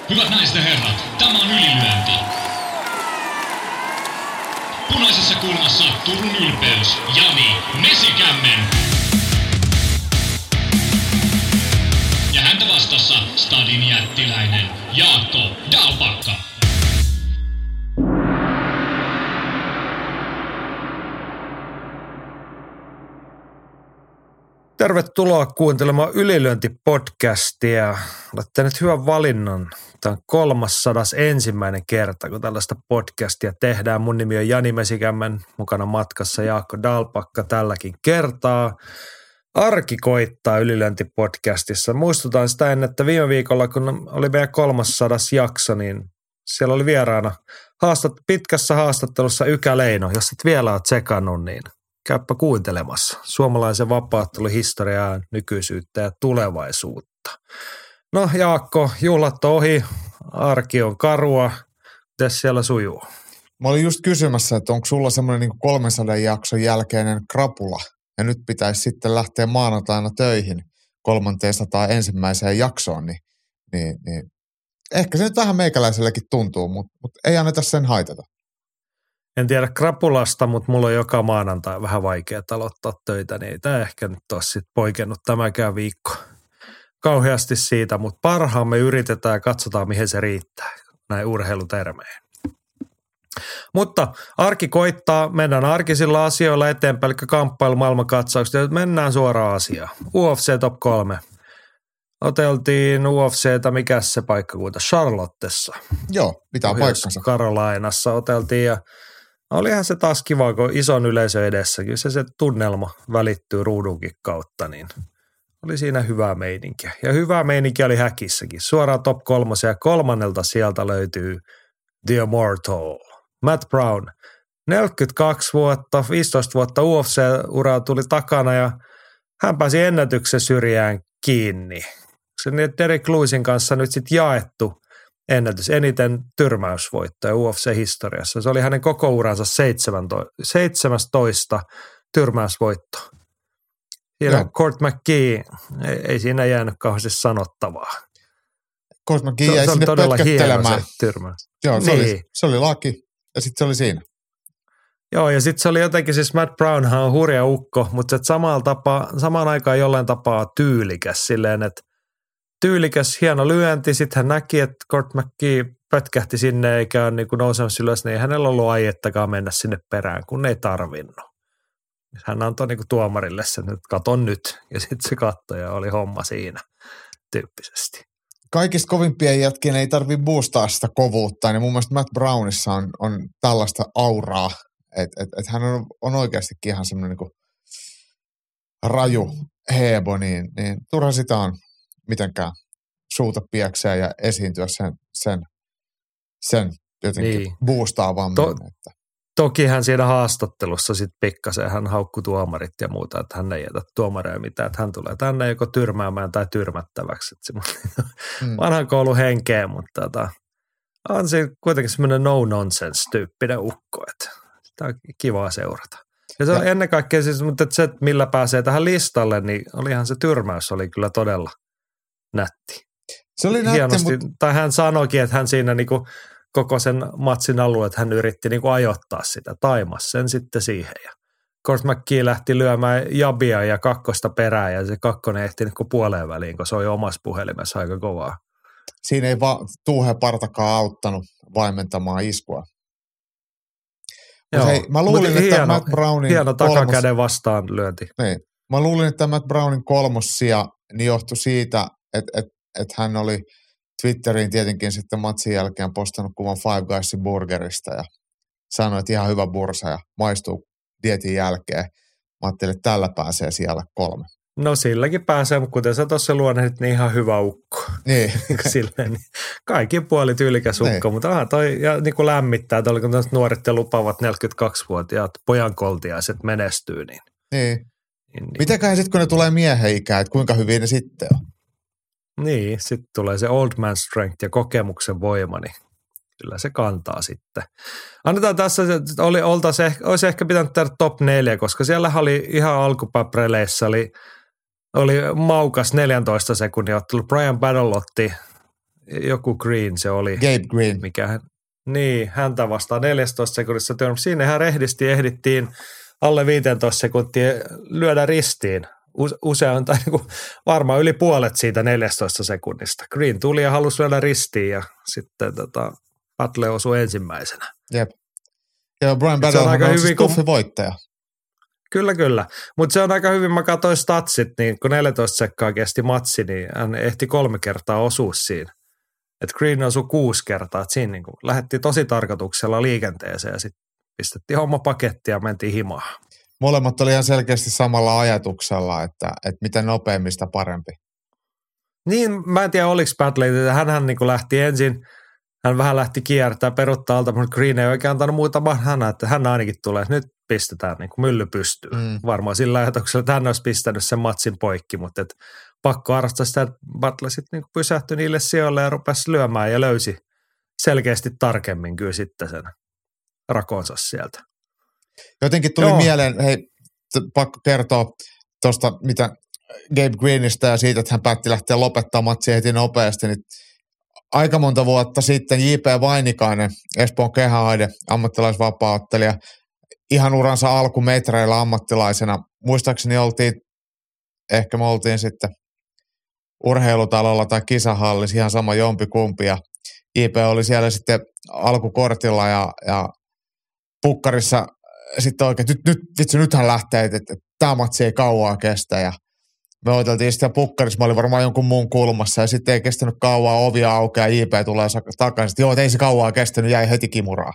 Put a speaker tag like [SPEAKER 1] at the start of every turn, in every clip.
[SPEAKER 1] Hyvät naiset ja herrat, tämä on Ylilyönti. Punaisessa kulmassa Turun ylpeys, Jani Mesikämmen. Ja häntä vastassa Stadin jättiläinen Jaakko Dalpakka.
[SPEAKER 2] Tervetuloa kuuntelemaan Ylilyönti-podcastia. Olette nyt hyvän valinnan. Tämä on 301. kerta, kun tällaista podcastia tehdään. Mun nimi on Jani Mesikämmen, mukana matkassa Jaakko Dalpakka tälläkin kertaa. Arki koittaa Ylilyönti-podcastissa. Muistutan sitä ennen, että viime viikolla, kun oli meidän 300. jakso, niin siellä oli vieraana pitkässä haastattelussa Ykä Leino. Jos et vielä ole tsekannut, niin käyppä kuuntelemassa suomalaisen vapaatteluhistoriaa, nykyisyyttä ja tulevaisuutta. No Jaakko, juhlat on ohi, arki on karua, mites siellä sujuu?
[SPEAKER 3] Mä olin just kysymässä, että onko sulla semmoinen niin 300 jakson jälkeinen krapula, ja nyt pitäisi sitten lähteä maanantaina töihin 301. jaksoon, niin ehkä se nyt vähän meikäläisellekin tuntuu, mutta ei anneta sen haitata.
[SPEAKER 2] En tiedä krapulasta, mutta mulla on joka maanantai vähän vaikea aloittaa töitä, niin ei tämä ehkä nyt ole sitten poikennut tämäkään viikko kauheasti siitä, mutta parhaamme yritetään ja katsotaan, mihin se riittää, näin urheilutermeen. Mutta arki koittaa, mennään arkisilla asioilla eteenpäin, eli kamppailu maailmankatsaukset, mennään suoraan asiaan. UFC Top 3. Oteltiin UFCtä, mikä se paikkakunta? Charlottessa.
[SPEAKER 3] Joo, pitää paikkansa.
[SPEAKER 2] Carolinassa oteltiin ja olihan se taas kiva, kun ison yleisön edessä, kyllä se tunnelma välittyy ruudunkin kautta, niin oli siinä hyvää meininkiä. Ja hyvää meininkiä oli häkissäkin. Suoraan top 3 ja 3. sieltä löytyy The Immortal, Matt Brown. 42 vuotta, 15 vuotta UFC-uraa tuli takana ja hän pääsi ennätyksen syrjään kiinni. Se Derek Lewisin kanssa nyt sitten jaettu ennätys, eniten tyrmäysvoittoja UFC-historiassa. Se oli hänen koko uransa 17 tyrmäysvoitto. Siinä Court McGee, ei siinä jäänyt kauheasti sanottavaa.
[SPEAKER 3] Court McGee jäi sinne pötköttelemään. Joo,
[SPEAKER 2] niin.
[SPEAKER 3] se oli laki ja sitten se oli siinä.
[SPEAKER 2] Joo, ja sitten se oli jotenkin, siis Matt Brownhan on hurja ukko, mutta samaan aikaan jollain tapaa tyylikäs silleen, että tyylikäs, hieno lyönti, sitten hän näki, että Court McGee pötkähti sinne eikä ole niin nousemassa ylös, niin ei hänellä ollut aiettakaan mennä sinne perään, kun ei tarvinnut. Hän antoi niin tuomarille sen, että katon nyt, ja sitten se katsoi ja oli homma siinä tyyppisesti.
[SPEAKER 3] Kaikista kovimpien jätkien ei tarvitse boostaa sitä kovuutta, niin mun mielestä Matt Brownissa on tällaista auraa, että hän on oikeastikin ihan semmoinen niin raju hebo, niin turha sitä on mitenkään suuta pieksää ja esiintyä sen jotenkin niin boostaavammin.
[SPEAKER 2] Toki hän siinä haastattelussa sitten pikkasen, hän haukkui tuomarit ja muuta, että hän ei jätä tuomareja mitään, että hän tulee tänne joko tyrmäämään tai tyrmättäväksi. Vanhan koulun henkeä, mutta on se kuitenkin semmoinen no-nonsense-tyyppinen ukko, että sitä on kivaa seurata. Ja se on ennen kaikkea siis, mutta se, että millä pääsee tähän listalle, niin olihan se tyrmäys oli kyllä todella nätti.
[SPEAKER 3] Se oli nätti,
[SPEAKER 2] hienosti, tai hän sanoikin, että hän siinä niinku koko sen matsin alueen, että hän yritti niinku ajoittaa sitä, taimas sen sitten siihen. Ja Court McGee lähti lyömään jabia ja kakkosta perään ja se kakkonen ehti niinku puoleen väliin, kun se oli omassa puhelimessa aika kovaa.
[SPEAKER 3] Siinä ei Tuuhe Partakaan auttanut vaimentamaan iskua.
[SPEAKER 2] Joo,
[SPEAKER 3] hei, mä luulin, että Matt Brownin
[SPEAKER 2] hieno takakäden vastaan lyönti.
[SPEAKER 3] Niin. Mä luulin, että Matt Brownin kolmossija niin johtui siitä, että hän oli Twitteriin tietenkin sitten matsin jälkeen postannut kuvan Five Guysin burgerista ja sanoi, että ihan hyvä bursa ja maistuu dietin jälkeen. Mä ajattelin, että tällä pääsee siellä 3.
[SPEAKER 2] No silläkin pääsee, mutta kuten sä tuossa luonnehdit, niin ihan hyvä ukko.
[SPEAKER 3] Niin.
[SPEAKER 2] Silleen, niin kaikin puoli tyylikäs ukko, niin. Mutta toi ja niin kuin lämmittää, että kun nuoret ja lupavat 42-vuotiaat pojankoltiaiset menestyy, niin.
[SPEAKER 3] Niin. Mitäköhän sitten, kun ne tulee miehen ikään, että kuinka hyvin ne sitten on?
[SPEAKER 2] Niin, sitten tulee se old man strength ja kokemuksen voima, niin kyllä se kantaa sitten. Annetaan tässä, olisi ehkä pitänyt tehdä top 4, koska siellä oli ihan alkupäpreleissä oli maukas 14 sekunnin ottelu. Brian Battle otti joku Green se oli.
[SPEAKER 3] Gabe Green.
[SPEAKER 2] Niin, häntä vastaan 14 sekunnissa. Siinähän ehdittiin alle 15 sekuntia lyödä ristiin. Usein tai varmaan yli puolet siitä 14 sekunnista. Green tuli ja halusi lyödä ristiin ja sitten Butler osui ensimmäisenä.
[SPEAKER 3] Jep. Ja Brian Battle on siis tuffi voittaja.
[SPEAKER 2] Kyllä. Mutta se on aika hyvin, mä katsoin statsit, niin kun 14 sekkaa kesti matsi, niin hän ehti 3 kertaa osua siinä. Et Green osui 6 kertaa, että siinä niin lähdettiin tosi tarkoituksella liikenteeseen ja sitten pistettiin homma paketti ja mentiin himaan.
[SPEAKER 3] Molemmat oli ihan selkeästi samalla ajatuksella, että miten nopeammista parempi.
[SPEAKER 2] Niin, mä en tiedä oliko Battle, hänhän niin lähti ensin, hän vähän lähti kiertää peruttaa alta, mutta Green ei oikein antanut muuta hänä, että hän ainakin tulee, nyt pistetään niin kuin mylly pystyyn. Varmaan sillä ajatuksella, että hän olisi pistänyt sen matsin poikki, mutta pakko arvostaa sitä, että Butler sitten niin pysähtyi niille sijoille ja rupesi lyömään ja löysi selkeästi tarkemmin kyllä sitten sen rakonsa sieltä.
[SPEAKER 3] Jotenkin tuli mieleen, hei, pakko kertoa tuosta, mitä Gabe Greenistä ja siitä, että hän päätti lähteä lopettaa matsia heti nopeasti, niin aika monta vuotta sitten J.P. Vainikainen, Espoon Kehähaide, ammattilaisvapaa-ottelija, ihan uransa alkumetreillä ammattilaisena. Muistaakseni me oltiin sitten urheilutalolla tai kisahallissa, ihan sama jompikumpi, ja J.P. oli siellä sitten alkukortilla ja pukkarissa sitten oikein, nythän lähtee, että tämä matsi ei kauaa kestä, ja me oteltiin sitä pukkarissa, mä olin varmaan jonkun muun kulmassa, ja sitten ei kestänyt kauaa, ovia aukeaa, JP tulee takaisin, että joo, ei se kauaa kestänyt, jäi heti kimuraa.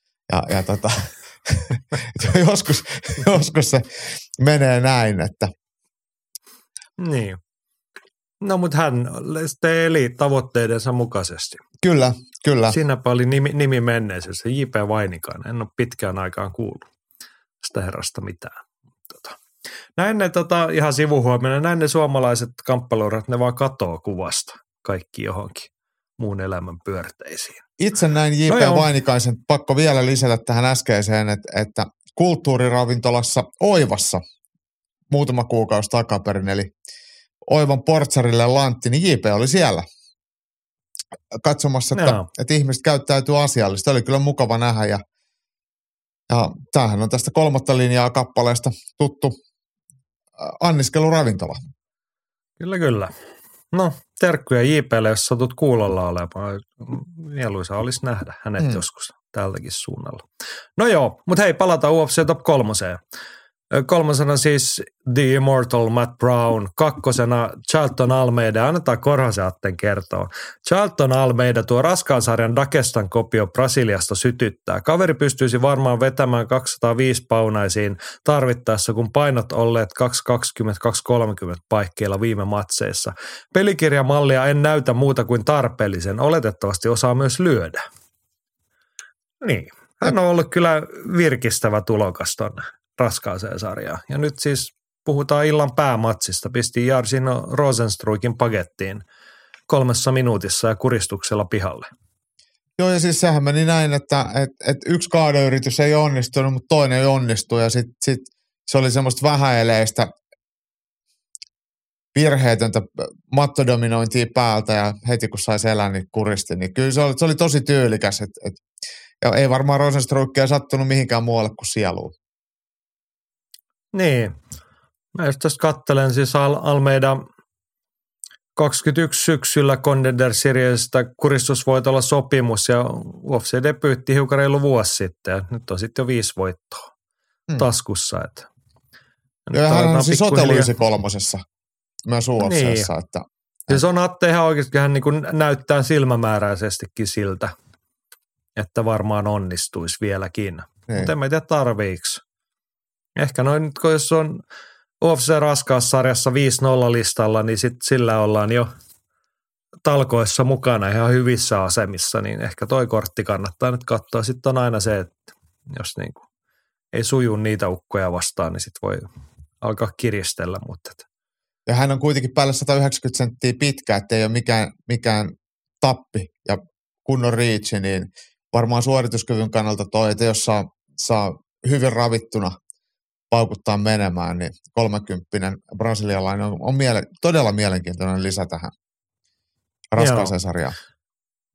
[SPEAKER 3] joskus se menee näin, että.
[SPEAKER 2] Niin. No, mutta hän eli tavoitteidensa mukaisesti.
[SPEAKER 3] Kyllä.
[SPEAKER 2] Siinäpä oli nimi menneisyys, J.P. Vainikainen. En ole pitkään aikaan kuullut sitä herrasta mitään. Näin ne ihan sivuhuomioon, näin ne suomalaiset kamppailuurat, ne vaan katoo kuvasta kaikki johonkin muun elämän pyörteisiin.
[SPEAKER 3] Itse näin J.P. Vainikaisen, pakko vielä lisätä tähän äskeiseen, että kulttuuriravintolassa Oivassa muutama kuukausi takaperin, eli Oivan portsarille lantti, niin J.P. oli siellä katsomassa, että ihmiset käyttäytyy asiallisesti. Oli kyllä mukava nähdä ja tämähän on tästä 3. linjaa kappaleesta tuttu anniskeluravintola.
[SPEAKER 2] Kyllä. No, terkkuja JP:lle, jos satut kuulolla olemaan. Mieluisa olisi nähdä hänet joskus tältäkin suunnalla. No joo, mutta hei, palataan UFC Top 3. 3. siis The Immortal Matt Brown. 2. Charlton Almeida. Annetaan Korhosen Atten kertoa. Charlton Almeida tuo raskaan sarjan Dagestan kopio Brasiliasta sytyttää. Kaveri pystyisi varmaan vetämään 205 paunaisiin tarvittaessa, kun painot olleet 220-230 paikkeilla viime matseissa. Pelikirjamallia en näytä muuta kuin tarpeellisen. Oletettavasti osaa myös lyödä. Niin. Hän on ollut kyllä virkistävä tulokas tonne raskaaseen sarjaan. Ja nyt siis puhutaan illan päämatsista. Pisti Jarsino Rosenstruikin pakettiin 3 minuutissa ja kuristuksella pihalle.
[SPEAKER 3] Joo, ja siis sehän meni näin, että yksi kaadeyritys ei onnistunut, mutta toinen ei onnistu. Ja sitten se oli semmoista vähäeleistä virheetöntä mattodominointia päältä ja heti kun sai selän, niin kuristi. Niin kyllä se oli tosi tyylikäs. Ja ei varmaan Rosenstruikkia sattunut mihinkään muualle kuin sieluun.
[SPEAKER 2] Niin. Mä just tästä katselen siis Almeida 21 syksyllä Contender Seriesistä kuristusvoitolla sopimus ja UFC-debyytti hiukan reilu vuosi sitten. Ja nyt on sitten jo 5 voittoa taskussa.
[SPEAKER 3] Joo, hän on siis Soteluisi 3. myös UFC:ssä.
[SPEAKER 2] Niin. Siis on Atte ihan oikeasti, hän niin kuin näyttää silmämääräisestikin siltä, että varmaan onnistuisi vieläkin. Niin. Mutta en mä tiedä tarviiksi. Ehkä noin nyt, kun jos on UFC-raskaussarjassa 5-0 listalla, niin sit sillä ollaan jo talkoissa mukana ihan hyvissä asemissa, niin ehkä toi kortti kannattaa nyt katsoa. Sitten on aina se, että jos niinku ei suju niitä ukkoja vastaan, niin sit voi alkaa kiristellä.
[SPEAKER 3] Ja hän on kuitenkin päälle 190 senttiä pitkä, ettei ole mikään tappi ja kunnon reach, niin varmaan suorituskyvyn kannalta toi, että jos saa hyvin ravittuna paukuttaa menemään, niin 30 brasilialainen on todella mielenkiintoinen lisä tähän raskaaseen sarjaan.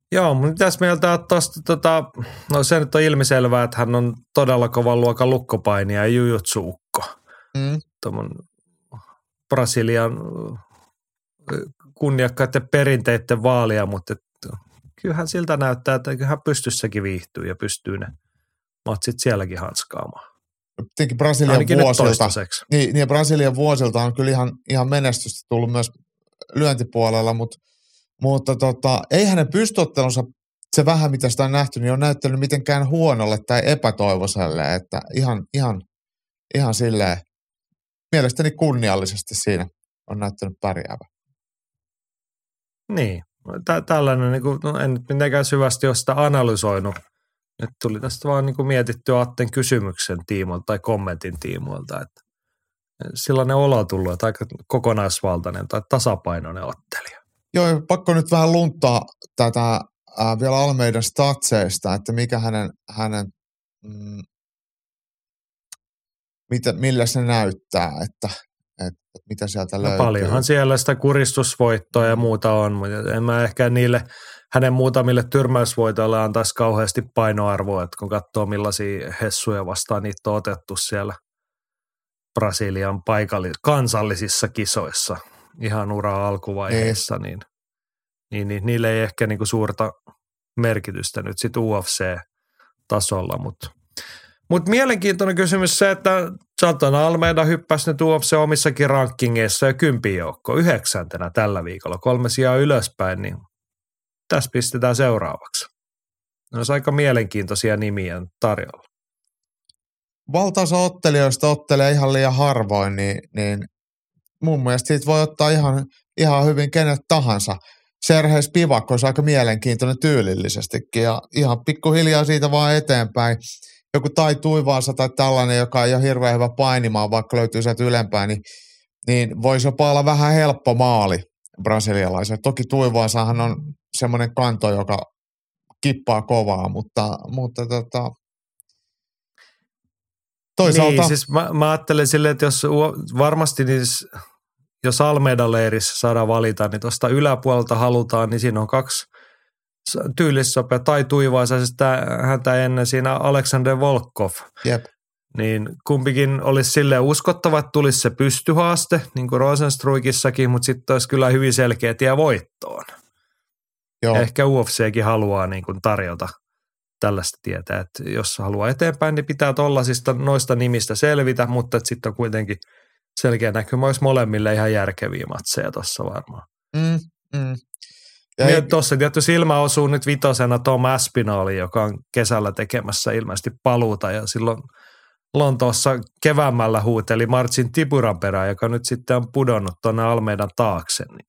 [SPEAKER 2] Joo, mutta mitäs mieltä tuosta, no se nyt on ilmiselvää, että hän on todella kovan luokan lukkopainija ja jujutsu-ukko. Tuommoinen Brasilian kunniakkaiden perinteiden vaalia, mutta kyllähän siltä näyttää, että kyllähän pystyssäkin viihtyy ja pystyy ne matsit sielläkin hanskaamaan.
[SPEAKER 3] Tietenkin Brasilian vuosilta, niin Brasilian vuosilta on kyllä ihan menestystä tullut myös lyöntipuolella, mutta ei hänen pystyottelunsa, se vähän mitä sitä on nähty, niin on näyttänyt mitenkään huonolle tai epätoivoiselle, että ihan silleen mielestäni kunniallisesti siinä on näyttänyt pärjäävä.
[SPEAKER 2] Niin, tällainen, niin kuin, no en nyt mitenkään syvästi ole sitä analysoinut. Nyt tuli tästä vaan niin kuin mietittyä Atten kysymyksen tiimoilta tai kommentin tiimoilta, että sellainen olo on tullut, että aika kokonaisvaltainen tai tasapainoinen ottelija.
[SPEAKER 3] Joo, pakko nyt vähän lunttaa tätä vielä Almeidan statseista, että mikä hänen millä se näyttää, että mitä sieltä löytyy.
[SPEAKER 2] Paljonhan siellä sitä kuristusvoittoa ja muuta on, mutta en mä ehkä niille hänen muutamille tyrmäysvoitoille antaisi kauheasti painoarvoa, että kun katsoo millaisia hessuja vastaan niitä on otettu siellä Brasilian kansallisissa kisoissa ihan uraa alkuvaiheessa, niin niille ei ehkä niinku suurta merkitystä nyt sit UFC-tasolla, mutta mielenkiintoinen kysymys se, että Santana Almeida hyppäsi nyt UFC omissakin rankingeissa ja 10 joukkoon 9. tällä viikolla, 3 sijaa ylöspäin, niin tässä pistetään seuraavaksi. Ne olisi aika mielenkiintoisia nimiä tarjolla.
[SPEAKER 3] Valtaosa ottelijoista ottelee ihan liian harvoin, niin mun mielestä siitä voi ottaa ihan hyvin kenet tahansa. Serhei Spivak olisi aika mielenkiintoinen tyylillisestikin ja ihan pikkuhiljaa siitä vaan eteenpäin. Joku Tai Tuivaansa tai tällainen, joka ei ole hirveän hyvä painimaan, vaikka löytyy sieltä ylempään, niin voisi jopa olla vähän helppo maali brasilialaiselle. Toki Tuivaansahan on semmoinen kanto, joka kippaa kovaa, mutta toisaalta...
[SPEAKER 2] Niin, siis mä ajattelen silleen, että jos varmasti jos Almeidan leirissä saadaan valita, niin tuosta yläpuolelta halutaan, niin siinä on 2 tyylissopea Tai Tuivaisesta häntä ennen siinä Alexander Volkov.
[SPEAKER 3] Jep.
[SPEAKER 2] Niin kumpikin olisi silleen uskottava, että tulisi se pystyhaaste, niin kuin Rosenstruikissakin, mutta sitten olisi kyllä hyvin selkeä tie voittoon. Joo. Ehkä UFCkin haluaa niin kuin tarjota tällaista tietä, että jos haluaa eteenpäin, niin pitää tuollaisista noista nimistä selvitä, mutta sitten on kuitenkin selkeä näkymä, olisi molemmille ihan järkeviä matseja tuossa varmaan. Ja tuossa tietty silmä osuu nyt 5. Tom Aspinall, joka on kesällä tekemässä ilmeisesti paluuta ja silloin Lontoossa keväämällä huuteli Marcin Tiburan perään, joka nyt sitten on pudonnut tuonne Almeidan taakse. Niin.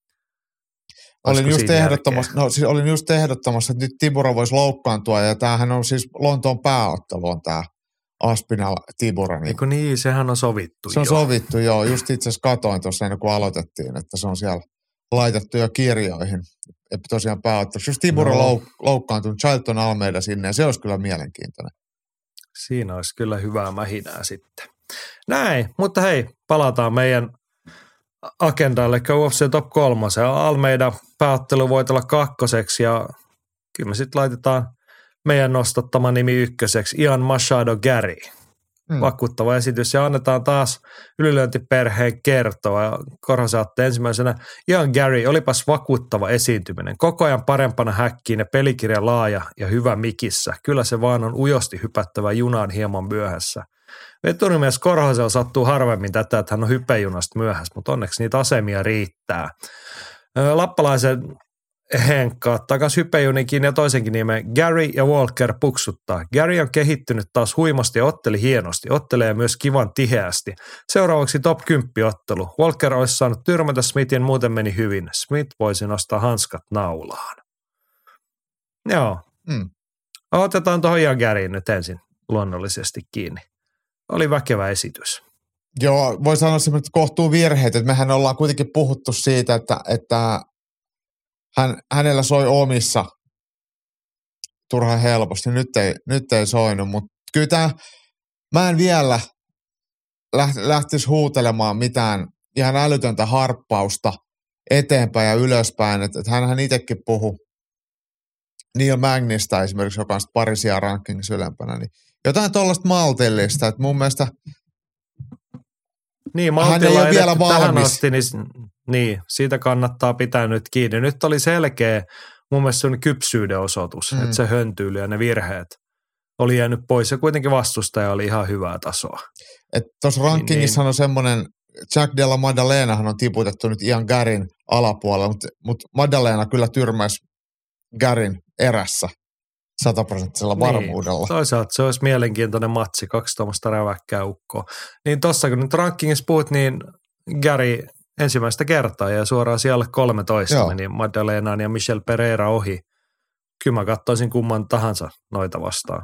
[SPEAKER 3] Olin just ehdottamassa, että nyt Tibura voisi loukkaantua ja tämähän on siis Lontoon pääottelu on tämä Aspinall Tibura.
[SPEAKER 2] Eikö niin, sehän on sovittu.
[SPEAKER 3] Se on sovittu, joo. Just itse asiassa katoin tuossa ennen kuin aloitettiin, että se on siellä laitettu jo kirjoihin. Ja tosiaan pääottelu. Jos Tibura loukkaantunut, Charlton Almeida sinne, ja se olisi kyllä mielenkiintoinen.
[SPEAKER 2] Siinä olisi kyllä hyvää mähinää sitten. Näin, mutta hei, palataan meidän agendalle, UFC Top 3. Almeida pääottelu voitella 2. ja kyllä me sitten laitetaan meidän nostattama nimi 1. Ian Machado Gary. Vakuuttava esitys ja annetaan taas ylilyöntiperheen kertoa. Korhosen Atte ensimmäisenä. Ian Gary, olipas vakuuttava esiintyminen. Koko ajan parempana häkkiin ja pelikirja laaja ja hyvä mikissä. Kyllä se vaan on ujosti hypättävä junaan hieman myöhässä. Veturimies Korhosella sattuu harvemmin tätä, että hän on hypejunasta myöhässä, mutta onneksi niitä asemia riittää. Lappalaisen Henkka takas hypejunikin ja toisenkin nimen Gary ja Walker puksuttaa. Gary on kehittynyt taas huimasti ja otteli hienosti. Ottelee myös kivan tiheästi. Seuraavaksi top 10 ottelu. Walker olisi saanut tyrmätä Smithin, muuten meni hyvin. Smith voisi nostaa hanskat naulaan. Joo. Otetaan tuohon Ian Garyin nyt ensin luonnollisesti kiinni. Oli väkevä esitys.
[SPEAKER 3] Joo, voi sanoa semmoinen, että kohtuu virheet. Että mehän ollaan kuitenkin puhuttu siitä, että hänellä soi omissa turhan helposti. Nyt ei soinut, mutta kyllä mä en vielä lähtisi huutelemaan mitään ihan älytöntä harppausta eteenpäin ja ylöspäin. Että hänhän itsekin puhui Neil Magnista esimerkiksi, joka on sitten pari sijaa rankingissa ylempänä, niin jotain tuollaista maltillista, että mun mielestä
[SPEAKER 2] niin,
[SPEAKER 3] hän ei ole vielä
[SPEAKER 2] tähän
[SPEAKER 3] valmis.
[SPEAKER 2] asti, niin, siitä kannattaa pitää nyt kiinni. Nyt oli selkeä mun mielestä se on kypsyyden osoitus, että se höntyily ja ne virheet oli jäänyt pois ja kuitenkin vastustaja oli ihan hyvää tasoa.
[SPEAKER 3] Että tuossa rankingissa on semmoinen, Jack Della Maddalena'han on tiputettu nyt Ian Garyn alapuolella, mutta Maddalena kyllä tyrmäisi Garyn erässä 100% varmuudella.
[SPEAKER 2] Niin, toisaalta se olisi mielenkiintoinen matsi, 2 tuommoista räväkkää ukkoa. Niin tossa kun nyt rankingissa puhut, niin Gary ensimmäistä kertaa ja suoraan siellä 13 meni Maddalenaan ja Michel Pereira ohi. Kyllä mä katsoisin kumman tahansa noita vastaan.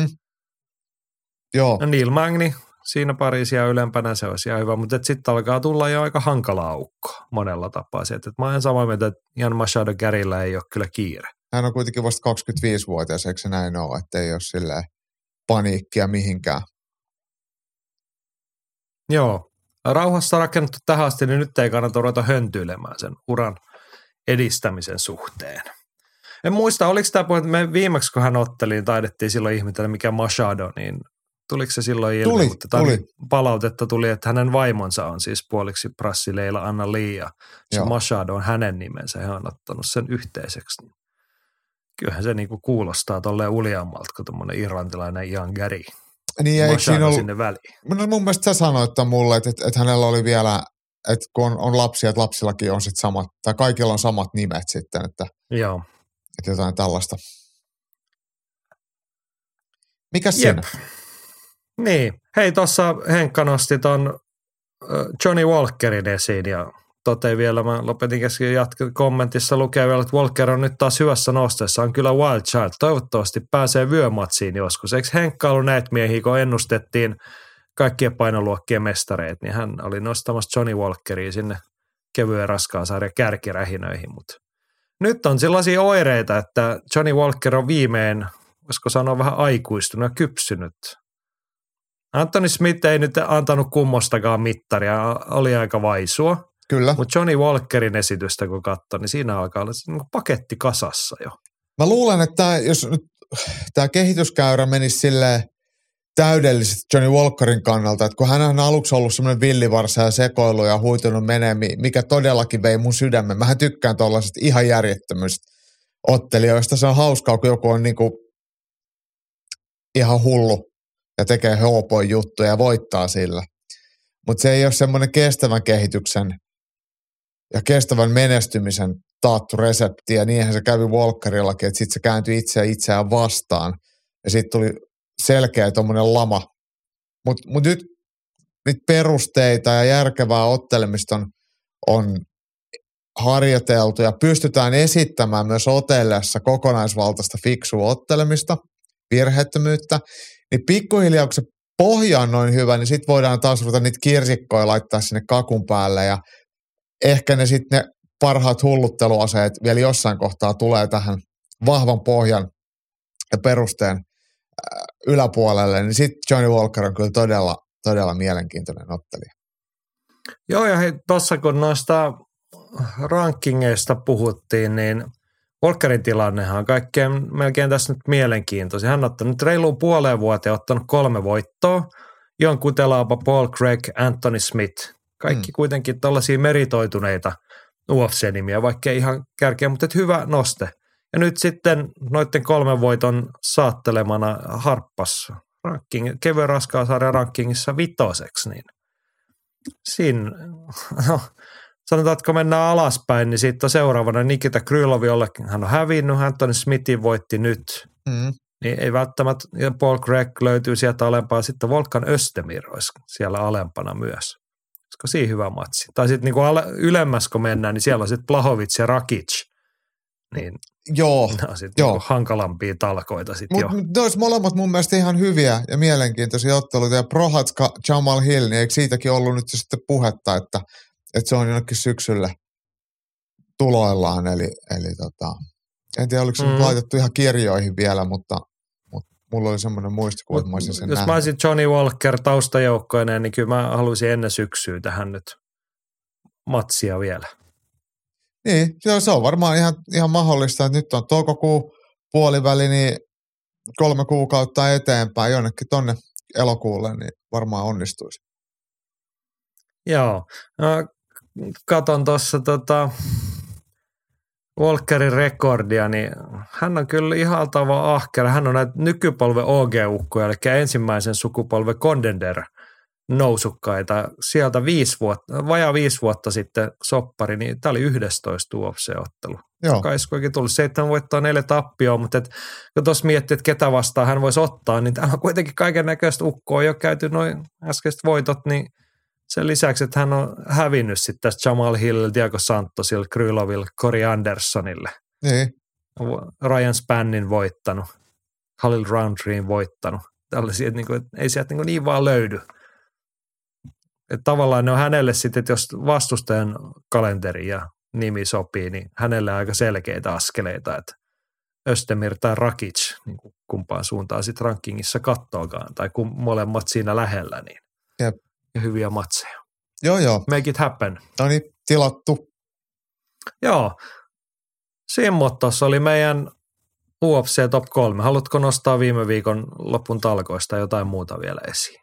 [SPEAKER 3] Joo.
[SPEAKER 2] No Neil Magny, siinä parisia ylempänä se olisi ihan hyvä, mutta sitten alkaa tulla jo aika hankalaa ukkoa monella tapaa. Sieltä. Mä olen samaa mieltä, että Jan Machado Garyllä ei ole kyllä kiire.
[SPEAKER 3] Hän on kuitenkin vasta 25-vuotias, eikö se näin ole, että ei ole silleen paniikkia mihinkään.
[SPEAKER 2] Joo. Rauhassa rakennettu tähän asti, niin nyt ei kannata ruveta höntyilemään sen uran edistämisen suhteen. En muista, oliko tämä puhe, että me viimeksi kun hän otteli, niin taidettiin silloin ihmetellä, mikä Machado, niin tuliko se silloin ilmi?
[SPEAKER 3] Tuli.
[SPEAKER 2] Palautetta tuli, että hänen vaimonsa on siis puoliksi Brassileila Anna Lia. Se Machado on hänen nimensä, hän on ottanut sen yhteiseksi. Kyllähän se niinku kuulostaa tolleen uljammalta, kun tuommoinen irlantilainen Ian Gary.
[SPEAKER 3] Niin,
[SPEAKER 2] Machado sinne väliin.
[SPEAKER 3] No mun mielestä sä sanoit mulle, että hänellä oli vielä, että kun on lapsia, että lapsillakin on sitten samat, tai kaikilla on samat nimet sitten, että,
[SPEAKER 2] joo.
[SPEAKER 3] Että jotain tällaista. Mikäs siinä?
[SPEAKER 2] Niin. Hei, tuossa Henkka nosti ton Johnny Walkerin esiin ja totein vielä, mä lopetin kesken kommentissa lukea vielä, että Walker on nyt taas hyvässä nosteessa, on kyllä wild child. Toivottavasti pääsee vyömatsiin joskus. Eikö Henkka ollut näitä miehiä, kun ennustettiin kaikkien painoluokkien mestareet, niin hän oli nostamassa Johnny Walkeria sinne kevyen raskaan sarjan kärkirähinöihin, mutta nyt on sellaisia oireita, että Johnny Walker on viimein, voisiko sanoa vähän aikuistunut ja kypsynyt. Anthony Smith ei nyt antanut kummostakaan mittaria, oli aika vaisua.
[SPEAKER 3] Kyllä.
[SPEAKER 2] Mutta Johnny Walkerin esitystä kun katsoi, niin siinä alkaa olla niin paketti kasassa jo.
[SPEAKER 3] Mä luulen, että jos nyt tämä kehityskäyrä menisi silleen täydellisesti Johnny Walkerin kannalta, että kun hän on aluksi ollut semmoinen villivarsa ja sekoilu ja huitunut menee, mikä todellakin vei mun sydämen. Mähän tykkään tuollaisesta ihan järjettömyystä ottelijoista. Se on hauskaa, kun joku on niinku ihan hullu ja tekee helpoin juttuja ja voittaa sillä. Mutta se ei ole semmoinen kestävän kehityksen ja kestävän menestymisen taattu resepti. Ja niinhän se kävi Walkerillakin, että sitten se kääntyi itseään vastaan. Ja sitten tuli selkeä tuommoinen lama. Mut nyt niitä perusteita ja järkevää ottelemista on harjoiteltu ja pystytään esittämään myös otellessa kokonaisvaltaista fiksua ottelemista, virheettömyyttä. Niin pikkuhiljaa, kun se pohja on noin hyvä, niin sitten voidaan taas ruveta niitä kirsikkoja laittaa sinne kakun päälle ja ehkä ne sitten ne parhaat hullutteluaseet vielä jossain kohtaa tulee tähän vahvan pohjan ja perusteen yläpuolelle, niin sitten Johnny Walker on kyllä todella, todella mielenkiintoinen ottelija.
[SPEAKER 2] Joo, ja hei, tuossa kun noista rankingeista puhuttiin, niin Walkerin tilannehan on kaikkein melkein tässä nyt mielenkiintoisia. Hän on ottanut reiluun puoleen vuoteen, ottanut 3 voittoa. Jon Kutelaapa, Paul Craig, Anthony Smith. Kaikki kuitenkin tällaisia meritoituneita UFC-nimiä, vaikka ei ihan kärkeä, mutta hyvä noste. Ja nyt sitten noiden 3 voiton saattelemana harppas kevyen raskaan sarjan rankingissa 5. Niin siinä, no, sanotaan, että kun mennään alaspäin, niin sitten seuraavana Nikita Krylovi, jollekin hän on hävinnyt, Anthony Smithin voitti nyt. Niin ei välttämättä, ja Paul Craig löytyy sieltä alempaa, sitten Volkan Özdemir olisi siellä alempana myös. Olisiko siinä hyvä matsi? Tai sitten niin ylemmäs kun mennään, niin siellä on sitten Blachowicz ja Rakic. Niin
[SPEAKER 3] joo,
[SPEAKER 2] on sitten niin hankalampia talkoita sitten jo.
[SPEAKER 3] Mutta olisi molemmat mun mielestä ihan hyviä ja mielenkiintoisia otteluita. Ja Prohatska, Jamal Hill, niin eikö siitäkin ollut nyt sitten puhetta, että se on jonnekin syksyllä tuloillaan. Eli en tiedä, oliko se nyt laitettu ihan kirjoihin vielä, mutta mulla oli semmoinen muistikuva, että mä olisin sen
[SPEAKER 2] jos
[SPEAKER 3] nähnyt.
[SPEAKER 2] mä olisin Johnny Walker taustajoukkoineen, niin kyllä mä haluaisin ennen syksyä tähän nyt matsia vielä.
[SPEAKER 3] Niin, se on varmaan ihan mahdollista, että nyt on toukokuun puoliväli, niin 3 kuukautta eteenpäin jonnekin tonne elokuulle, niin varmaan onnistuisi.
[SPEAKER 2] Joo. No, katon tuossa Walkerin rekordia, niin hän on kyllä ihaltava ahkera. Hän on näitä nykypolven OG-ukkoja, eli ensimmäisen sukupolven Contender nousukkaita. Sieltä vajaa 5 vuotta sitten soppari, niin tämä oli 11 UFC-ottelu. Kaiskoikin tullut 7 voittoa 4 tappioon, mutta kun tuossa miettii, että ketä vastaan hän voisi ottaa, niin täällä on kuitenkin kaiken näköistä ukkoa jo käyty noin äskeiset voitot, niin sen lisäksi, että hän on hävinnyt sitten tästä Jamal Hillille, Diego Santosille, Kryloville, Corey Andersonille.
[SPEAKER 3] Niin.
[SPEAKER 2] Ryan Spannin voittanut, Khalil Roundtreein voittanut. Tällaisia, että ei sieltä niin vaan löydy. Että tavallaan ne on hänelle sitten, että jos vastustajan kalenteri ja nimi sopii, niin hänelle aika selkeitä askeleita, että Özdemir tai Rakic, niin kumpaan suuntaan sitten rankingissa kattookaan, tai kun molemmat siinä lähellä, niin
[SPEAKER 3] jep.
[SPEAKER 2] Ja hyviä matseja.
[SPEAKER 3] Joo.
[SPEAKER 2] Make it happen.
[SPEAKER 3] No niin, tilattu.
[SPEAKER 2] Joo. Simmot tuossa oli meidän UFC Top 3. Haluatko nostaa viime viikon lopun talkoista jotain muuta vielä esiin?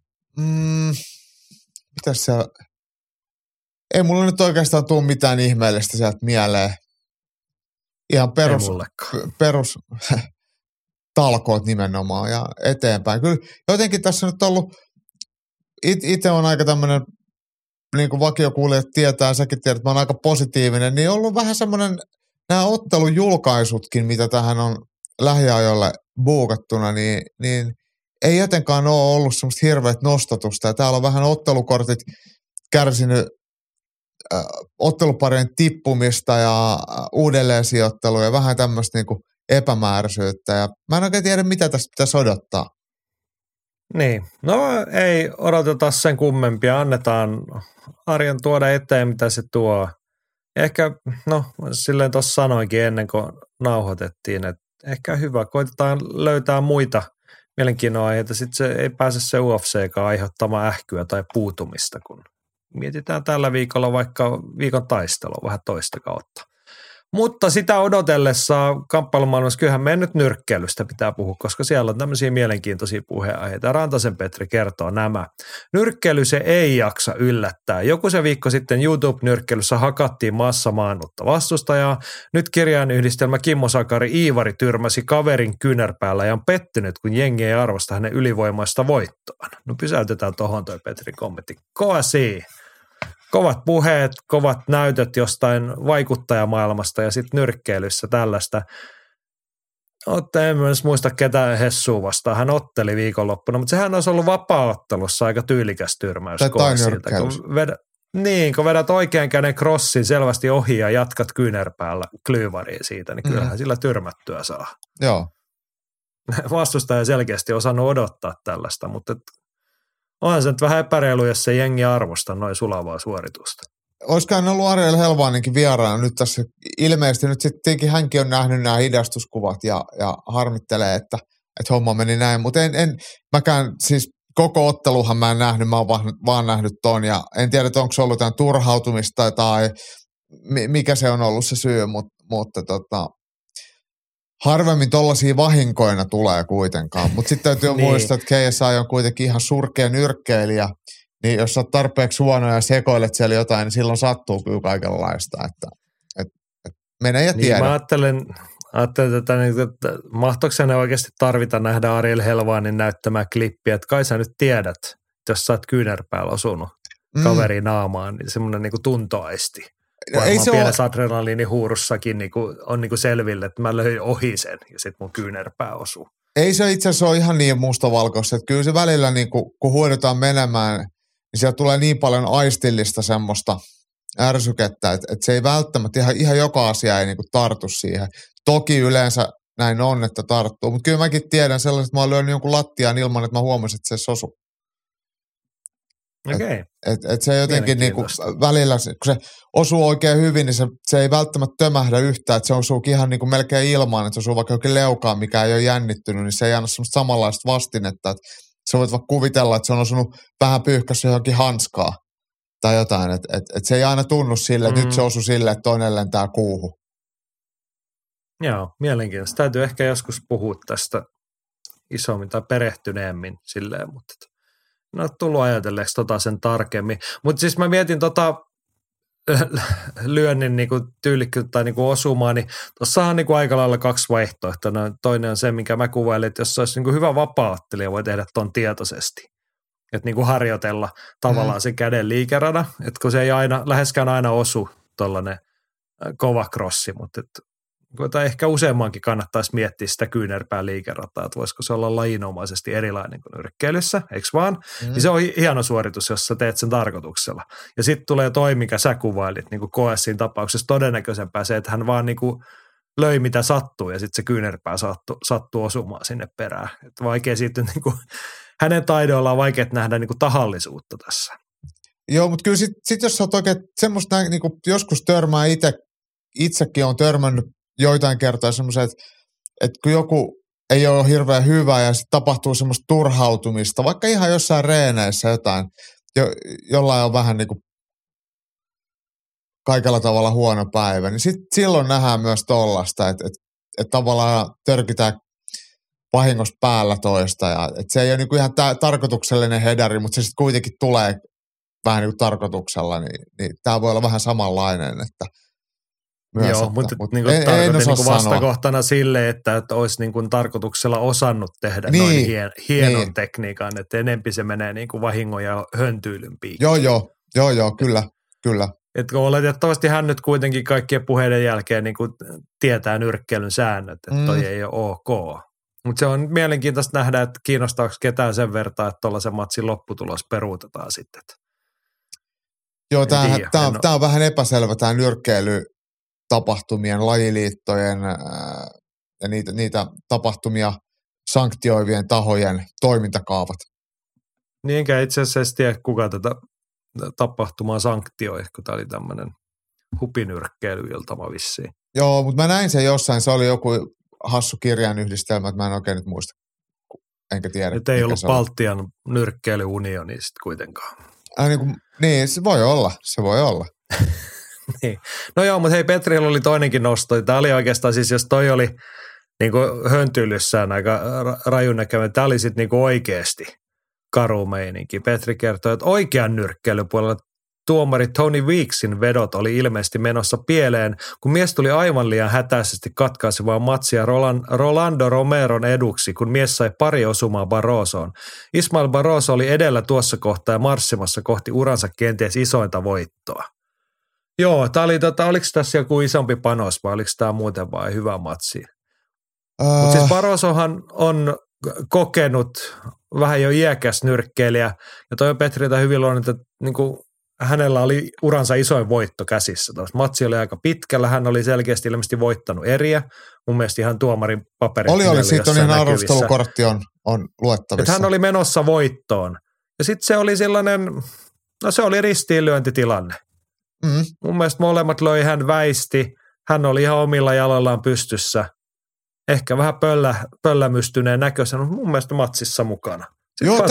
[SPEAKER 3] Mitäs se... Ei mulla nyt oikeastaan tule mitään ihmeellistä sieltä mieleen. Ihan perus talkoot nimenomaan ja eteenpäin. Kyllä jotenkin tässä nyt on ollut... Itse on aika tämmöinen, niin kuin vakiokuulijat tietää, säkin tiedät, että mä oon aika positiivinen, niin on ollut vähän semmoinen, nämä ottelujulkaisutkin, mitä tähän on lähiajoille buukattuna, niin ei jotenkaan ole ollut semmoista hirveät nostatusta. Ja täällä on vähän ottelukortit kärsinyt otteluparien tippumista ja uudelleen sijoittelua ja vähän tämmöistä niin kuin epämääräisyyttä. Ja mä en oikein tiedä, mitä tästä pitäisi odottaa.
[SPEAKER 2] Niin, no ei odoteta sen kummempia, annetaan arjen tuoda eteen, mitä se tuo. Ehkä, no silleen tuossa sanoinkin ennen kuin nauhoitettiin, että ehkä hyvä, koitetaan löytää muita mielenkiinnon aiheita, sitten se ei pääse se UFCkaan aiheuttamaan ähkyä tai puutumista, kun mietitään tällä viikolla vaikka viikon taistelua vähän toista kautta. Mutta sitä odotellessa kamppailumaailmassa kyllähän meidän nyt nyrkkeilystä pitää puhua, koska siellä on tämmöisiä mielenkiintoisia puheenaiheita. Rantasen Petri kertoo nämä. Nyrkkeily se ei jaksa yllättää. Joku se viikko sitten YouTube-nyrkkeilyssä hakattiin massamaannutta vastustajaa. Nyt kirjainyhdistelmä Kimmo Sakari Iivari tyrmäsi kaverin kynärpäällä ja on pettynyt, kun jengi ei arvosta hänen ylivoimaista voittoaan. No pysäytetään tuohon toi Petrin kommentti. Koasi! Kovat puheet, kovat näytöt jostain vaikuttajamaailmasta ja sitten nyrkkeilyssä tällaista. En myös muista ketään Hessua vastaan. Hän otteli viikonloppuna, mutta sehän olisi ollut vapaa-ottelussa aika tyylikäs tyrmäys. Kun vedät oikean käden crossin selvästi ohi ja jatkat kyynärpäällä klyyvariin siitä, niin kyllähän sillä tyrmättyä saa.
[SPEAKER 3] Joo.
[SPEAKER 2] Vastustaja selkeästi osannut odottaa tällaista, mutta onhan se nyt vähän epäreilu, jos se jengi arvostaa noin sulavaa suoritusta.
[SPEAKER 3] Olisikohan ollut Ariel Helvaninkin vieraana nyt tässä. Ilmeisesti nyt sittenkin hänkin on nähnyt nämä hidastuskuvat ja harmittelee, että homma meni näin. Mutta mäkään siis koko otteluhan mä en nähnyt, mä oon vaan nähnyt ton. Ja en tiedä, onko se ollut jotain turhautumista tai mikä se on ollut se syy, mutta harvemmin tollaisia vahinkoina tulee kuitenkaan. Mutta sitten täytyy muistaa, että KSI on kuitenkin ihan surkea nyrkkeilijä. Niin jos sä oot tarpeeksi huono ja sekoilet siellä jotain, niin silloin sattuu kyllä kaikenlaista. Että mene ja tiedä.
[SPEAKER 2] Niin mä ajattelen että mahtoiko ne oikeasti tarvita nähdä Ariel Helvanin näyttämää klippiä, että kai sä nyt tiedät, että jos sä oot kyynärpäällä osunut kaveri naamaan, niin semmoinen niinku tuntoaisti. Varmaan pienessä adrenaliinihuurussakin on selville, että mä löin ohi sen ja sitten mun kyynärpää osuu.
[SPEAKER 3] Ei se itse asiassa ole ihan niin mustavalkoista, että kyllä se välillä kun huidutaan menemään, niin siellä tulee niin paljon aistillista semmoista ärsykettä, että se ei välttämättä ihan joka asia ei tartu siihen. Toki yleensä näin on, että tarttuu, mutta kyllä mäkin tiedän sellaiset, että mä oon lyönyt jonkun lattiaan ilman, että mä huomasin, että se osuu.
[SPEAKER 2] Okei.
[SPEAKER 3] Et se jotenkin välillä, kun se osuu oikein hyvin, niin se ei välttämättä tömähdä yhtään, että se osuukin ihan melkein ilmaan, että se osuu vaikka jokin leukaan, mikä ei ole jännittynyt, niin se ei anna semmoista samanlaista vastinetta, että sä voit vaikka kuvitella, että se on osunut vähän pyyhkässä johonkin hanskaa tai jotain, että se ei aina tunnu sille, että nyt se osui sille, että toinen lentää kuuhun.
[SPEAKER 2] Joo, mielenkiintoista. Täytyy ehkä joskus puhua tästä isommin tai perehtyneemmin silleen, mutta en ole tullut ajatelleeksi sen tarkemmin. Mutta siis mä mietin lyönnin niinku tyylikkyyttä tai niinku osumaa, niin tuossa on niinku aika lailla kaksi vaihtoehtoa. No, toinen on se, minkä mä kuvailin, että jos olisi niinku hyvä vapaa-ottelija, voi tehdä ton tietoisesti. Että niinku harjoitella tavallaan se käden liikerada, että kun se ei läheskään aina osu tollainen kova crossi, mutta ehkä useammankin kannattaisi miettiä sitä kyynärpään liikerataa, että voisiko se olla lajinomaisesti erilainen kuin nyrkkeilyssä, eikö vaan? Niin se on hieno suoritus, jos sä teet sen tarkoituksella. Ja sitten tulee toi, mikä sä kuvailit, niin kuin koe siinä tapauksessa todennäköisempää se, että hän vaan niin kuin löi mitä sattuu ja sitten se kyynärpää sattuu osumaan sinne perään. Että vaikea siitä niin kuin, hänen taidoillaan on vaikea nähdä niin kuin tahallisuutta tässä.
[SPEAKER 3] Joo, mutta kyllä sit jos sä oot oikein semmoista niin kuin joskus törmää itsekin on törmännyt joitain kertaa semmoiset, että kun joku ei ole hirveän hyvä ja sitten tapahtuu semmoista turhautumista, vaikka ihan jossain reeneissä jotain, jollain on vähän niin kuin kaikella tavalla huono päivä, niin silloin nähdään myös tollasta, että tavallaan törkitään vahingossa päällä toista ja että se ei ole niin kuin ihan tarkoituksellinen hedari, mutta se sitten kuitenkin tulee vähän niin kuin tarkoituksella, niin tämä voi olla vähän samanlainen, että myös,
[SPEAKER 2] joo, mutta niin kuin tarkoitin niin vastakohtana sille, että olisi niin kuin tarkoituksella osannut tehdä noin hienon tekniikan, että enempi se menee niin kuin vahingon ja höntyilyn piikkiin.
[SPEAKER 3] Joo, kyllä.
[SPEAKER 2] Että oletettavasti hän nyt kuitenkin kaikkien puheiden jälkeen niin kuin tietää nyrkkeilyn säännöt, että toi ei ole ok. Mutta se on mielenkiintoista nähdä, että kiinnostaako ketään sen verran, että tuollaisen matsin lopputulos peruutetaan sitten. Joo,
[SPEAKER 3] tämä on vähän epäselvä tämä nyrkkeilytapahtumien, lajiliittojen ja niitä tapahtumia sanktioivien tahojen toimintakaavat.
[SPEAKER 2] Niin enkä itse asiassa edes tiedä, kuka tätä tapahtumaa sanktioi, kun tämä oli tämmöinen hupinyrkkeilyiltama vissiin.
[SPEAKER 3] Joo, mutta mä näin sen jossain, se oli joku hassu kirjainyhdistelmä, että mä en oikein nyt muista, enkä tiedä.
[SPEAKER 2] Nyt ei ollut Baltian nyrkkeilyunioni sitten kuitenkaan.
[SPEAKER 3] Niin, se voi olla.
[SPEAKER 2] Niin. No joo, mutta hei, Petrillä oli toinenkin nosto. Tämä oli oikeastaan siis, jos toi oli niin kuin höntyilyssään aika rajun näkemään, tämä oli sitten niin kuin oikeasti karu meininki. Petri kertoi, että oikean nyrkkeilypuolella tuomari Tony Weeksin vedot oli ilmeisesti menossa pieleen, kun mies tuli aivan liian hätäisesti katkaisevaan matsia Rolando Romeron eduksi, kun mies sai pari osumaa Barrosoon. Ismael Barroso oli edellä tuossa kohtaa ja marssimassa kohti uransa kenties isointa voittoa. Joo, tämä oli, oliko tässä joku isompi panos vai oliko tämä muuten vain hyvä matsi? Mutta siis Barrosohan on kokenut vähän jo iäkäs nyrkkeilijä ja toi on Petriltä hyvin luonut, että niinku hänellä oli uransa isoin voitto käsissä. Matsi oli aika pitkällä, hän oli selkeästi ilmeisesti voittanut eriä. Mun mielestä ihan tuomarin paperit.
[SPEAKER 3] Oli, siitä on ihan arvostelukortti on luettavissa.
[SPEAKER 2] Että hän oli menossa voittoon. Ja sitten se oli sellainen, se oli ristiinlyöntitilanne. Mun mielestä molemmat löi, hän väisti, hän oli ihan omilla jaloillaan pystyssä. Ehkä vähän pöllämystyneen näköisen, mutta mun mielestä matsissa mukana.
[SPEAKER 3] Joo,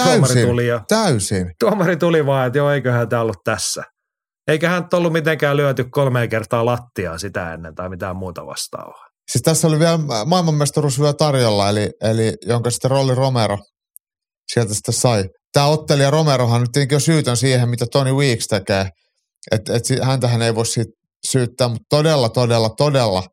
[SPEAKER 3] täysin.
[SPEAKER 2] Tuomari tuli vaan, että joo, eiköhän tämä ollut tässä. Eikä hän ollut mitenkään lyöty 3 kertaa lattiaa sitä ennen tai mitään muuta vastaavaa.
[SPEAKER 3] Siis tässä oli vielä maailmanmestaruus vielä tarjolla, eli jonka sitten Rolly Romero sieltä sitten sai. Tämä ottelija Romerohan nyt tietenkin on syytön siihen, mitä Tony Weeks tekee. Että häntähän ei voi siitä syyttää, mutta todella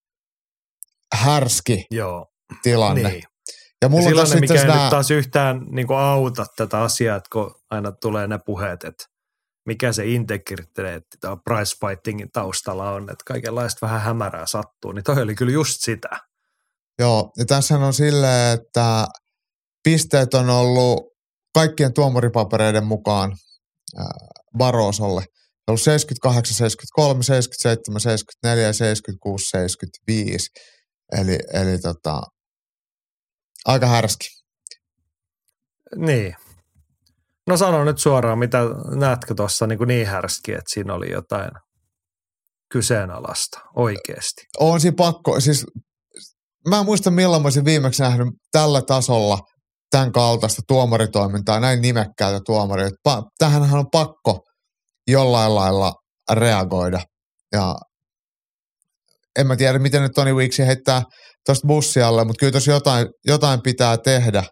[SPEAKER 3] härski tilanne.
[SPEAKER 2] Niin.
[SPEAKER 3] Ja mulla
[SPEAKER 2] sellainen, mikä ei nyt taas yhtään niin kuin auta tätä asiaa, että kun aina tulee ne puheet, että mikä se integriteetti tai prize fightingin taustalla on, että kaikenlaista vähän hämärää sattuu, niin toi oli kyllä just sitä.
[SPEAKER 3] Joo, ja tässä on silleen, että pisteet on ollut kaikkien tuomaripapereiden mukaan Barrosolle. On ollut 78, 73, 77, 74, 76, 75. Eli aika härski.
[SPEAKER 2] Niin. No sano nyt suoraan, mitä näetkö tuossa niin härski, että siinä oli jotain kyseenalaista oikeasti.
[SPEAKER 3] On siinä pakko. Siis mä en muista milloin mä olisin viimeksi nähnyt tällä tasolla tämän kaltaista tuomaritoimintaa, näin nimekkäitä tuomaria. Tähänhän on pakko jollain lailla reagoida. Ja en mä tiedä, miten nyt Tony Weeksin heittää tuosta bussialle, mutta kyllä tuossa jotain pitää tehdä.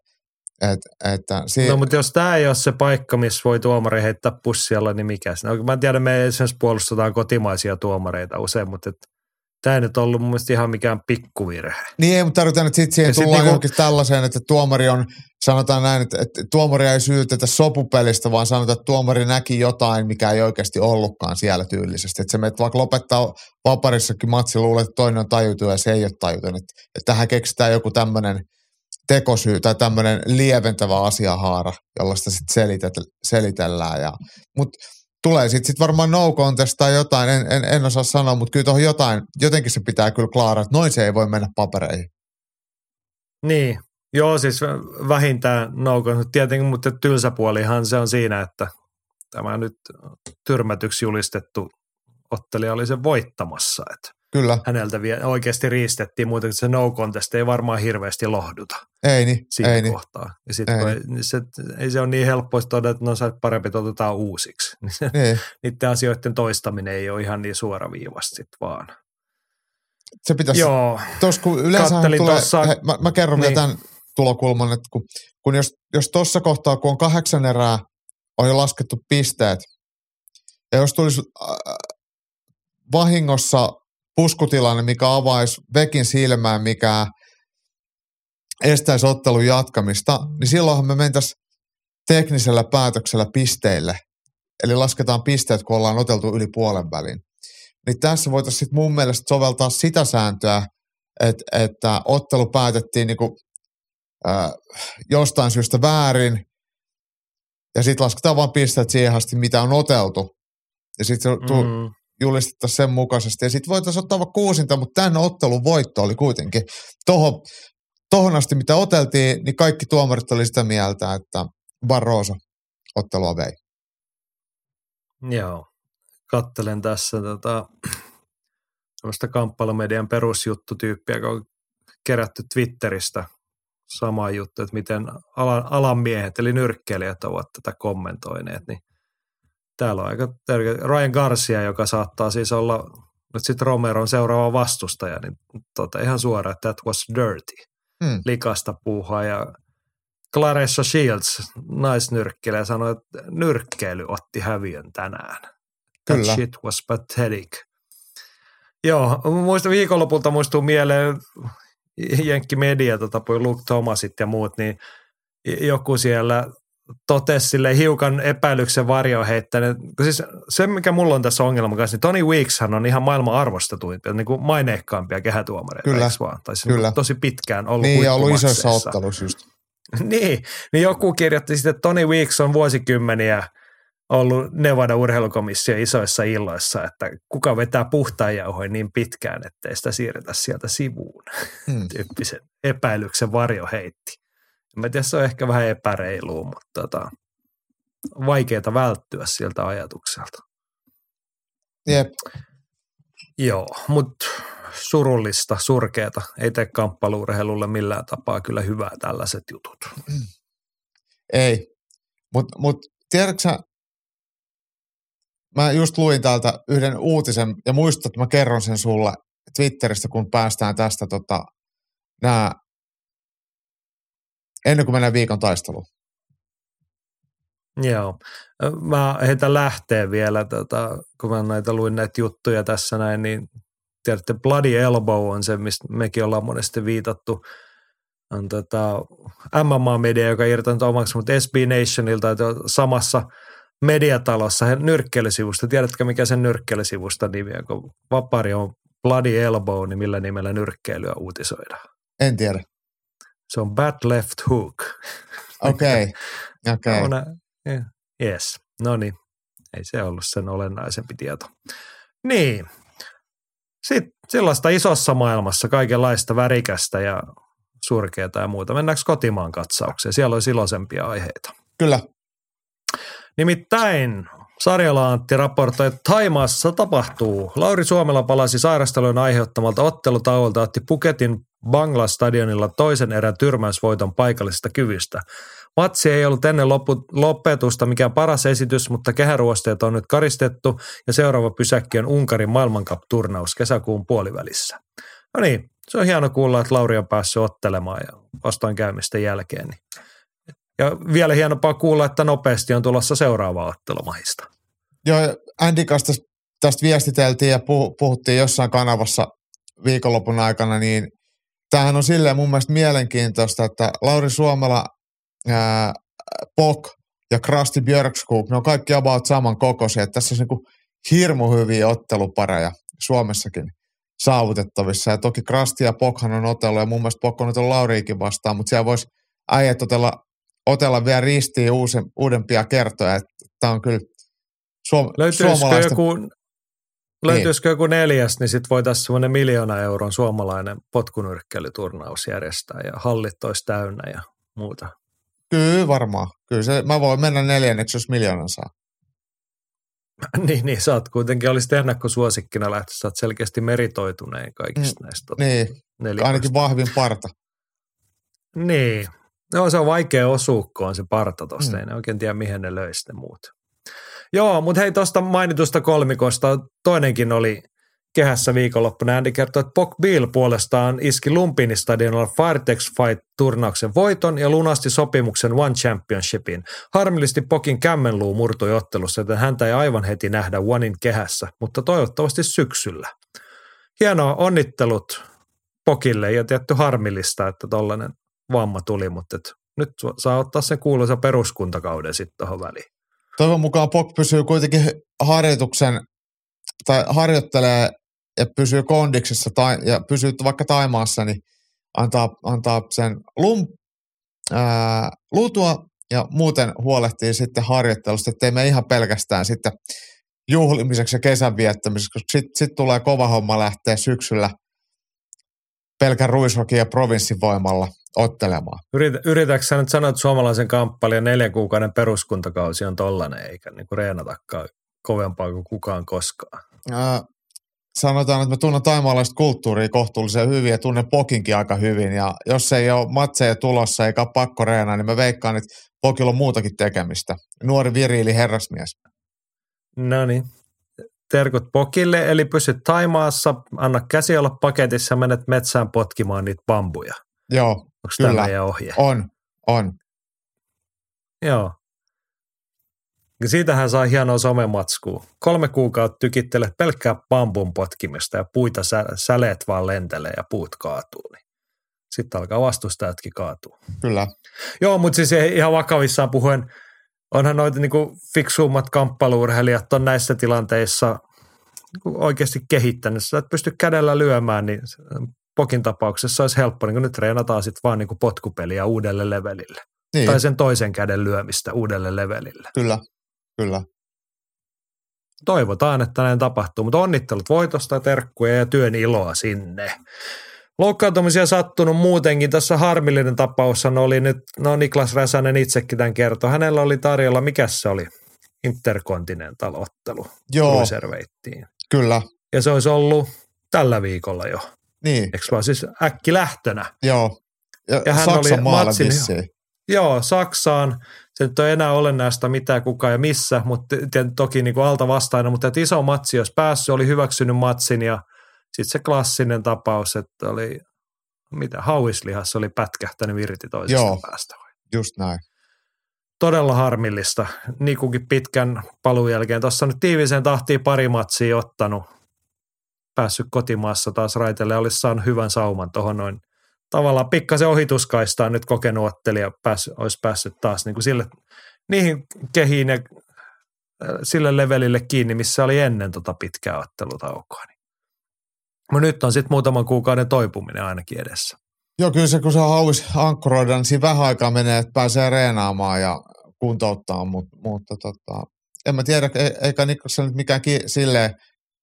[SPEAKER 2] No, mutta jos tämä ei ole se paikka, missä voi tuomari heittää bussialla, niin mikä se? No, mä en tiedä, me esimerkiksi puolustetaan kotimaisia tuomareita usein, mutta tämä ei nyt ollut mun mielestä ihan mikään pikkuvirhe.
[SPEAKER 3] Niin ei, mutta tarvitaan, että sitten siihen tullaan johonkin tällaiseen, että tuomari on, sanotaan näin, että tuomaria ei syytetä sopupelistä, vaan sanotaan, että tuomari näki jotain, mikä ei oikeasti ollutkaan siellä tyylisesti. Että se menet vaikka lopettaa vaparissakin matsi, luulet, että toinen on tajutunut ja se ei ole tajutunut. Että tähän keksitään joku tämmöinen tekosyy tai tämmöinen lieventävä asiahaara, jolla sitä sitten selitellään. Mutta tulee sitten varmaan no contest tai jotain, en osaa sanoa, mutta kyllä tuohon jotenkin se pitää kyllä klaaraa, että noin se ei voi mennä papereihin.
[SPEAKER 2] Niin, joo siis vähintään no contest, tietenkin, mutta tylsäpuolihan se on siinä, että tämä nyt tyrmätyksi julistettu ottelija oli sen voittamassa, että
[SPEAKER 3] kyllä.
[SPEAKER 2] Häneltä oikeasti riistettiin, muuten että se no contest ei varmaan hirveästi lohduta.
[SPEAKER 3] Ei niin,
[SPEAKER 2] siinä
[SPEAKER 3] ei
[SPEAKER 2] kohtaa. Ja sitten ei se ole niin helppoa todeta, että no sä parempi otetaan uusiksi. Niiden asioiden toistaminen ei ole ihan niin suoraviivasti sit vaan.
[SPEAKER 3] Se pitäisi, tuossa kun yleensä tulee, mä kerron vielä tämän tulokulman, että kun jos tuossa kohtaa, kun on 8 erää, on jo laskettu pisteet, ja jos tulisi vahingossa puskutilanne, mikä avaisi vekin silmään, mikä estäisi ottelun jatkamista, niin silloinhan me mentäisiin teknisellä päätöksellä pisteille. Eli lasketaan pisteet, kun ollaan oteltu yli puolen välin. Niin tässä voitaisiin sitten mun mielestä soveltaa sitä sääntöä, että ottelu päätettiin niinku, jostain syystä väärin, ja sitten lasketaan vaan pisteet siihen asti, mitä on oteltu. Ja sitten julistettaisiin sen mukaisesti. Ja sitten voitaisiin ottaa vaikka kuusinta, mutta tämän ottelun voitto oli kuitenkin tohon asti, mitä oteltiin, niin kaikki tuomarit oli sitä mieltä, että Barroso ottelua vei.
[SPEAKER 2] Joo. Kattelen tässä sellaista kamppailumedian perusjuttutyyppiä, joka on kerätty Twitteristä sama juttu, että miten alan miehet, eli nyrkkeilijät ovat tätä kommentoineet, niin täällä on aika Ryan Garcia, joka saattaa siis olla nyt sitten Romeron seuraava vastustaja, niin ihan suoraan, että that was dirty. Likasta puuhaa ja Claressa Shields, naisnyrkkeilijä, sanoi, että nyrkkeily otti häviön tänään. That shit was pathetic. Joo, viikonlopulta muistuu mieleen Jenkki-media, Luke Thomasit ja muut, niin joku siellä totesi sille hiukan epäilyksen varjoon heittänyt. Siis se, mikä mulla on tässä ongelma kanssa, niin Tony Weekshan on ihan maailman arvostetuimpia, niin kuin maineikkaampia kehätuomareita.
[SPEAKER 3] Kyllä,
[SPEAKER 2] vaan? Tai se
[SPEAKER 3] kyllä.
[SPEAKER 2] Tosi pitkään ollut
[SPEAKER 3] niin, ja ollut isoissa otteluissa just.
[SPEAKER 2] niin joku kirjoitti sitten, että Tony Weeks on vuosikymmeniä ollut Nevada-urheilukomission isoissa illoissa, että kuka vetää puhtaan jauhoin niin pitkään, ettei sitä siirretä sieltä sivuun. Tyyppisen epäilyksen varjo heitti. Mä tiedän, se on ehkä vähän epäreilua, mutta vaikeaa välttyä sieltä ajatukselta.
[SPEAKER 3] Jep.
[SPEAKER 2] Joo, mutta surullista, surkeata. Ei tee kamppailuurheilulle millään tapaa kyllä hyvää tällaiset jutut.
[SPEAKER 3] Ei, mutta tiedätkö sä, mä just luin täältä yhden uutisen ja muistat, että mä kerron sen sulle Twitteristä, kun päästään tästä ennen kuin mennään viikon taisteluun.
[SPEAKER 2] Joo. Mä heitän lähteen vielä, kun mä luin näitä juttuja tässä näin, niin tiedätte, Bloody Elbow on se, mistä mekin ollaan monesti viitattu. On MMA-media, joka irtainut omaksi, mutta SB Nationilta, että samassa mediatalossa nyrkkeilysivusta. Tiedätkö, mikä sen nyrkkeilysivusta nimi on? Kun vapari on Bloody Elbow, niin millä nimellä nyrkkeilyä uutisoidaan?
[SPEAKER 3] En tiedä.
[SPEAKER 2] Se on Bad Left Hook.
[SPEAKER 3] Okei.
[SPEAKER 2] Yes. No niin. Ei se ollut sen olennaisempi tieto. Niin. Sitten sellaista isossa maailmassa kaikenlaista värikästä ja surkeata ja muuta. Mennäänkö kotimaan katsaukseen? Siellä olisi iloisempia aiheita.
[SPEAKER 3] Kyllä.
[SPEAKER 2] Nimittäin Sarjala Antti raportoi, että Thaimaassa tapahtuu. Lauri Suomela palasi sairastelujen aiheuttamalta ottelutauolta, otti Phuketin Bangla-stadionilla toisen erän tyrmäysvoiton paikallisesta kyvystä. Matsi ei ollut ennen lopetusta mikään paras esitys, mutta kehäruosteet on nyt karistettu ja seuraava pysäkki on Unkarin maailmankap-turnaus kesäkuun puolivälissä. No niin, se on hieno kuulla, että Lauri on päässyt ottelemaan ja vastoinkäymisten jälkeen. Ja vielä hienompaa kuulla, että nopeasti on tulossa seuraava ottelumahista.
[SPEAKER 3] Joo, Andy kanssa tästä viestiteltiin ja puhuttiin jossain kanavassa viikonlopun aikana, niin tämähän on silleen mun mielestä mielenkiintoista, että Lauri Suomela, Pok ja Krusty Björkskog, ne on kaikki about saman kokoisia. Tässä on niinku hirmu hyviä ottelupareja Suomessakin saavutettavissa. Ja toki Krusty ja Pokhan on otellut, ja mun mielestä Pok on otellut Lauriikin vastaan, mutta siellä voisi äijät otella vielä ristiin uudempia kertoja. Tämä on kyllä suomalaista.
[SPEAKER 2] Löytyisikö joku neljäs, niin sitten voitaisiin semmoinen 1 miljoona euron suomalainen potkunyrkkeilyturnaus järjestää ja hallit olisi täynnä ja muuta.
[SPEAKER 3] Kyllä varmaan. Kyllä mä voin mennä 4, jos 1 miljoonan saa.
[SPEAKER 2] niin, sä oot kuitenkin, olisit ennakkosuosikkina lähtö, sä oot selkeästi meritoituneen kaikista näistä.
[SPEAKER 3] Niin, ainakin vahvin parta.
[SPEAKER 2] Niin, no se on vaikea osua, kun on se parta tosta, ei ne oikein tiedä mihin ne löi sitten muut. Joo, mutta hei tuosta mainitusta kolmikosta toinenkin oli kehässä viikonloppuna. Andy kertoi, että Pok Bill puolestaan iski Lumpini stadionilla Firetex Fight-turnauksen voiton ja lunasti sopimuksen One Championshipin. Harmillisesti Pokin kämmenluu murtui ottelussa, joten häntä ei aivan heti nähdä Onein kehässä, mutta toivottavasti syksyllä. Hienoa, onnittelut Pokille ja tietty harmillista, että tollainen vamma tuli, mutta nyt saa ottaa sen kuuluisa peruskuntakauden sitten tuohon väliin.
[SPEAKER 3] Toivon mukaan Pok pysyy kuitenkin harjoittelee ja pysyy kondiksessa ja pysyy vaikka Taimaassa, niin antaa sen luutua ja muuten huolehtii sitten harjoittelusta, ettei me ihan pelkästään sitten juhlimiseksi ja kesän viettämiseksi, koska sitten tulee kova homma lähteä syksyllä pelkän ruisrokin ja provinssin voimalla ottelemaan.
[SPEAKER 2] Yritätkö sä nyt sanoa, että suomalaisen kamppailijan 4 kuukauden peruskuntakausi on tollainen, eikä niin kuin reenatakaan kovempaa kuin kukaan koskaan?
[SPEAKER 3] Sanotaan, että mä tunnen taimaalaista kulttuuria kohtuullisen hyvin ja tunnen Pokinkin aika hyvin. Ja jos ei ole matseja tulossa eikä ole pakko reenaa, niin mä veikkaan, että Pokilla on muutakin tekemistä. Nuori viriili herrasmies.
[SPEAKER 2] No niin. Terkut Pokille, eli pysyt Taimaassa, anna käsi olla paketissa ja menet metsään potkimaan niitä bambuja.
[SPEAKER 3] Joo,
[SPEAKER 2] onko tämä meidän ohje?
[SPEAKER 3] On.
[SPEAKER 2] Joo. Ja siitähän saa hienoa somematskua. 3 kuukautta tykittelet pelkkää bambun potkimista ja puita säleet vaan lentelee ja puut kaatuu. Niin sitten alkaa vastustajatkin kaatua.
[SPEAKER 3] Kyllä.
[SPEAKER 2] Joo, mutta siis ihan vakavissaan puhuen, onhan noita niinku fiksuummat kamppailuurheilijat on näissä tilanteissa niinku oikeasti kehittänyt. Sä et pysty kädellä lyömään, niin Pokin tapauksessa olisi helppo, niin kun nyt treenataan sitten vaan niinku potkupeliä uudelle levelille. Niin. Tai sen toisen käden lyömistä uudelle levelille.
[SPEAKER 3] Kyllä.
[SPEAKER 2] Toivotaan, että näin tapahtuu, mutta onnittelut voitosta, terkkuja ja työn iloa sinne. Loukkaantumisia sattunut muutenkin. Tässä harmillinen tapaus oli nyt, Niklas Räsänen itsekin tämän kertoi. Hänellä oli tarjolla, mikä se oli? Intercontinental-ottelu.
[SPEAKER 3] Joo.
[SPEAKER 2] Cruiserweighttiin.
[SPEAKER 3] Kyllä.
[SPEAKER 2] Ja se olisi ollut tällä viikolla jo.
[SPEAKER 3] Niin.
[SPEAKER 2] Eikö vaan siis äkkilähtönä?
[SPEAKER 3] Joo.
[SPEAKER 2] Ja hän
[SPEAKER 3] Saksan
[SPEAKER 2] oli
[SPEAKER 3] maalle vissiin.
[SPEAKER 2] Joo, Saksaan. Se nyt ei enää olennaista mitään kuka ja missä, mutta toki niin kuin alta vastaina, mutta että iso matsi olisi päässyt, oli hyväksynyt matsin ja sitten se klassinen tapaus, että oli, hauislihassa oli pätkähtänyt irti toisesta päästä.
[SPEAKER 3] Just näin.
[SPEAKER 2] Todella harmillista, niin kuinkin pitkän paluun jälkeen. Tuossa nyt tiiviiseen tahtiin pari matsia ottanut, päässyt kotimaassa taas raiteille ja olisi saanut hyvän sauman tuohon noin. Tavallaan pikkasen ohituskaistaan nyt kokenut ottelija olisi päässyt taas niin kuin niihin kehiin ja sille levelille kiinni, missä oli ennen pitkää ottelutaukoa. Mutta nyt on sitten muutaman kuukauden toipuminen ainakin edessä.
[SPEAKER 3] Joo, kyllä se kun se hauis ankkuroidaan, niin siinä vähän aikaa menee, että pääsee reenaamaan ja kuntouttamaan, mutta en mä tiedä, eikä Niklas nyt mikään silleen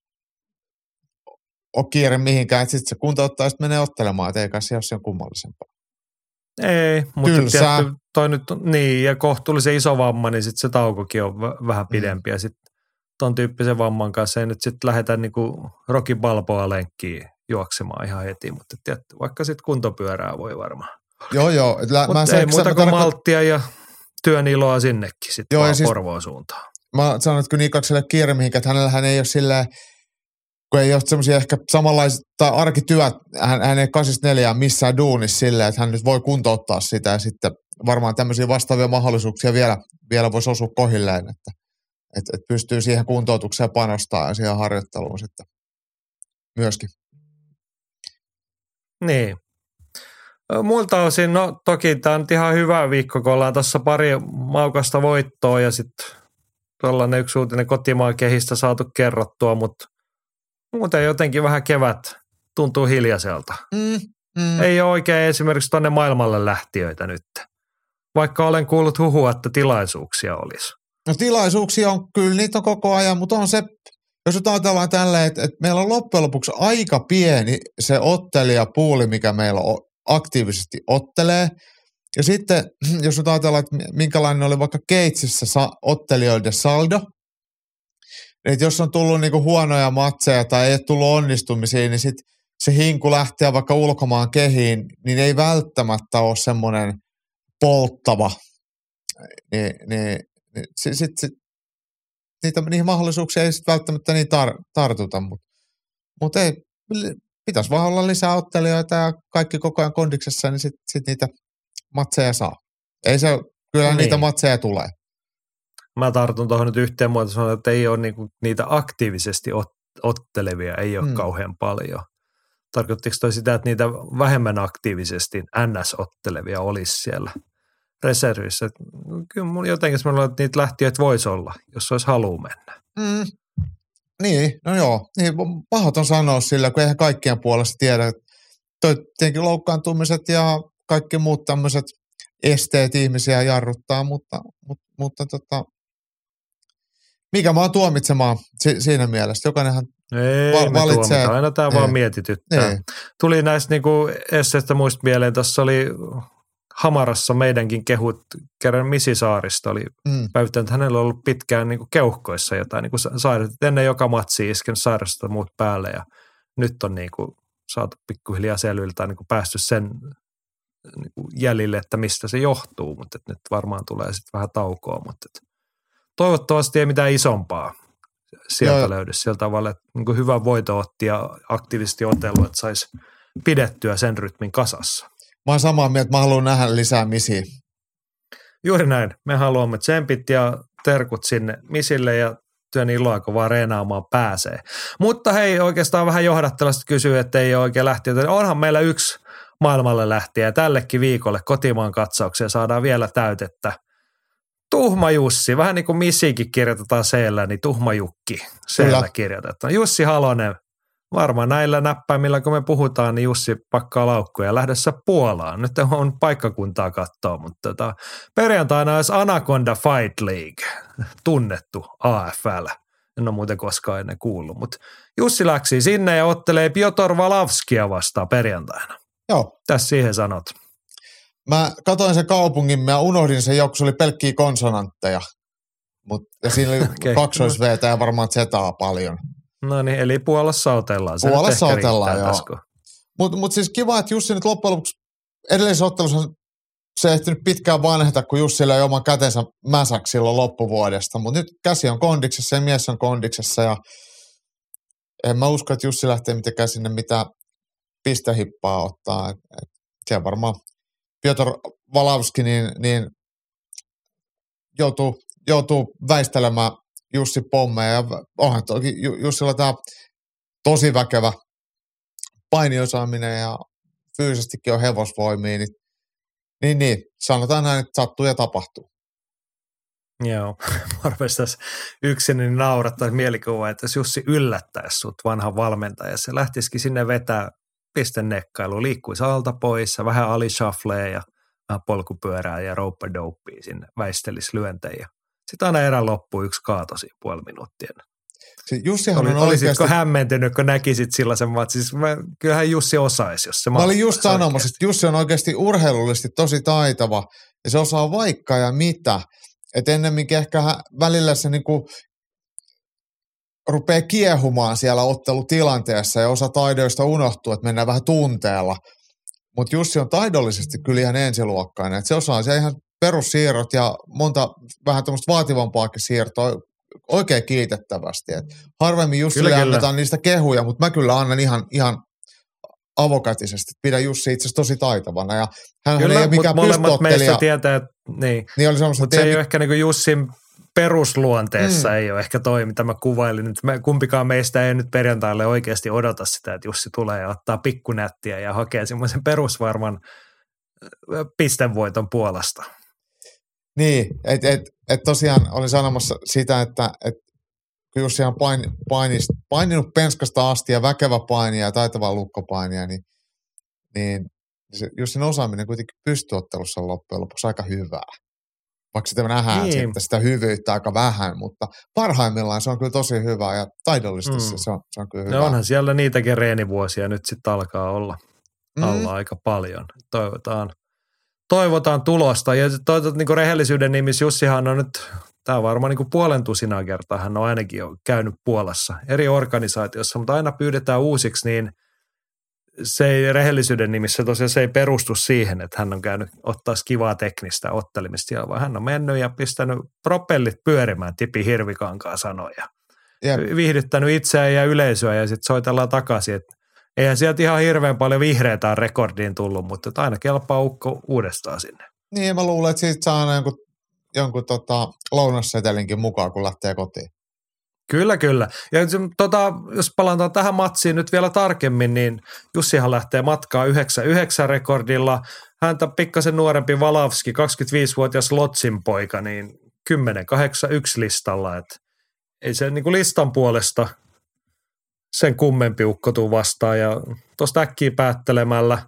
[SPEAKER 3] ole kiire mihinkään, että sitten se kuntouttaa ja sitten menee ottelemaan, että eikä se ole sen kummallisempaa.
[SPEAKER 2] Ei, mutta tietty toi nyt, niin ja kohtuullisen iso vamma, niin sitten se taukokin on vähän pidempi ja sitten ton tyyppisen vamman kanssa ei nyt sitten lähdetä niinku Rocky Balboa lenkkiin juoksemaan ihan heti, mutta tietty, vaikka sitten kuntopyörää voi varmaan
[SPEAKER 3] Joo.
[SPEAKER 2] Mutta ei muuta kuin malttia ja työn iloa sinnekin sitten vaan siis Porvoon suuntaan.
[SPEAKER 3] Mä sanon, että kun Nikakselle kiire mihinkä, että hänellähän ei ole silleen, kun ei ole semmoisia ehkä samanlaisia, tai arkityöt, hän ei 8-4 missään duunissa silleen, että hän nyt voi kuntouttaa sitä ja sitten varmaan tämmöisiä vastaavia mahdollisuuksia vielä voisi osua kohilleen, että pystyy siihen kuntoutukseen panostaa ja siihen harjoitteluun sitten myöskin.
[SPEAKER 2] Niin. Muilta osin, no toki tämä on ihan hyvä viikko, kun ollaan tuossa pari maukasta voittoa ja sitten tuollainen yksi uutinen kotimaan kehistä saatu kerrottua, mutta muuten jotenkin vähän kevät tuntuu hiljaiselta. Ei ole oikein esimerkiksi tuonne maailmalle lähtiöitä nyt, vaikka olen kuullut huhua, että tilaisuuksia olisi.
[SPEAKER 3] No tilaisuuksia on, kyllä niitä on koko ajan, mutta on se, jos nyt ajatellaan tälleen, että meillä on loppujen lopuksi aika pieni se ottelijapuuli, mikä meillä aktiivisesti ottelee. Ja sitten, jos nyt ajatellaan, että minkälainen oli vaikka Keitsissä ottelijoiden saldo, että jos on tullut niinku huonoja matseja tai ei ole tullut onnistumisia, niin sitten se hinku lähtee vaikka ulkomaan kehiin, niin ei välttämättä ole semmoinen polttava. Niihin mahdollisuuksia ei sitten välttämättä niin tartuta, mutta ei, pitäisi vaan olla lisää ottelijoita ja kaikki koko ajan kondiksessa, niin sit niitä matseja saa. Ei se, kyllä niitä matseja tulee.
[SPEAKER 2] Mä tartun tuohon nyt yhteen muuta sanoa, että ei ole niinku niitä aktiivisesti ottelevia, ei ole kauhean paljon. Tarkoittiko toi sitä, että niitä vähemmän aktiivisesti NS-ottelevia olisi siellä reservissä? Kyllä mun jotenkin sanoa, että niitä lähtiöitä voisi olla, jos olisi halua mennä.
[SPEAKER 3] Niin, no joo. Niin, mahdoton sanoa sillä, kun eihän kaikkien puolesta tiedä. Tietenkin loukkaantumiset ja kaikki muut tämmöiset esteet ihmisiä jarruttaa, mutta mikä mä oon tuomitsemaan siinä mielessä. Jokainenhan valitsee.
[SPEAKER 2] Aina tämä vaan mietityttää. Ei. Tuli näistä niinku esteistä muista mieleen. Tässä oli Hamarassa meidänkin kehut, kerran Misisaarista oli päivittänyt, että hänellä on ollut pitkään niinku keuhkoissa jotain niinku sairautta. Ennen joka matsi iskenyt sairasta muut päälle ja nyt on niinku saatu pikkuhiljaa selville niinku päästy sen niinku jäljille, että mistä se johtuu, mutta nyt varmaan tulee sitten vähän taukoa, mutta toivottavasti ei mitään isompaa sieltä löydy sillä tavalla, että niin hyvä voito otti ja aktiivisesti otellut, että saisi pidettyä sen rytmin kasassa.
[SPEAKER 3] Mä oon samaa mieltä, mä haluan nähdä lisää misiä.
[SPEAKER 2] Juuri näin. Me haluamme tsempit ja terkut sinne misille ja työn iloa, kun vaan reenaamaan pääsee. Mutta hei, oikeastaan vähän johdattelasta kysyy, että ei ole oikein lähtiötä. Onhan meillä yksi maailmalle lähtiä ja tällekin viikolle kotimaan katsaukseen saadaan vielä täytettä. Tuhma Jussi, vähän niin kuin Missikin kirjoitetaan C-llä, niin Tuhma Jukki C-llä kirjoitetaan. Jussi Halonen, varmaan näillä näppäimillä, kun me puhutaan, niin Jussi pakkaa laukkuja lähdössä Puolaan. Nyt on paikkakuntaa katsoa, mutta perjantaina olisi Anaconda Fight League, tunnettu AFL. En ole muuten koskaan ennen kuullut, mutta Jussi läksi sinne ja ottelee Piotr Valavskia vastaan perjantaina.
[SPEAKER 3] Joo.
[SPEAKER 2] Tässä siihen sanot.
[SPEAKER 3] Mä katsoin sen kaupungin, mä unohdin sen joku, se oli pelkkiä konsonantteja. Ja siinä oli kaksoisveetä ja varmaan zetaa paljon.
[SPEAKER 2] No niin, eli Puolassa otellaan.
[SPEAKER 3] Puolassa otellaan, joo. Mutta siis kiva, että Jussi nyt loppujen lopuksi edellisessä ottelussa se ehtinyt pitkään vanheta, kun Jussi löi oman kätensä mäsäksi silloin loppuvuodesta. Mutta nyt käsi on kondiksessa ja mies on kondiksessa ja en mä usko, että Jussi lähtee mitenkään sinne mitään pistehippaa ottaa. Siellä varmaan Piotr Valavski niin joutuu väistelemään Jussi pommeja. Ja onhan toki Jussilla tämä tosi väkevä painiosaaminen ja fyysisestikin on hevosvoimia. Niin, sanotaan näin, että sattuu ja tapahtuu.
[SPEAKER 2] Joo, varmasti tässä yksin niin naurattaa mielikuva, että jos Jussi yllättäisi sut vanhan valmentaja, se lähtisikin sinne vetää pistennekkailu, liikkuisi alta pois ja vähän alishufflea ja vähän polkupyörää ja rope-dopea sinne väistelisi lyöntejä. Sitten aina erän loppuu yksi kaatosi puoli minuuttia. Olisitko hämmentynyt, kun näkisit sellaisen matsin? Siis kyllähän Jussi osaisi, jos se
[SPEAKER 3] mä olin just sanomassa, että Jussi on oikeasti urheilullisesti tosi taitava ja se osaa vaikka ja mitä. Että ennemminkin ehkä välillä se niinku rupeaa kiehumaan siellä ottelutilanteessa ja osa taidoista unohtuu, että mennään vähän tunteella. Mutta Jussi on taidollisesti kyllä ihan ensiluokkainen. Että se osaa se ihan perussiirrot ja monta vähän tämmöistä vaativampaakin siirtoa oikein kiitettävästi. Et harvemmin Jussille annetaan niistä kehuja, mutta mä kyllä annan ihan avokätisesti. Pidän Jussi itse asiassa tosi taitavana. Ja hän ei ole mikään
[SPEAKER 2] molemmat meistä tietää, että niin mutta se ei ole ehkä niin kuin Jussin perusluonteessa ei ole ehkä toi, mitä mä kuvailin. Nyt kumpikaan meistä ei nyt perjantaille oikeasti odota sitä, että Jussi tulee ja ottaa pikkunättiä ja hakee semmoisen perusvarman pistevoiton Puolasta.
[SPEAKER 3] Niin, että tosiaan olin sanomassa sitä, että kun Jussi on paininut penskasta asti ja väkevä painija ja taitava lukkopainija, niin se Jussin osaaminen kuitenkin pystyottelussa on loppujen lopuksi aika hyvää. Vaikka sitä nähdään sitten sitä hyvyyttä aika vähän, mutta parhaimmillaan se on kyllä tosi hyvää ja taidollisesti se on kyllä hyvää.
[SPEAKER 2] No onhan siellä niitäkin reenivuosia nyt sitten alkaa olla aika paljon. Toivotaan tulosta ja niin rehellisyyden nimissä Jussihan on nyt, tämä on varmaan niin puolen tusinaa kertaa, hän on ainakin jo käynyt Puolassa eri organisaatiossa, mutta aina pyydetään uusiksi, niin se ei rehellisyyden nimissä tosiaan se ei perustu siihen, että hän on käynyt ottaa kivaa teknistä ottelemista, vaan hän on mennyt ja pistänyt propellit pyörimään, Tipi Hirvikankaan sanoja. Viihdyttänyt itseään ja yleisöä ja sitten soitellaan takaisin, että eihän sieltä ihan hirveän paljon vihreätä rekordiin tullut, mutta aina kelpaa ukko uudestaan sinne.
[SPEAKER 3] Niin, mä luulen, että siitä saa aina jonkun lounassetelinkin mukaan, kun lähtee kotiin.
[SPEAKER 2] Kyllä. Ja jos palataan tähän matsiin nyt vielä tarkemmin, niin Jussihan lähtee matkaa 9-9 rekordilla. Häntä pikkasen nuorempi Valavski, 25-vuotias Lotsin poika, niin 10-8-1 listalla. Et ei se niin kuin listan puolesta sen kummempi ukko tuu vastaan. Ja tuosta äkkiä päättelemällä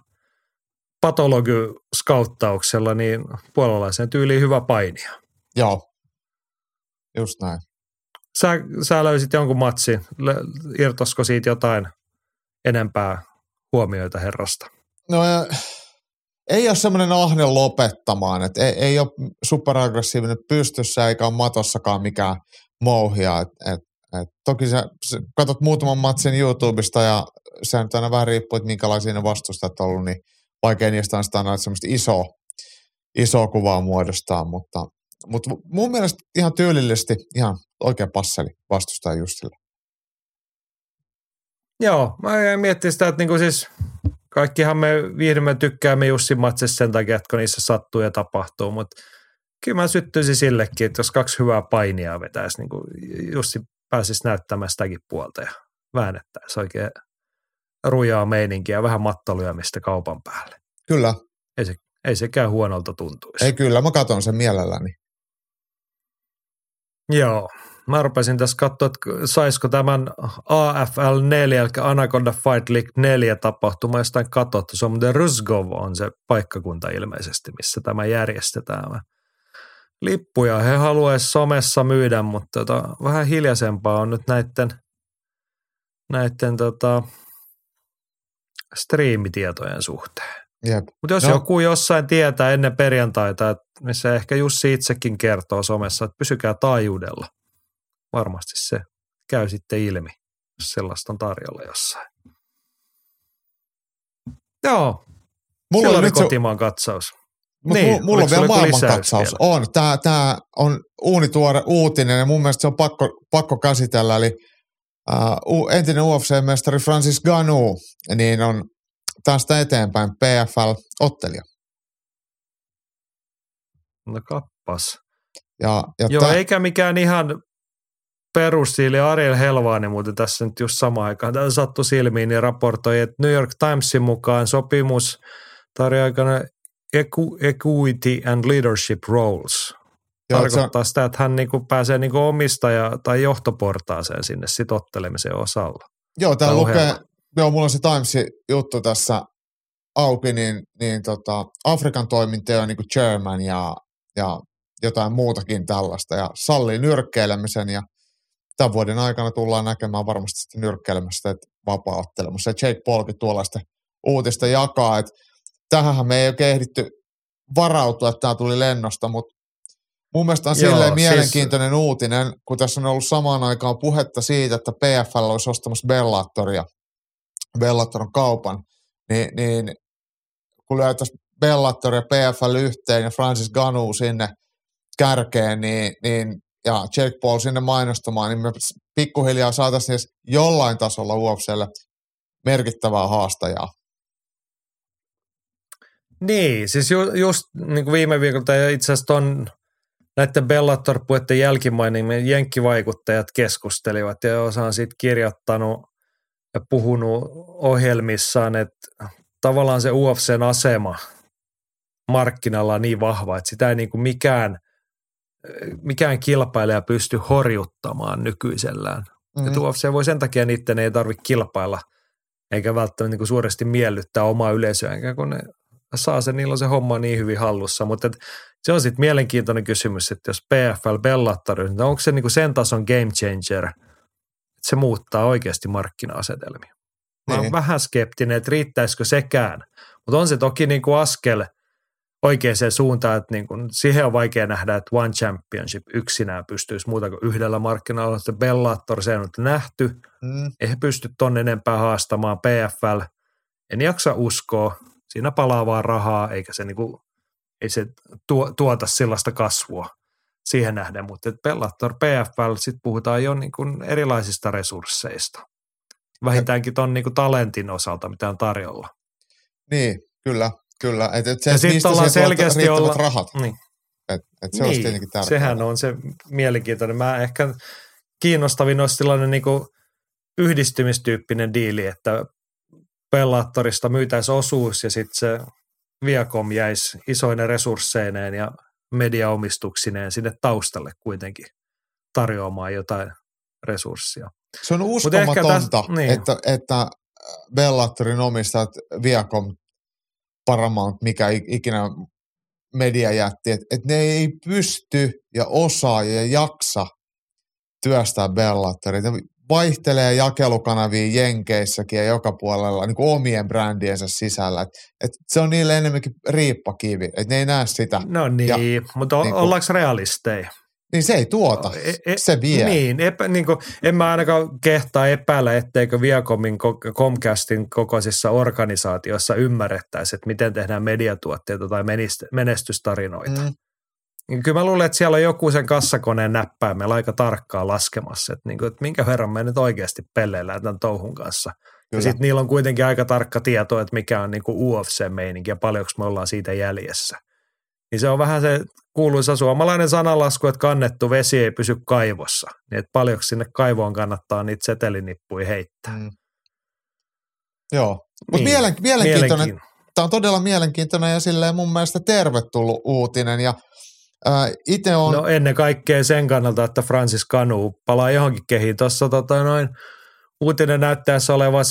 [SPEAKER 2] patology-skauttauksella, niin puolalaisen tyyliin hyvä painia.
[SPEAKER 3] Joo, just näin.
[SPEAKER 2] Sä löysit jonkun matsin. Irtosko siitä jotain enempää huomioita herrasta?
[SPEAKER 3] No ei ole semmoinen ahne lopettamaan, että ei ole superaggressiivinen pystyssä eikä ole matossakaan mikään mouhia. Toki sä katsot muutaman matsin YouTubesta ja se nyt aina vähän riippuu, että minkälaisia ne vastustajat on ollut, niin vaikea niistä on sitä aina semmoista isoa kuvaa muodostaa, mutta mun mielestä ihan tyylillisesti ihan oikein passeli vastustaa Jussille.
[SPEAKER 2] Joo, mä miettin sitä, että niinku siis kaikkihan me viihdymme tykkäämme Jussin matsissa sen takia, että kun niissä sattuu ja tapahtuu, mutta kyllä mä syttyisin sillekin, että jos 2 hyvää painia vetäisi, niin kuin Jussi pääsisi näyttämään sitäkin puolta ja väännettäisi oikein rujaa meininkiä ja vähän mattolyömistä kaupan päälle.
[SPEAKER 3] Kyllä.
[SPEAKER 2] Ei sekään huonolta tuntuisi.
[SPEAKER 3] Ei kyllä, mä katson sen mielelläni.
[SPEAKER 2] Joo, mä rupesin tässä katsoa, että saisiko tämän AFL 4, eli Anaconda Fight League 4 tapahtuma jostain katsottu. Se on muuten Rysgov on se paikkakunta ilmeisesti, missä tämä järjestetään. Lippuja he haluaisivat somessa myydä, mutta vähän hiljaisempaa on nyt näiden striimitietojen suhteen. Mutta jos joku jossain tietää ennen perjantaita, että missä ehkä Jussi itsekin kertoo somessa, että pysykää taajuudella. Varmasti se käy sitten ilmi, jos sellaista on tarjolla jossain. Joo, mulla oli kotimaan katsaus.
[SPEAKER 3] Niin, mulla on vielä maailmankatsaus. On. Tämä on uunituore uutinen ja mun mielestä se on pakko käsitellä. Eli entinen UFC-mestari Francis Ngannou niin on tästä eteenpäin PFL-ottelija.
[SPEAKER 2] No kappas.
[SPEAKER 3] Joo,
[SPEAKER 2] eikä mikään ihan perussiili. Ariel Helvaani muuten tässä nyt just samaan aikaan. Tämä sattui silmiin, niin raportoi, että New York Timesin mukaan sopimus tarjoaa equity and leadership roles. Tarkoittaa sitä, että hän niinku pääsee niinku omistaja- tai johtoportaaseen sinne sit ottelemisen osalla.
[SPEAKER 3] Joo, tämä lukee, mulla on se Timesin juttu tässä auki, niin Afrikan toimintoja on niinku chairman ja jotain muutakin tällaista ja sallii nyrkkeilemisen ja tämän vuoden aikana tullaan näkemään varmasti sitten nyrkkeilemässä että vapaa-ottelemassa. Ja Jake Paulkin tuollaista uutista jakaa, että tähänhän me ei oikein ehditty varautua, että tämä tuli lennosta, mutta mun mielestä on silleen mielenkiintoinen uutinen, kun tässä on ollut samaan aikaan puhetta siitä, että PFL olisi ostamassa Bellatoria, Bellatorin kaupan, niin kun lyötäisiin Bellator ja PFL yhteen ja Francis Ngannou sinne kärkeen, ja Jake Paul sinne mainostamaan, niin me pikkuhiljaa saataisiin jollain tasolla UFClle merkittävää haastajaa.
[SPEAKER 2] Niin, siis just niin kuin viime viikolta ja itse asiassa näiden Bellator-puheiden jälkimainin jenkkivaikuttajat keskustelivat ja osa on siitä kirjoittanut ja puhunut ohjelmissaan, että tavallaan se UFCn asema markkinalla on niin vahva, että sitä ei niin kuin mikään kilpailija pysty horjuttamaan nykyisellään. Mm-hmm. UFC voi sen takia niiden ei tarvitse kilpailla eikä välttämättä niin kuin suuresti miellyttää omaa yleisöä, kun ne saa se, niillä on se homma niin hyvin hallussa, mutta se on sitten mielenkiintoinen kysymys, että jos PFL Bellator, niin onko se niinku sen tason game changer, että se muuttaa oikeasti markkina-asetelmia. Mä oon vähän skeptinen, että riittäisikö sekään, mutta on se toki niinku askel oikeaan suuntaan, että niinku, siihen on vaikea nähdä, että One Championship yksinään pystyisi muuta kuin yhdellä markkina-alueella, että Bellator se on nyt nähty, ei he pysty ton enempää haastamaan PFL, en jaksa uskoa, siinä palaa vaan rahaa, eikä se niinku, ei se tuota sellaista kasvua siihen nähden, mutta Bellator, PFL, sitten puhutaan jo niinku erilaisista resursseista. Vähintäänkin ton niinku talentin osalta, mitä on tarjolla.
[SPEAKER 3] Niin, kyllä. Et
[SPEAKER 2] ja sitten ollaan selkeästi
[SPEAKER 3] rahat.
[SPEAKER 2] Niin.
[SPEAKER 3] Et se olisi tietenkin tärkeää.
[SPEAKER 2] Sehän on se mielenkiintoinen. Mä ehkä kiinnostavin olisi sellainen niinku yhdistymistyyppinen diili, että Bellatorista myytäisi osuus ja sitten se Viacom jäisi isoinen resursseineen ja mediaomistuksineen sinne taustalle kuitenkin tarjoamaan jotain resurssia.
[SPEAKER 3] Se on uskomatonta, että Bellatorin omistajat Viacom, Paramount, mikä ikinä media jätti, että ne ei pysty ja osaa ja jaksa työstää Bellatoria. Ne vaihtelee jakelukanavia Jenkeissäkin ja joka puolella niin kuin omien brändiensä sisällä. Et se on niille enemmänkin riippakivi, että ne ei näe sitä.
[SPEAKER 2] No niin, mutta niin ollaanko realisteja?
[SPEAKER 3] Niin se ei tuota, se vie.
[SPEAKER 2] Niin, en mä ainakaan kehtaa epäillä, etteikö Viacomin, Comcastin kokoisissa organisaatioissa ymmärrettäisi, että miten tehdään mediatuotteita tai menestystarinoita. Kyllä mä luulen, että siellä on joku sen kassakoneen näppäimellä aika tarkkaan laskemassa, että minkä verran me nyt oikeasti pelleillään tämän touhun kanssa. Kyllä. Ja sitten niillä on kuitenkin aika tarkka tieto, että mikä on UFC-meininki ja paljonko me ollaan siitä jäljessä. Niin se on vähän se kuuluisa suomalainen sananlasku, että kannettu vesi ei pysy kaivossa. Niin että paljonko sinne kaivoon kannattaa niitä setelinippuja heittää.
[SPEAKER 3] Joo, mutta mielenkiintoinen. Tämä on todella mielenkiintoinen ja silleen mun mielestä tervetullut uutinen ja itse on...
[SPEAKER 2] No ennen kaikkea sen kannalta, että Francis Ngannou palaa johonkin kehiin. Tuossa uutinen näyttäisi olevan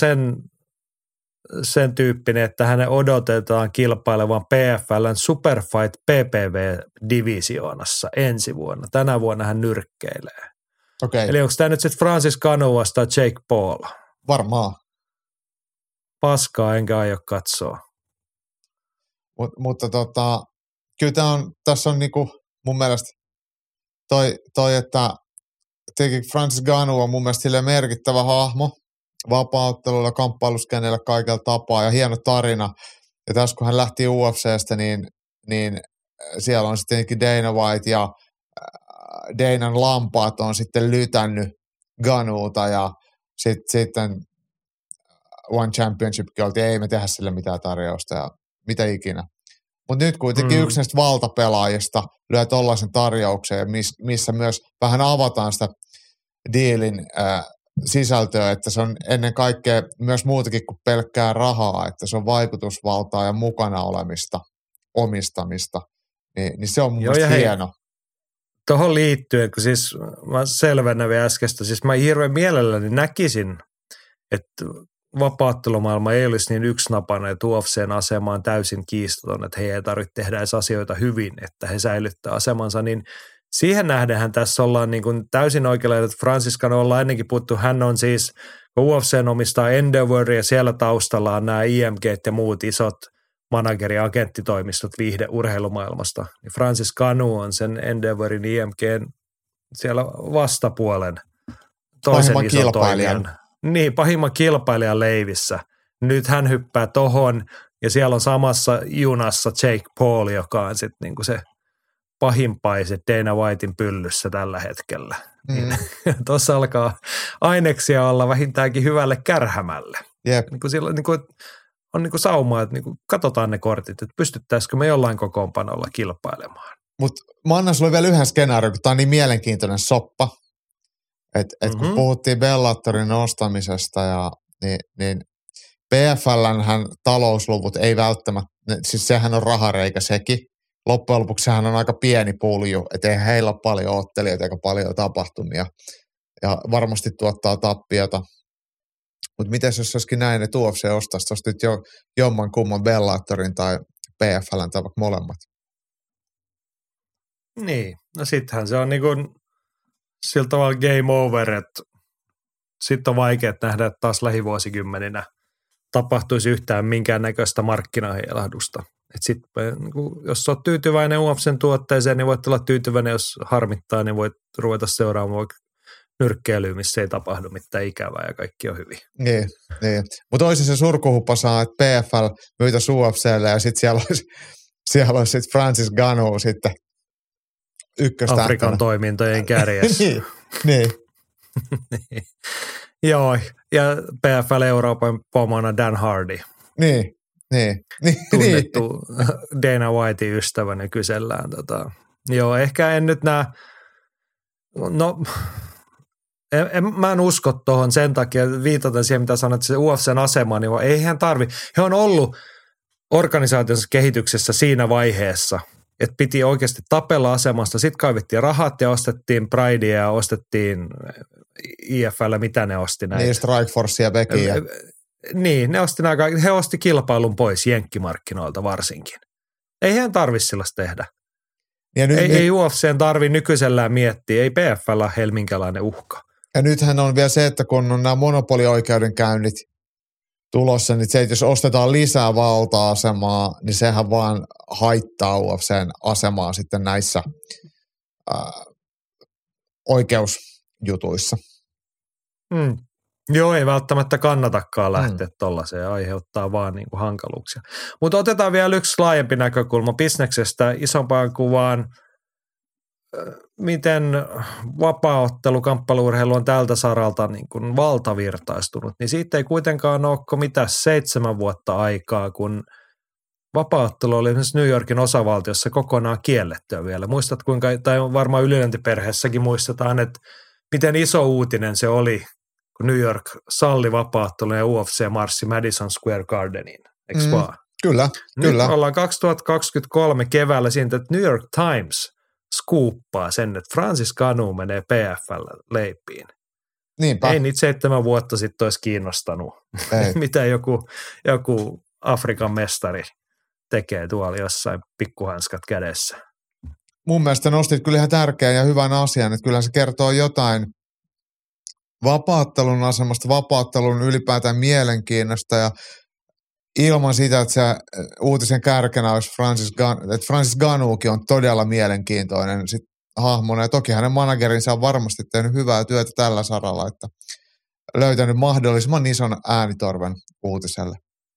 [SPEAKER 2] sen tyyppinen, että hänen odotetaan kilpailevan PFLn Superfight PPV-divisioonassa ensi vuonna. Tänä vuonna hän nyrkkeilee.
[SPEAKER 3] Okay.
[SPEAKER 2] Eli onko tämä nyt sitten Francis Ngannou vastaan Jake Paul?
[SPEAKER 3] Varmaan.
[SPEAKER 2] Paskaa enkä aio katsoa.
[SPEAKER 3] Mutta kyllä tässä on niinku mun mielestä toi että Francis Ngannou on mun mielestä silleen merkittävä hahmo vapaa-ottelulla, kamppailuskenellä kaikella tapaa ja hieno tarina. Ja tässä kun hän lähti UFCstä, niin siellä on sitten Dana White ja Danan lampaat on sitten lytännyt Ngannouta ja sitten One Championshipkin oltiin, ei me tehdä sille mitään tarjousta ja mitä ikinä. Mutta nyt kuitenkin yksi näistä valtapelaajista lyö tollaisen tarjouksen, missä myös vähän avataan sitä diilin sisältöä, että se on ennen kaikkea myös muutakin kuin pelkkää rahaa, että se on vaikutusvaltaa ja mukana omistamista. Niin se on mun mielestä hieno.
[SPEAKER 2] Tuohon liittyen, kun siis mä selvennän vielä äskeistä, siis mä hirveän mielelläni näkisin, että vapaattelumaailma ei olisi niin yksinapainen, että UFCn asema on täysin kiistaton, että he ei tarvitse tehdä edes asioita hyvin, että he säilyttää asemansa, niin siihen nähdenhän tässä ollaan niin kuin täysin oikealla, että Francis Ngannou ollaan ennenkin puhuttu, hän on siis, kun UFCn omistaa Endeavor ja siellä taustalla on nämä IMG ja muut isot manageri- ja agenttitoimistot urheilumaailmasta, niin Francis Ngannou on sen Endeavorin IMGn siellä vastapuolen toisen
[SPEAKER 3] pahimman
[SPEAKER 2] ison toimijan. Niin, pahimman kilpailijan leivissä. Nyt hän hyppää tohon Ja siellä on samassa junassa Jake Paul, joka on sitten niinku se pahinpaise Dana Whitein pyllyssä tällä hetkellä. Tuossa alkaa aineksia olla vähintäänkin hyvälle kärhämälle.
[SPEAKER 3] Jep.
[SPEAKER 2] Niin on niin kuin saumaa, että niin kuin katsotaan ne kortit, että pystyttäisikö me jollain kokoonpanolla kilpailemaan.
[SPEAKER 3] Mutta mä annan sulle vielä yhden skenaario, kun tää on niin mielenkiintoinen soppa. Että kun puhuttiin Bellatorin ostamisesta, niin PFL:nhän talousluvut ei välttämättä, siis sehän on rahareikä sekin. Loppujen lopuksi sehän on aika pieni pulju, että ei heillä ole paljon ottelijoita eikä paljon tapahtumia. Ja varmasti tuottaa tappiota. Mutta miten jos olisikin näin, että UFC ostaisi tuosta nyt jomman kumman Bellatorin tai PFL:n tai vaikka molemmat?
[SPEAKER 2] Niin, no sittenhän se on niin kuin sillä tavalla game over, että sitten on vaikea nähdä, että taas lähivuosikymmeninä tapahtuisi yhtään minkäännäköistä markkinaheilahdusta. Että sitten jos olet tyytyväinen UFCn tuotteeseen, niin voit olla tyytyväinen, jos harmittaa, niin voit ruveta seuraamaan vaikka nyrkkeilyyn, missä ei tapahdu mitään ikävää ja kaikki on hyvin.
[SPEAKER 3] Niin. Mutta olisi se surkuhupasaa, että PFL myytäisi UFClle ja sitten siellä olisi sit Francis Ngannou sitten ykköstähtänä.
[SPEAKER 2] Afrikan toimintojen kärjessä.
[SPEAKER 3] Niin.
[SPEAKER 2] Joo, ja PFL Euroopan pomona Dan Hardy.
[SPEAKER 3] Niin.
[SPEAKER 2] Tunnettu Dana Whitein ystävä nykyisellään. Joo, ehkä en nyt näe, mä en usko tuohon sen takia, viitaten siihen, mitä sanoit, se UFCn asema, niin eihän tarvi. He on ollut organisaationsa kehityksessä siinä vaiheessa, että piti oikeasti tapella asemasta. Sitten kaivettiin rahat ja ostettiin Pridea ja ostettiin IFL, mitä ne osti näitä.
[SPEAKER 3] Niin, Strikeforce ja Beckia.
[SPEAKER 2] Niin, he osti kilpailun pois jenkkimarkkinoilta varsinkin. Ei heidän tarvitse sellaista tehdä. Ei UFCn tarvi nykyisellään miettiä, ei PFL ole heillä minkälainen uhka.
[SPEAKER 3] Ja nythän on vielä se, että kun on nämä monopolioikeudenkäynnit tulossa, niin se, että jos ostetaan lisää valta-asemaa, niin sehän vaan haittaa UFCn asemaa sitten näissä oikeusjutuissa.
[SPEAKER 2] Joo, ei välttämättä kannatakaan lähteä tuollaiseen, aiheuttaa vaan niin kuin hankaluuksia. Mutta otetaan vielä yksi laajempi näkökulma bisneksestä isompaan kuvaan. Miten vapaaottelu, kamppailurheilu on tältä saralta niin kuin valtavirtaistunut, niin siitä ei kuitenkaan ole mitään 7 vuotta aikaa, kun vapaaottelu oli esimerkiksi New Yorkin osavaltiossa kokonaan kiellettyä vielä. Muistat kuinka, tai varmaan ylilöntiperheessäkin muistetaan, että miten iso uutinen se oli, kun New York salli vapaattelun ja UFC marssi Madison Square Gardeniin, eikö vaan?
[SPEAKER 3] Kyllä.
[SPEAKER 2] Nyt ollaan 2023 keväällä siitä, että New York Times skuuppaa sen, että Francis Ngannou menee PFL-leipiin.
[SPEAKER 3] Niinpä.
[SPEAKER 2] Ei niitä 7 vuotta sitten olisi kiinnostanut, mitä joku Afrikan mestari tekee tuolla jossain pikkuhanskat kädessä.
[SPEAKER 3] Mun mielestä nostit kyllä ihan tärkeän ja hyvän asian, että kyllähän se kertoo jotain vapaattelun asemasta, vapaattelun ylipäätään mielenkiinnosta ja ilman sitä, että se uutisen kärkenä olisi Francis Ngannoukin on todella mielenkiintoinen sit hahmona. Ja toki hänen managerinsa on varmasti tehnyt hyvää työtä tällä saralla, että löytänyt mahdollisimman ison äänitorven uutiselle.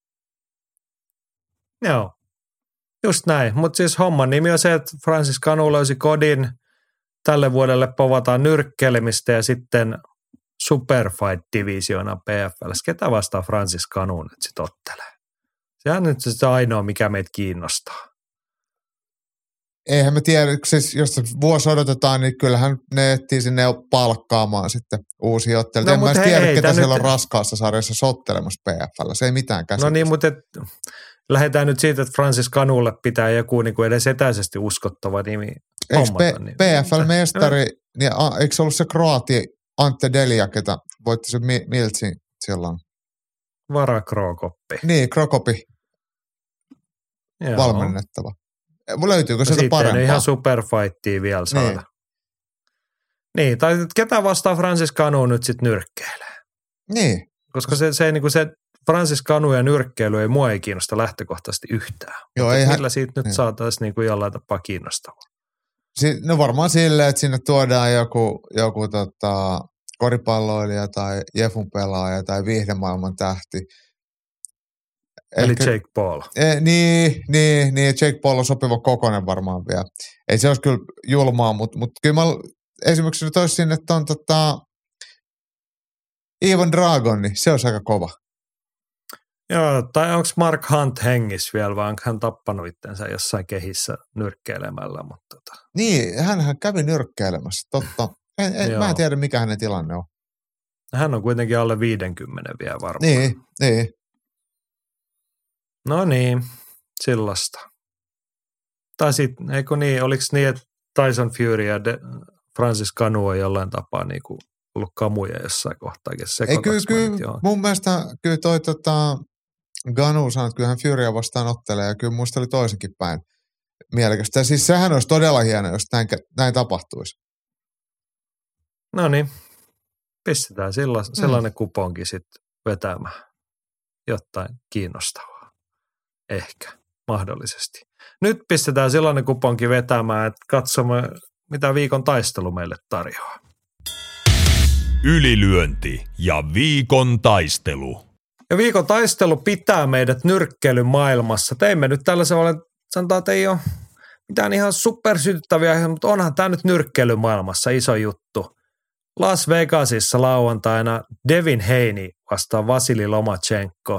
[SPEAKER 2] Joo, just näin. Mutta siis homman nimi on se, että Francis Ngannou löysi kodin. Tälle vuodelle povataan nyrkkeilemistä ja sitten Superfight-divisioona PFL. Ketä vastaa Francis Ngannou nyt sitten ottelee? Sehän on nyt se ainoa, mikä meitä kiinnostaa.
[SPEAKER 3] Eihän me tiedä, siis jos vuosi odotetaan, niin kyllähän ne etsii sinne palkkaamaan sitten uusia ottelijoita. En mä tiedä, ketä siellä on raskaassa sarjassa sottelemassa PFL. Se ei mitään käsitystä.
[SPEAKER 2] No niin, mutta lähdetään nyt siitä, että Francis Ngannoulle pitää joku niin kuin edes etäisesti uskottava nimi hommata.
[SPEAKER 3] PFL-mestari, niin, eikö se ollut se kroati Ante Delia, ketä voitti se Miltsin silloin?
[SPEAKER 2] Vara Krokoppi.
[SPEAKER 3] Niin, Krokopi. Valmennettava. Löytyykö sieltä parempaa?
[SPEAKER 2] Sitten ei ihan superfightia vielä saada. Niin, tai ketä vastaa Francis Ngannou nyt sitten nyrkkeilee?
[SPEAKER 3] Niin.
[SPEAKER 2] Koska se Francis Ngannou ja nyrkkeily ei mua ei kiinnosta lähtökohtaisesti yhtään.
[SPEAKER 3] Joo,
[SPEAKER 2] millä siitä nyt saataisiin niin kuin jollain tapaa kiinnostavaa?
[SPEAKER 3] No varmaan silleen, että sinne tuodaan joku koripalloilija tai jefun pelaaja tai viihdemaailman tähti.
[SPEAKER 2] Eli Jake Paul.
[SPEAKER 3] Niin, Jake Paul on sopiva kokoinen varmaan vielä. Ei se olisi kyllä julmaa, mutta kyllä mä esimerkiksi nyt olisi sinne, että on Ivan Dragon, niin se olisi aika kova.
[SPEAKER 2] Joo, tai onko Mark Hunt hengissä vielä, vai onko hän tappanut itsensä jossain kehissä nyrkkeilemällä? Mutta
[SPEAKER 3] Niin, hänhän kävi nyrkkeilemässä, totta. Mä en tiedä, mikä hänen tilanne on.
[SPEAKER 2] Hän on kuitenkin alle 50 vielä varmaan.
[SPEAKER 3] Niin.
[SPEAKER 2] No niin, sellaista. Tai sitten, eikö niin, oliko niin, että Tyson Fury ja Francis Ngannou on jollain tapaa niin kuin ollut kamuja jossain kohtaa.
[SPEAKER 3] Ei kyllä, mun mielestä kyllä toi Ngannou sanoi, että kyllähän Furya vastaan ottelee ja kyllä muista oli toisenkin päin mielekästä. Ja siis sehän olisi todella hienoa, jos näin tapahtuisi.
[SPEAKER 2] No niin, pistetään sellainen kuponki sitten vetämään. Jotain kiinnostavaa. Ehkä, mahdollisesti. Nyt pistetään sellainen kuponki vetämään, että katsomme, mitä viikon taistelu meille tarjoaa.
[SPEAKER 1] Ylilyönti ja viikon taistelu.
[SPEAKER 2] Ja viikon taistelu pitää meidät nyrkkeilymaailmassa. Teimme nyt tällaisen, sanotaan, että ei ole mitään ihan supersytyttäviä, mutta onhan tämä nyt nyrkkeilymaailmassa iso juttu. Las Vegasissa lauantaina Devin Haney vastaan Vasili Lomachenko.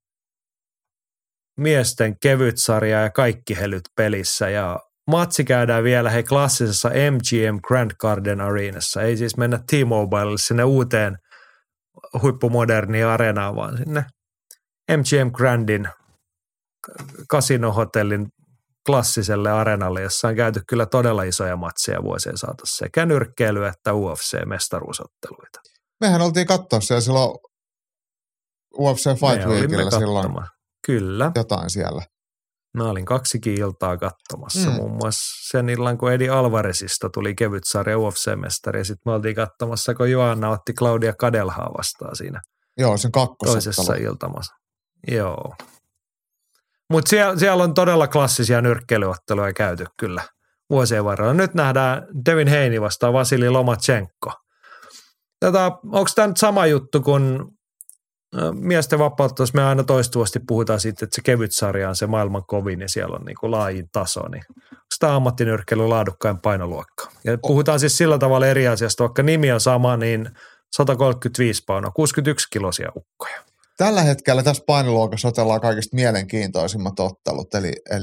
[SPEAKER 2] Miesten kevytsarja ja kaikki helyt pelissä ja matsi käydään vielä klassisessa MGM Grand Garden Arenassa. Ei siis mennä T-Mobilelle sinne uuteen huippumoderniin areenaan, vaan sinne MGM Grandin kasinohotellin klassiselle areenalle, jossa on käyty kyllä todella isoja matseja vuosien saatossa sekä nyrkkeilyä että UFC-mestaruusotteluita.
[SPEAKER 3] Mehän oltiin katsoa siellä silloin UFC Fight Weekillä silloin.
[SPEAKER 2] Kyllä.
[SPEAKER 3] Jotain siellä.
[SPEAKER 2] Mä olin 2 iltaa katsomassa. Muun muassa sen illan, kun Eddie Alvarezista tuli kevytsarja UFC-mestari. Ja sitten me oltiin katsomassa, kun Joanna otti Claudia Kadelhaa vastaan siinä.
[SPEAKER 3] Joo, sen
[SPEAKER 2] toisessa iltamassa. Joo. Mutta siellä on todella klassisia nyrkkeilyotteluja käyty kyllä vuosien varrella. Nyt nähdään Devin Haney vastaan Vasili Lomachenko. Onko tämä nyt sama juttu kuin miesten vapauttelussa? Me aina toistuvasti puhutaan siitä, että se kevytsarja on se maailman kovin ja siellä on niin kuin laajin taso. Niin onko tämä ammattinyrkkeily laadukkain painoluokka? Ja puhutaan siis sillä tavalla eri asiasta, vaikka nimi on sama, niin 135 painoa, 61-kiloisia ukkoja.
[SPEAKER 3] Tällä hetkellä tässä painoluokassa otellaan kaikista mielenkiintoisimmat ottelut,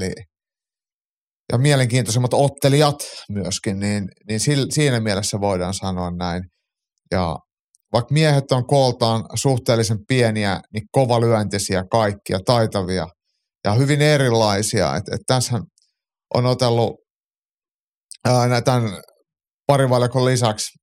[SPEAKER 3] ja mielenkiintoisimmat ottelijat myöskin, niin siinä mielessä voidaan sanoa näin. Ja vaikka miehet on kooltaan suhteellisen pieniä, niin kovalyöntisiä kaikkia, taitavia ja hyvin erilaisia. Tässä on otellut tämän parivaljakon lisäksi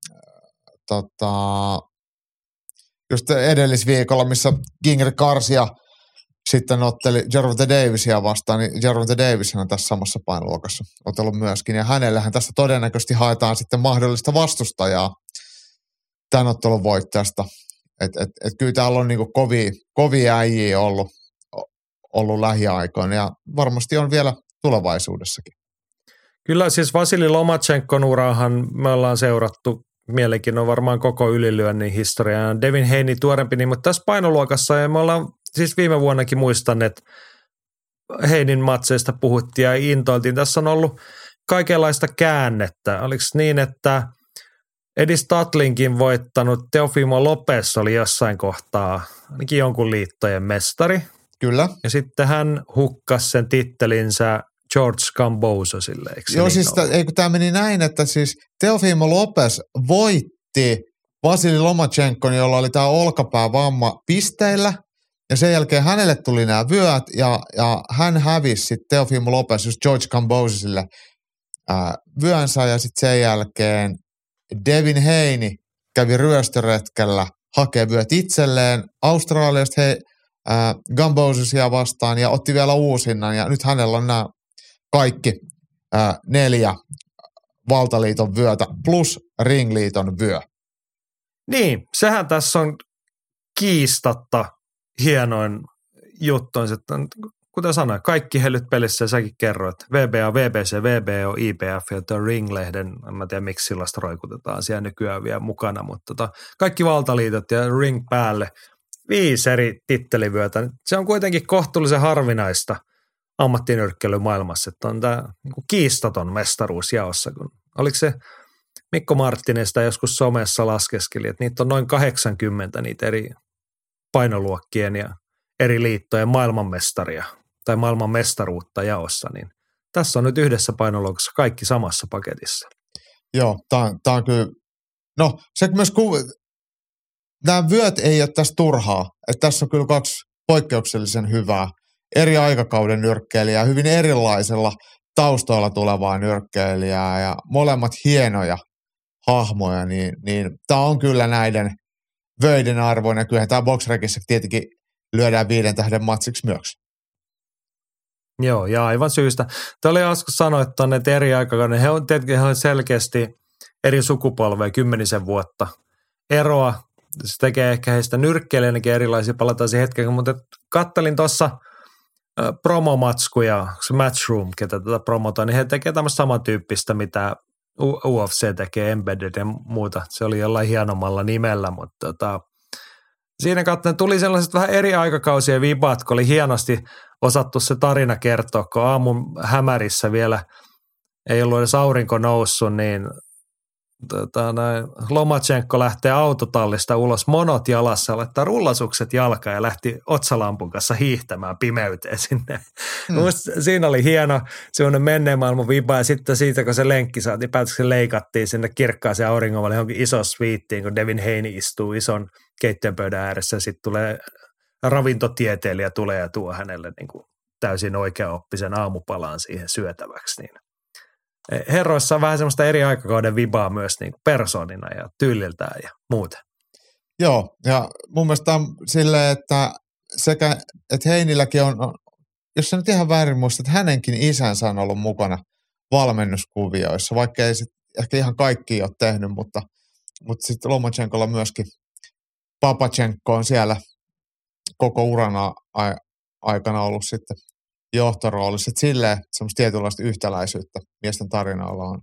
[SPEAKER 3] just edellisviikolla, missä Gingri Garcia sitten otteli Gervonta Davisia vastaan, niin Gervonta Davis on tässä samassa painoluokassa otellut myöskin. Ja hänellähän tässä todennäköisesti haetaan sitten mahdollista vastustajaa tämän ottelun voittajasta. Et kyllä täällä on niinku kovia äijiä ollut lähiaikoina ja varmasti on vielä tulevaisuudessakin.
[SPEAKER 2] Kyllä siis Vasili Lomachenkon uraahan me ollaan seurattu mielenkiinnon varmaan koko ylilyönnin historiaa. Devin Haney tuorempi niin, mutta tässä painoluokassa ja me ollaan siis viime vuonnakin muistaneet Haneyn matseista puhuttiin ja intoiltiin. Tässä on ollut kaikenlaista käännettä. Oliko niin, että Eddie Statlinkin voittanut Teofimo Lopez oli jossain kohtaa ainakin jonkun liittojen mestari.
[SPEAKER 3] Kyllä.
[SPEAKER 2] Ja sitten hän hukkasi sen tittelinsä George Kambouzosille, eikö se
[SPEAKER 3] joo,
[SPEAKER 2] niin
[SPEAKER 3] siis eikö tämä meni näin, että siis Teofimo Lopez voitti Vasili Lomachenkon, jolla oli tämä olkapäävamma pisteillä, ja sen jälkeen hänelle tuli nämä vyöt, ja hän hävisi sitten Teofimo Lopez just George Kambouzosille vyönsä, ja sitten sen jälkeen Devin Haney kävi ryöstöretkellä, hakee vyöt itselleen Australiasta Gambouzosia vastaan, ja otti vielä uusinnan, ja nyt hänellä on nämä kaikki 4 valtaliiton vyötä plus ringliiton vyö.
[SPEAKER 2] Niin, sehän tässä on kiistatta hienoin juttu, että kuten sanoin, kaikki helyt pelissä ja säkin kerroit, VBA, VBC, VBO, IBF ja tuo Ring-lehden, en tiedä miksi sellaista roikutetaan siellä nykyään vielä mukana, mutta kaikki valtaliitot ja Ring päälle 5 eri tittelivyötä. Se on kuitenkin kohtuullisen harvinaista ammattinyrkkeilymaailmassa, että on tämä niin kiistaton mestaruus jaossa. Oliko se Mikko Marttinen sitä joskus somessa laskeskeli, että niitä on noin 80 niitä eri painoluokkien ja eri liittojen maailmanmestaria tai maailmanmestaruutta jaossa, niin tässä on nyt yhdessä painoluokassa kaikki samassa paketissa.
[SPEAKER 3] Joo, tämä on kyllä, no se myös nämä vyöt ei ole tässä turhaa, että tässä on kyllä 2 poikkeuksellisen hyvää eri aikakauden nyrkkeilijää, hyvin erilaisella taustoilla tulevaa nyrkkeilijää ja molemmat hienoja hahmoja, niin tämä on kyllä näiden vöiden arvoinen. Ja kyllähän tämä Boxrekissä tietenkin lyödään 5 tähden matsiksi myös.
[SPEAKER 2] Joo, ja aivan syystä. Tämä oli hauska sanoa, että on näitä eri aikakauden. He on tietenkin selkeästi eri sukupolveja 10 vuotta eroa. Se tekee ehkä heistä nyrkkeilijänäkin erilaisia, palataan siihen hetken, mutta kattelin tuossa promomatskuja, se Matchroom, ketä tätä promotaan, niin he tekee tämmöistä samantyyppistä, mitä UFC tekee, Embedded ja muuta. Se oli jollain hienommalla nimellä, mutta siinä katsoen tuli sellaiset vähän eri aikakausien vibat, kun oli hienosti osattu se tarina kertoa, kun aamun hämärissä vielä ei ollut edes aurinko noussut, niin Lomachenko lähtee autotallista ulos, monot jalassa, laittaa rullasukset jalkaan ja lähti otsalampun kanssa hiihtämään pimeyteen sinne. Siinä oli hieno semmoinen menneen maailman viba ja sitten siitä, kun se lenkki saatiin, päätöksen leikattiin sinne kirkkaaseen auringonvalle johonkin iso sviittiin, kun Devin Haney istuu ison keittiönpöydän ääressä ja sitten tulee ravintotieteilijä tulee ja tuo hänelle niin kuin täysin oikeaoppisen aamupalaan siihen syötäväksi, niin herroissa on vähän semmoista eri aikakauden vibaa myös niin kuin persoonina ja tyyliltään ja muuten.
[SPEAKER 3] Joo, ja mun mielestä on silleen, että että Heinilläkin on, jos sä nyt ihan väärin muista, että hänenkin isänsä on ollut mukana valmennuskuvioissa, vaikka ei sit ehkä ihan kaikki ole tehnyt, mutta sitten Lomachenkolla myöskin Papachenko on siellä koko urana aikana ollut sitten johtoroolissa, että silleen semmoista tietynlaista yhtäläisyyttä miesten tarinoilla on.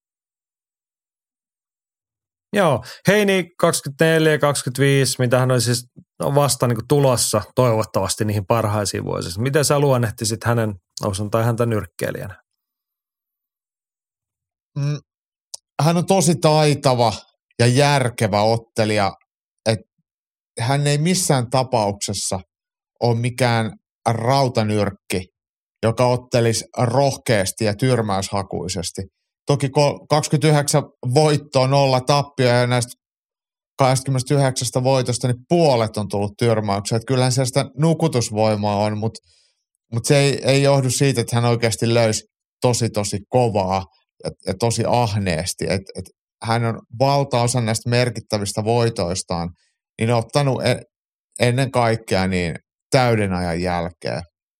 [SPEAKER 2] Joo, Heini 24 ja 25, mitä hän on siis vasta niin kuin tulossa toivottavasti niihin parhaisiin vuosissa. Miten sä luonnehtisit hänen nousun tai häntä nyrkkeilijänä?
[SPEAKER 3] Hän on tosi taitava ja järkevä ottelija, että hän ei missään tapauksessa ole mikään rautanyrkki, joka ottelisi rohkeasti ja tyrmäyshakuisesti. Toki 29 voittoa, 0 tappia ja näistä 29 voitosta niin puolet on tullut tyrmäyksiä. Että kyllähän siellä sitä nukutusvoimaa on, mutta se ei johdu siitä, että hän oikeasti löysi tosi kovaa ja tosi ahneesti. Et hän on valtaosa näistä merkittävistä voitoistaan niin ottanut ennen kaikkea niin täyden ajan jälkeen.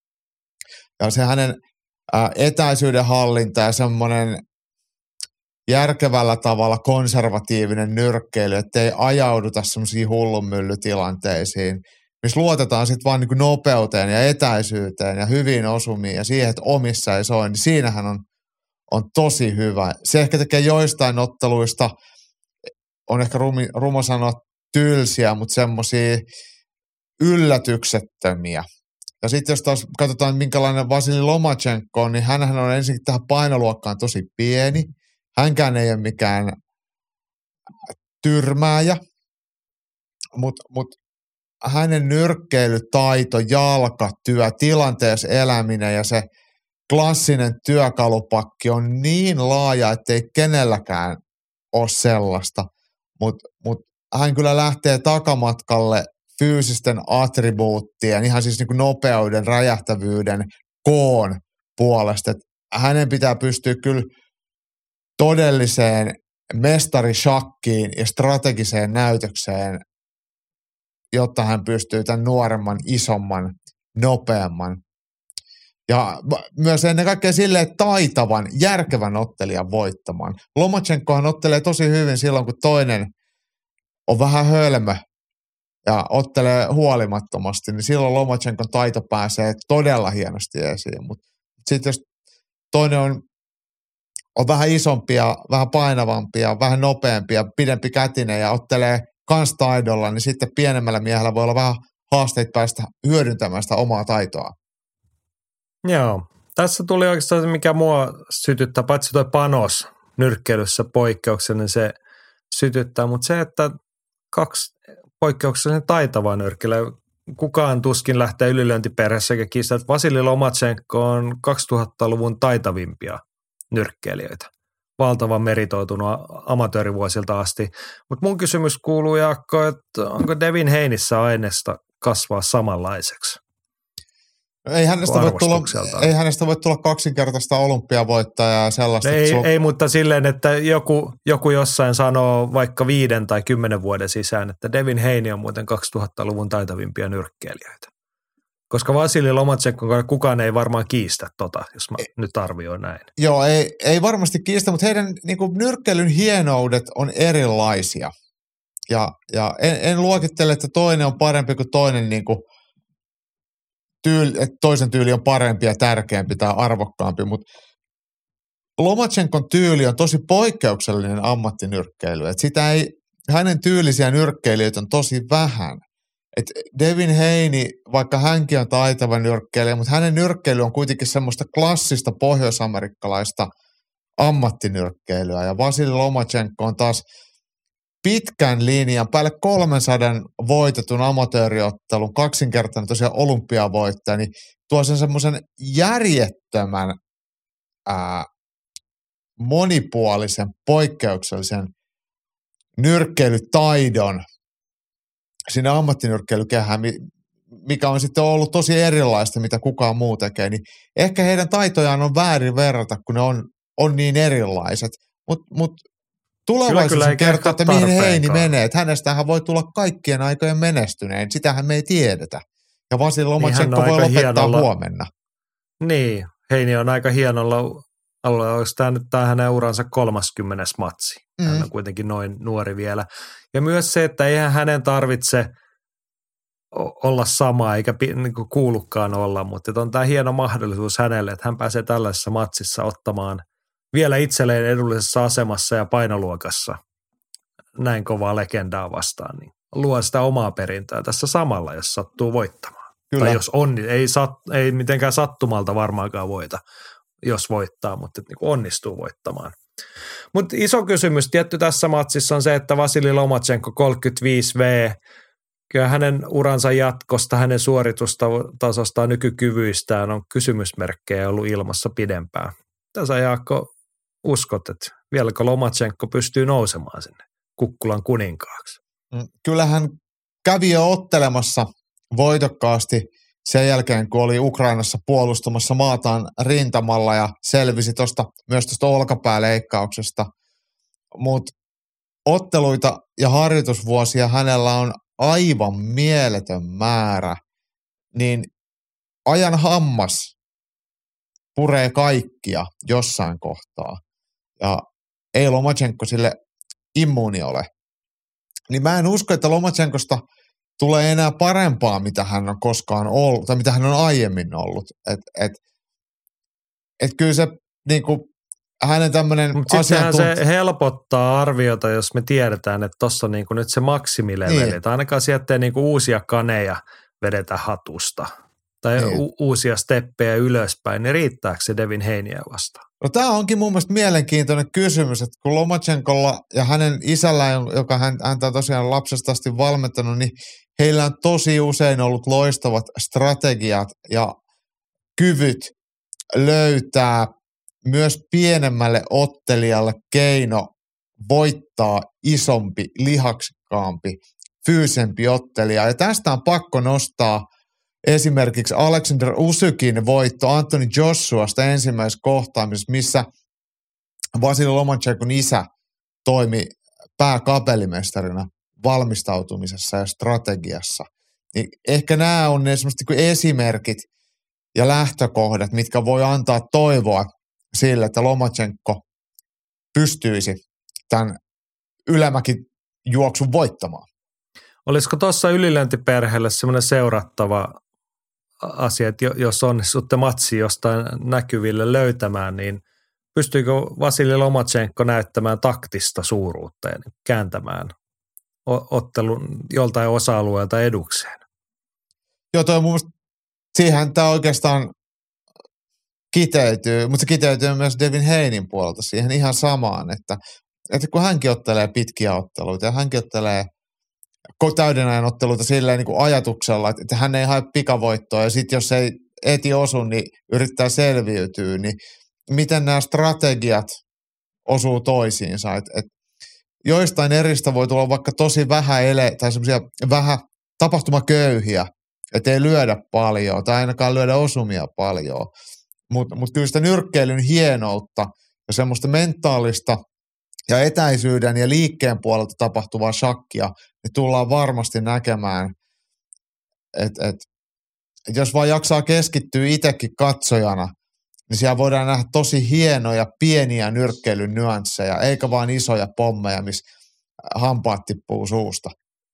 [SPEAKER 3] Ja se hänen etäisyyden hallinta ja semmoinen järkevällä tavalla konservatiivinen nyrkkeily, ettei ajauduta semmoisiin hullunmyllytilanteisiin, missä luotetaan sitten vaan niin kuin nopeuteen ja etäisyyteen ja hyviin osumiin ja siihen, että omissa ei soi, niin siinähän on tosi hyvä. Se ehkä tekee joistain otteluista, on ehkä rumo sanoa tylsiä, mutta semmoisia yllätyksettömiä. Ja sitten jos taas katsotaan, minkälainen Vasili Lomachenko on, niin hänhän on ensinnäkin tähän painoluokkaan tosi pieni. Hänkään ei ole mikään tyrmääjä, mutta hänen nyrkkeilytaito, jalkatyö, tilanteessa eläminen ja se klassinen työkalupakki on niin laaja, ettei kenelläkään ole sellaista. Mutta hän kyllä lähtee takamatkalle fyysisten attribuuttien, ihan siis niin kuin nopeuden, räjähtävyyden, koon puolesta. Et hänen pitää pystyä kyllä todelliseen mestarishakkiin ja strategiseen näytökseen, jotta hän pystyy tämän nuoremman, isomman, nopeamman ja myös ennen kaikkea silleen taitavan, järkevän ottelijan voittamaan. Lomachenkohan ottelee tosi hyvin silloin, kun toinen on vähän hölmö ja ottelee huolimattomasti, niin silloin Lomachenkon taito pääsee todella hienosti esiin. Mutta sitten jos toinen on vähän isompia, vähän painavampia, vähän nopeampia, pidempi kätinen ja ottelee kans taidolla, niin sitten pienemmällä miehellä voi olla vähän haasteita päästä hyödyntämään sitä omaa taitoa.
[SPEAKER 2] Joo. Tässä tuli oikeastaan mikä mua sytyttää, paitsi tuo panos nyrkkeilyssä poikkeuksellinen se sytyttää, mutta se, että 2 poikkeuksellisen taitavaa nyrkkeilyä. Kukaan tuskin lähtee ylilyöntiperheessä eikä kiistää, että Vasili Lomachenko on 2000-luvun taitavimpia nyrkkeilijöitä. Valtavan meritoitunut amatöörivuosilta asti. Mutta mun kysymys kuuluu, Jaakko, että onko Devin Heinissä aineesta kasvaa samanlaiseksi?
[SPEAKER 3] Ei hänestä voi tulla kaksinkertaista olympiavoittajaa ja sellaista.
[SPEAKER 2] Ei, mutta silleen, että joku jossain sanoo vaikka 5 tai 10 vuoden sisään, että Devin Haney on muuten 2000-luvun taitavimpia nyrkkeilijöitä. Koska Vasili Lomachenko kukaan ei varmaan kiistä jos mä nyt arvioin näin.
[SPEAKER 3] Joo, ei varmasti kiistä, mutta heidän niin kuin nyrkkeilyn hienoudet on erilaisia. Ja en luokittele, että toinen on parempi kuin toinen niin kuin että toisen tyyli on parempi ja tärkeämpi tai arvokkaampi, mutta Lomachenkon tyyli on tosi poikkeuksellinen ammattinyrkkeily. Hänen tyylisiä nyrkkeilijöitä on tosi vähän. Et Devin Haney, vaikka hänkin on taitava nyrkkeilijä, mutta hänen nyrkkeily on kuitenkin semmoista klassista pohjoisamerikkalaista ammattinyrkkeilyä. Ja Vasili Lomachenko on taas pitkän linjan, päälle 300 voitetun amatööriottelun, kaksinkertainen tosiaan olympiavoittaja, niin tuo sen semmoisen järjettömän monipuolisen, poikkeuksellisen nyrkkeilytaidon sinne ammattinyrkkeilykehään, mikä on sitten ollut tosi erilaista, mitä kukaan muu tekee, niin ehkä heidän taitojaan on väärin verrata, kun ne on niin erilaiset, mutta tulevaisuus kertoo, että mihin Heini menee. Että hänestähän voi tulla kaikkien aikojen menestyneen. Sitähän me ei tiedetä. Ja Vasili Lomachenko voi lopettaa huomenna.
[SPEAKER 2] Niin, Heini on aika hienolla alla. Onko tämä nyt hänen uransa 30. matsi? Hän on kuitenkin noin nuori vielä. Ja myös se, että eihän hänen tarvitse olla sama, eikä niin kuulukaan olla, mutta on tämä hieno mahdollisuus hänelle, että hän pääsee tällaisessa matsissa ottamaan vielä itselleen edullisessa asemassa ja painoluokassa näin kovaa legendaa vastaan, niin luo sitä omaa perintöä tässä samalla, jos sattuu voittamaan. Kyllä. Tai jos on, niin ei mitenkään sattumalta varmaankaan voita, jos voittaa, mutta niin onnistuu voittamaan. Mutta iso kysymys tietty tässä matsissa on se, että Vasili Lomachenko 35V, kyllä hänen uransa jatkosta, hänen suoritustasostaan, nykykyvyistään on kysymysmerkkejä ollut ilmassa pidempään. Tässä Jaakko uskot, että vieläkö Lomachenko pystyy nousemaan sinne kukkulan kuninkaaksi?
[SPEAKER 3] Kyllähän kävi jo ottelemassa voitokkaasti sen jälkeen, kun oli Ukrainassa puolustamassa maataan rintamalla ja selvisi myös tuosta olkapääleikkauksesta. Mutta otteluita ja harjoitusvuosia hänellä on aivan mieletön määrä, niin ajan hammas puree kaikkia jossain kohtaa. Ja ei Lomachenko sille immuuni ole. Niin mä en usko, että Lomachenkosta tulee enää parempaa, mitä hän on koskaan ollut, tai mitä hän on aiemmin ollut. Et kyllä se niinku, hänen tämmöinen
[SPEAKER 2] se helpottaa arviota, jos me tiedetään, että tuossa on niinku nyt se maksimileveli. Niin. Ainakaan sieltä ei niinku uusia kaneja vedetä hatusta. Tai uusia steppejä ylöspäin, niin riittääkö se Devin Haneyä vastaan?
[SPEAKER 3] No tämä onkin mun mielestä mielenkiintoinen kysymys, että kun Lomachenkolla ja hänen isällään, joka häntä on tosiaan lapsesta asti valmentanut, niin heillä on tosi usein ollut loistavat strategiat ja kyvyt löytää myös pienemmälle ottelijalle keino voittaa isompi, lihaksikkaampi, fyysempi ottelija. Ja tästä on pakko nostaa esimerkiksi Alexander Usykin voitto Anthony Joshuasta ensimmäisessä kohtaamisessa, missä Vasili Lomachenkon isä toimi pääkapellimestarina valmistautumisessa ja strategiassa. Niin ehkä nämä on ne sellaiset esimerkit ja lähtökohdat, mitkä voi antaa toivoa sille, että Lomachenko pystyisi tämän ylämäkijuoksun voittamaan.
[SPEAKER 2] Olisiko tuossa ylilöintiperheelle semmoinen seurattava asia, että jos onnistutte matsi jostain näkyville löytämään, niin pystyykö Vasili Lomachenko näyttämään taktista suuruutta ja kääntämään ottelun joltain osa-alueelta edukseen?
[SPEAKER 3] Joo, toi mun mielestä, siihen tämä oikeastaan kiteytyy, mutta se kiteytyy myös Devin Haney puolelta siihen ihan samaan, että kun hänkin ottelee pitkiä otteluita ja hänkin ottelee täyden ajan otteluita silleen niin kuin ajatuksella, että hän ei hae pikavoittoa ja sitten jos ei eti osu, niin yrittää selviytyä, niin miten nämä strategiat osuu toisiinsa, että joistain eristä voi tulla vaikka tosi vähän tai semmoisia vähän tapahtumaköyhiä, että ei lyödä paljon tai ainakaan lyödä osumia paljon. Mutta kyllä sitä nyrkkeilyn hienoutta ja semmoista mentaalista ja etäisyyden ja liikkeen puolelta tapahtuvaa shakkia, niin tullaan varmasti näkemään, että jos vaan jaksaa keskittyä itsekin katsojana, niin siellä voidaan nähdä tosi hienoja pieniä nyrkkeilyn nyansseja, eikä vaan isoja pommeja, missä hampaat tippuu suusta.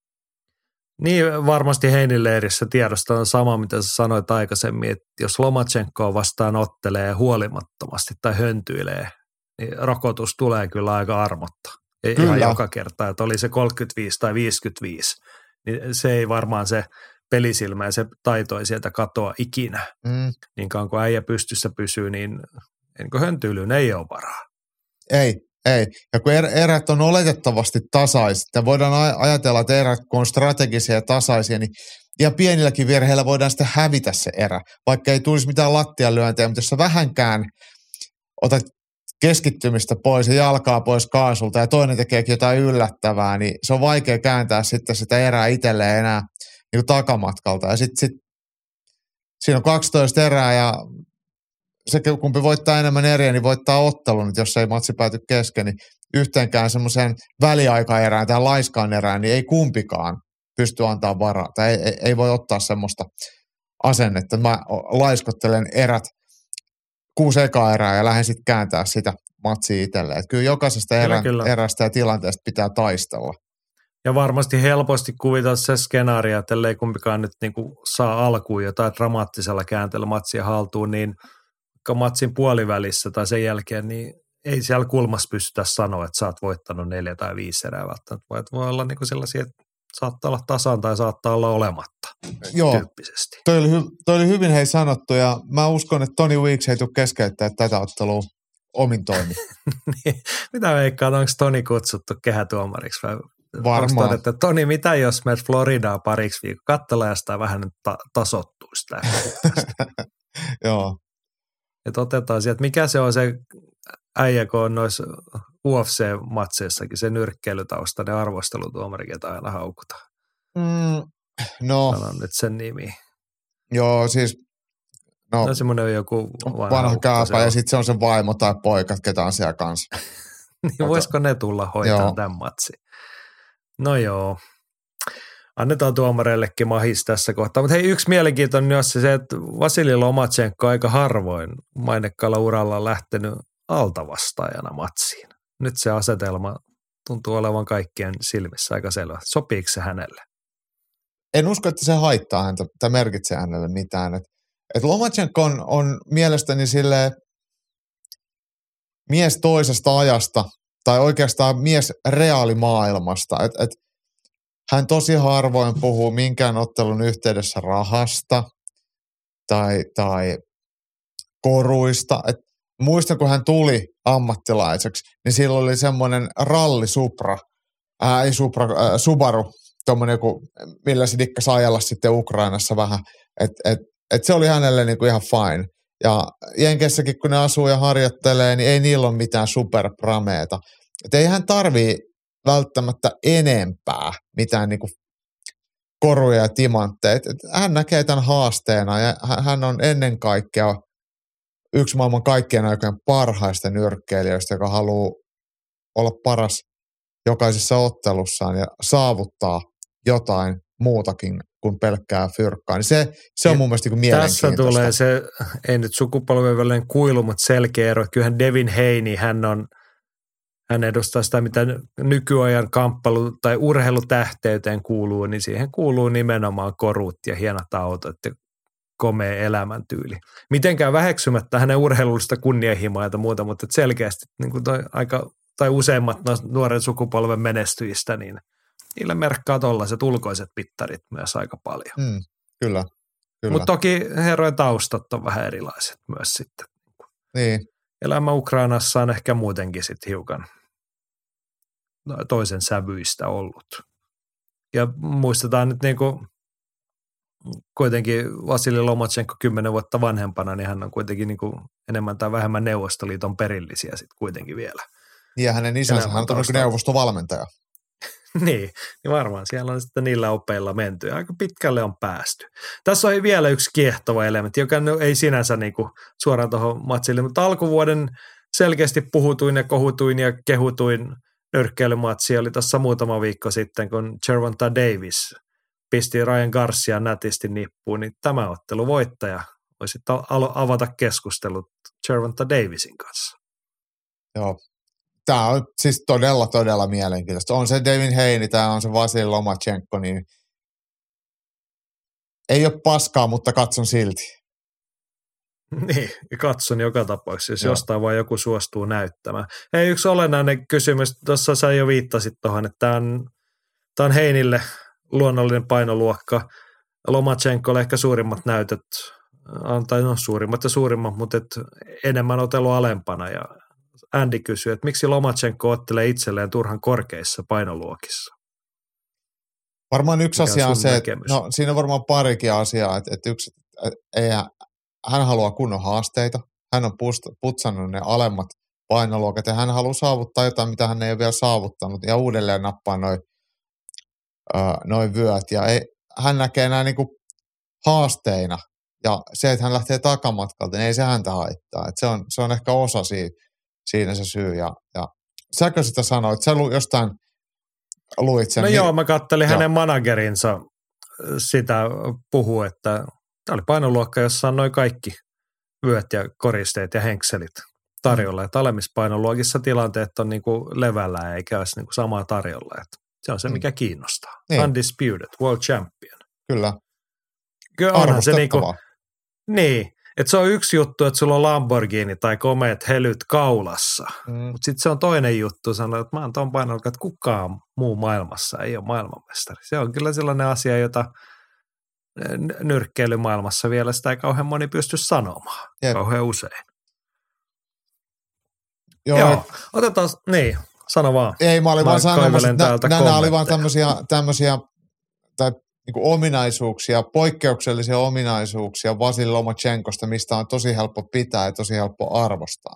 [SPEAKER 2] Niin varmasti Heinin leirissä tiedostaa sama, mitä sä sanoit aikaisemmin, että jos Lomachenkoa vastaan ottelee huolimattomasti tai höntyilee, niin rokotus tulee kyllä aika armotta. Kyllä. Ihan joka kerta, että oli se 35 tai 55, niin se ei varmaan se pelisilmä ja se taito ei sieltä katoa ikinä. Niin kauan kun äijä pystyssä pysyy, niin höntyilyyn ei ole varaa.
[SPEAKER 3] Ei. Ja kun erät on oletettavasti tasaisia, ja voidaan ajatella, että erät kun on strategisia ja tasaisia, niin ja pienilläkin virheillä voidaan sitten hävitä se erä, vaikka ei tulisi mitään lattianlyöntejä, mutta jos sä vähänkään otat keskittymistä pois ja jalkaa pois kaasulta ja toinen tekeekin jotain yllättävää, niin se on vaikea kääntää sitten sitä erää itselleen enää niin kuin takamatkalta. Ja sitten siinä on 12 erää ja se kumpi voittaa enemmän eriä, niin voittaa ottelun, että jos ei matsi pääty kesken, niin yhteenkään semmoiseen väliaikaerään tai laiskaan erään, niin ei kumpikaan pysty antaa varaa. Tai ei voi ottaa semmoista asennetta. Mä laiskottelen erät 6 ekaa erää ja lähden sitten kääntää sitä matsia itselleen. Että kyllä jokaisesta erästä ja tilanteesta pitää taistella.
[SPEAKER 2] Ja varmasti helposti kuvitella se skenaario, että ellei kumpikaan nyt niin kuin saa alkuun jotain dramaattisella käänteellä matsia haltuun, niin matsin puolivälissä tai sen jälkeen, niin ei siellä kulmassa pystytä sanoa, että sä oot voittanut 4 tai 5 erää välttämättä. Voi olla niin kuin sellaisia, että saattaa olla tasan tai saattaa olla olematta.
[SPEAKER 3] Joo,
[SPEAKER 2] tyyppisesti.
[SPEAKER 3] Toi oli hyvin hei sanottu ja mä uskon, että Tony Weeks ei tule keskeyttää tätä ottelua omin toimin.
[SPEAKER 2] Niin, mitä veikkaan, onko Toni kutsuttu kehätuomariksi vai
[SPEAKER 3] varmaan.
[SPEAKER 2] Onko että Toni, mitä jos menet Floridaan pariksi viikkoa? Katsella ja sitä vähän tasoittuisi.
[SPEAKER 3] Joo.
[SPEAKER 2] Että otetaan sieltä, mikä se on se äijä, kun on noissa UFC-matseissakin, se nyrkkeilytaustainen arvostelutuomari, ketä aina haukutaan.
[SPEAKER 3] No.
[SPEAKER 2] Sanon nyt sen nimi.
[SPEAKER 3] Joo, siis. No
[SPEAKER 2] semmoinen joku
[SPEAKER 3] vanha kääpä ja sitten se on se vaimo tai poika, ketä on siellä kanssa.
[SPEAKER 2] Niin voisiko ne tulla hoitaa tämän matsin? No joo. Annetaan tuomareillekin mahis tässä kohtaa. Mutta hei, yksi mielenkiintoinen myös se, että Vasili Lomachenko aika harvoin mainekkaalla uralla on lähtenyt altavastaajana matsiin. Nyt se asetelma tuntuu olevan kaikkien silmissä aika selvä. Sopiiko se hänelle?
[SPEAKER 3] En usko, että se haittaa häntä tai merkitsee hänelle mitään. Että Lomachenko on mielestäni silleen mies toisesta ajasta tai oikeastaan mies reaalimaailmasta. Että hän tosi harvoin puhuu minkään ottelun yhteydessä rahasta tai koruista. Et muistan, kun hän tuli ammattilaiseksi, niin silloin oli semmoinen ralli Subaru, tuommoinen joku, millä se dikkasi ajalla sitten Ukrainassa vähän. Et se oli hänelle niinku ihan fine. Ja Jenkeissäkin, kun ne asuu ja harjoittelee, niin ei niillä ole mitään superprameeta. Et ei hän tarvii välttämättä enempää mitään niinku koruja ja timantteja. Hän näkee tämän haasteena ja hän on ennen kaikkea yksi maailman kaikkien aikojen parhaista nyrkkeilijöistä, joka haluaa olla paras jokaisessa ottelussaan ja saavuttaa jotain muutakin kuin pelkkää fyrkkaa. Niin se on mun mielestä mielenkiintoista.
[SPEAKER 2] Tässä tulee se, ei nyt sukupolven välinen kuilu, mutta selkeä ero. Kyllähän Devin Haney, hän edustaa sitä, mitä nykyajan kamppailu- tai urheilutähteyteen kuuluu, niin siihen kuuluu nimenomaan korut ja hienot autot ja komea elämäntyyli. Mitenkään väheksymättä hänen urheilullista kunnianhimoa ja muuta, mutta selkeästi niin kuin tai useimmat nuoren sukupolven menestyjistä, niin niillä merkkaa tollaiset ulkoiset mittarit myös aika paljon.
[SPEAKER 3] Kyllä.
[SPEAKER 2] Mutta toki herrojen taustat on vähän erilaiset myös sitten.
[SPEAKER 3] Niin.
[SPEAKER 2] Elämä Ukrainassa on ehkä muutenkin sitten hiukan toisen sävyistä ollut. Ja muistetaan nyt niinku kuitenkin Vasili Lomachenko 10 vuotta vanhempana, niin hän on kuitenkin niinku enemmän tai vähemmän Neuvostoliiton perillisiä sitten kuitenkin vielä.
[SPEAKER 3] Ja hänen isänsä hän on neuvostovalmentaja.
[SPEAKER 2] niin varmaan siellä on sitten niillä opeilla menty ja aika pitkälle on päästy. Tässä on vielä yksi kiehtova elementti, joka ei sinänsä niinku suoraan tuohon matsille, mutta alkuvuoden selkeästi puhutuin ja kohutuin ja kehutuin nyrkkeilymatsi oli tuossa muutama viikko sitten, kun Gervonta Davis pisti Ryan Garcia nätisti nippuun, niin tämä ottelu voittaja voisi avata keskustelut Gervonta Davisin kanssa.
[SPEAKER 3] Joo. Tämä on siis todella mielenkiintoista. On se Devin Haney, tämä on se Vasili Lomachenko, niin ei ole paskaa, mutta katson silti.
[SPEAKER 2] Niin, katson joka tapauksessa, jos jostain vaan joku suostuu näyttämään. Ei, yksi olennainen kysymys, tuossa sä jo viittasit tuohon, että tämä on Haneylle luonnollinen painoluokka. Lomachenkolle ehkä suurimmat näytöt, tai suurimmat, mutta enemmän otelu alempana. Ja Andy kysyy, että miksi Lomachenko ottelee itselleen turhan korkeissa painoluokissa?
[SPEAKER 3] Varmaan yksi asia on se, että siinä on varmaan parikin asiaa, että yksi, hän haluaa kunnon haasteita, hän on putsannut ne alemmat painoluokat ja hän haluaa saavuttaa jotain, mitä hän ei ole vielä saavuttanut ja uudelleen nappaa noi vyöt ja hän näkee nämä niinku haasteina ja se, että hän lähtee takamatkalta, niin ei se häntä haittaa. Että se on ehkä osa siinä se syy ja säkö sitä sanoit, sä jostain luit sen.
[SPEAKER 2] No joo, mä kattelin hänen managerinsa sitä puhua, että tämä oli painoluokka, jossa on noin kaikki vyöt ja koristeet ja henkselit tarjolla. Että alemmissa painoluokissa tilanteet on niinku levällä eikä olisi niinku samaa tarjolla. Että se on se, mikä kiinnostaa. Niin. Undisputed, world champion.
[SPEAKER 3] Kyllä.
[SPEAKER 2] Onhan se niinku, niin, että se on yksi juttu, että sulla on Lamborghini tai komeet helyt kaulassa. Mutta sitten se on toinen juttu sanoa, että mä oon ton painoluokka, että kukaan muu maailmassa ei ole maailmanmestari. Se on kyllä sellainen asia, jota nyrkkeilymaailmassa vielä sitä ei kauhean moni pysty sanomaan. Kauhean usein. Joo. Otetaan, niin, sano vaan.
[SPEAKER 3] Ei, mä olin vaan sanomassa, että nämä oli vaan tämmöisiä tai niinku ominaisuuksia, poikkeuksellisia ominaisuuksia Vasili Lomachenkosta, mistä on tosi helppo pitää ja tosi helppo arvostaa.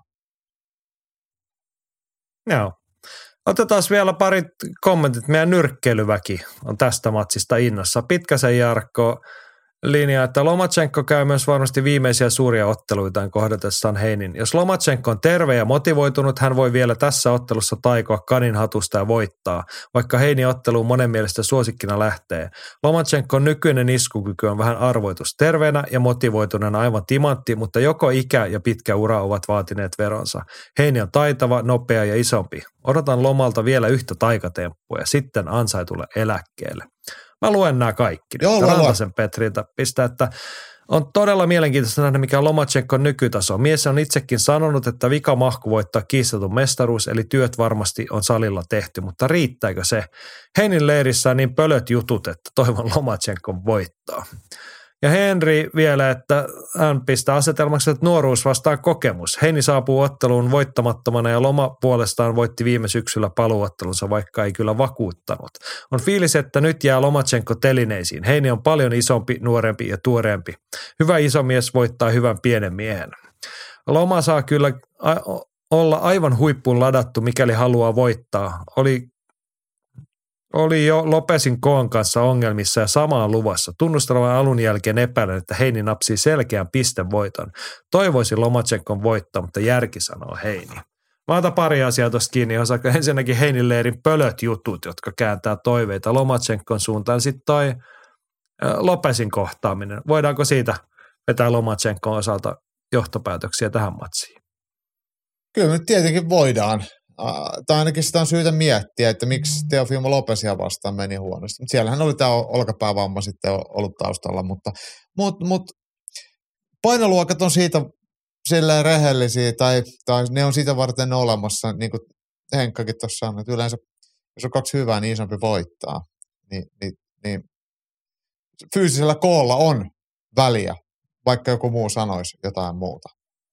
[SPEAKER 2] Joo. Otetaan vielä parit kommentit. Meidän nyrkkeilyväki on tästä matsista innossa. Pitkäsen Jarkko linjaa, että Lomachenko käy myös varmasti viimeisiä suuria otteluitaan kohdatessaan Heinin. Jos Lomachenko on terve ja motivoitunut, hän voi vielä tässä ottelussa taikoa kanin hatusta ja voittaa, vaikka Heinin otteluun monen mielestä suosikkina lähtee. Lomachenkon nykyinen iskukyky on vähän arvoitus. Terveenä ja motivoituneena aivan timantti, mutta joko ikä ja pitkä ura ovat vaatineet veronsa. Heini on taitava, nopea ja isompi. Odotan Lomalta vielä yhtä taikatemppua ja sitten ansaitulle eläkkeelle. Mä luen nämä kaikki. Rantasen Petriltä pistää, että on todella mielenkiintoista nähdä, mikä on Lomachenkon nykytaso. Mies on itsekin sanonut, että vikamahku voittaa kiistetun mestaruus, eli työt varmasti on salilla tehty, mutta riittääkö se? Heinin leirissä on niin pölöt jutut, että toivon Lomachenkon voittaa. Ja Henri vielä, että hän pistää asetelmaksi, että nuoruus vastaa kokemus. Heini saapuu otteluun voittamattomana ja Loma puolestaan voitti viime syksyllä paluuottelunsa, vaikka ei kyllä vakuuttanut. On fiilis, että nyt jää Lomachenko telineisiin. Heini on paljon isompi, nuorempi ja tuoreempi. Hyvä iso mies voittaa hyvän pienen miehen. Loma saa kyllä olla aivan huippuun ladattu, mikäli haluaa voittaa. Oli jo Lopesin koon kanssa ongelmissa ja samaan luvassa. Tunnustelevan alun jälkeen epäilen, että Heini napsii selkeän pistevoiton. Toivoisin Lomachenkon voittaa, mutta järki sanoo Heini. Mä otan pari asiaa tuosta kiinni. Ensinnäkin Heinin leirin pölöt jutut, jotka kääntää toiveita Lomachenkon suuntaan. Sitten toi Lopesin kohtaaminen. Voidaanko siitä vetää Lomachenkon osalta johtopäätöksiä tähän matsiin?
[SPEAKER 3] Kyllä nyt tietenkin voidaan. Tai ainakin sitä on syytä miettiä, että miksi Teofimo Lopesia vastaan meni huonosti. Mutta siellähän oli tämä olkapäävamma sitten ollut taustalla, mutta painoluokat on siitä silleen rehellisiä tai ne on siitä varten olemassa, niin kuin Henkkakin tuossa sanoi, että yleensä jos on kaksi hyvää, niin isompi voittaa. Niin fyysisellä koolla on väliä, vaikka joku muu sanoisi jotain muuta.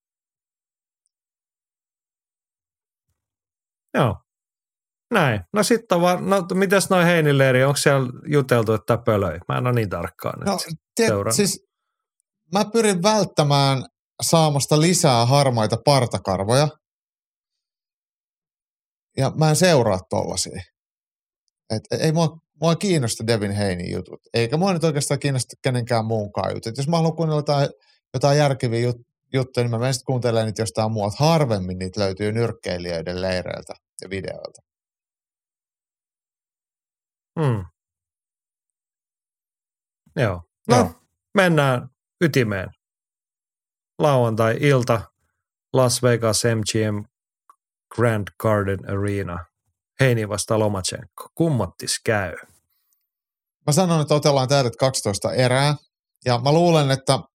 [SPEAKER 2] Joo. Näin. No sitten mitäs noi Heinileiri, onko siellä juteltu, että pölöi? Mä en ole niin tarkkaan nyt seurannut.
[SPEAKER 3] Siis mä pyrin välttämään saamasta lisää harmaita partakarvoja. Ja mä en seuraa tollasia. Ei mua kiinnosta Devin Haney jutut. Eikä mua nyt oikeastaan kiinnosta kenenkään muunkaan jutut. Et jos mä haluan kuunnella jotain järkeviä juttuja, niin mä menen sitten kuuntelemaan niitä jostain muualta. Harvemmin niitä löytyy nyrkkeilijöiden leireiltä ja videoilta.
[SPEAKER 2] Joo. No, mennään ytimeen. Lauantai-ilta, Las Vegas MGM Grand Garden Arena. Heini vastaan Lomachenko. Kummottis käy?
[SPEAKER 3] Mä sanon, että otellaan täydet 12 erää. Ja mä luulen,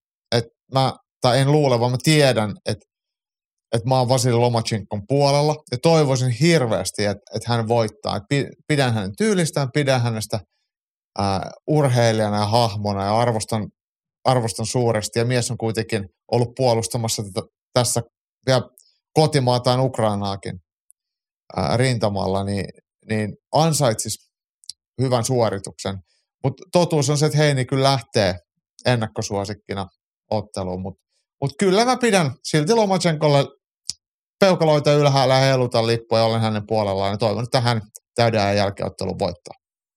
[SPEAKER 3] en luule, vaan mä tiedän, että mä oon Vasili Lomachenkon puolella. Ja toivoisin hirveästi, että hän voittaa. Et pidän hänen tyylistään, pidän hänestä urheilijana ja hahmona ja arvostan suuresti. Ja mies on kuitenkin ollut puolustamassa tässä vielä kotimaataan Ukrainaakin rintamalla, niin ansaitsisi hyvän suorituksen. Mutta totuus on se, että Heini kyllä lähtee ennakkosuosikkina otteluun. Mutta kyllä mä pidän silti Lomachenkolle peukaloita ylhäällä ja heilutan lippuja, olen hänen puolellaan. Ja toivon, että hän täyden ajan jälkeen ottelun voittaa.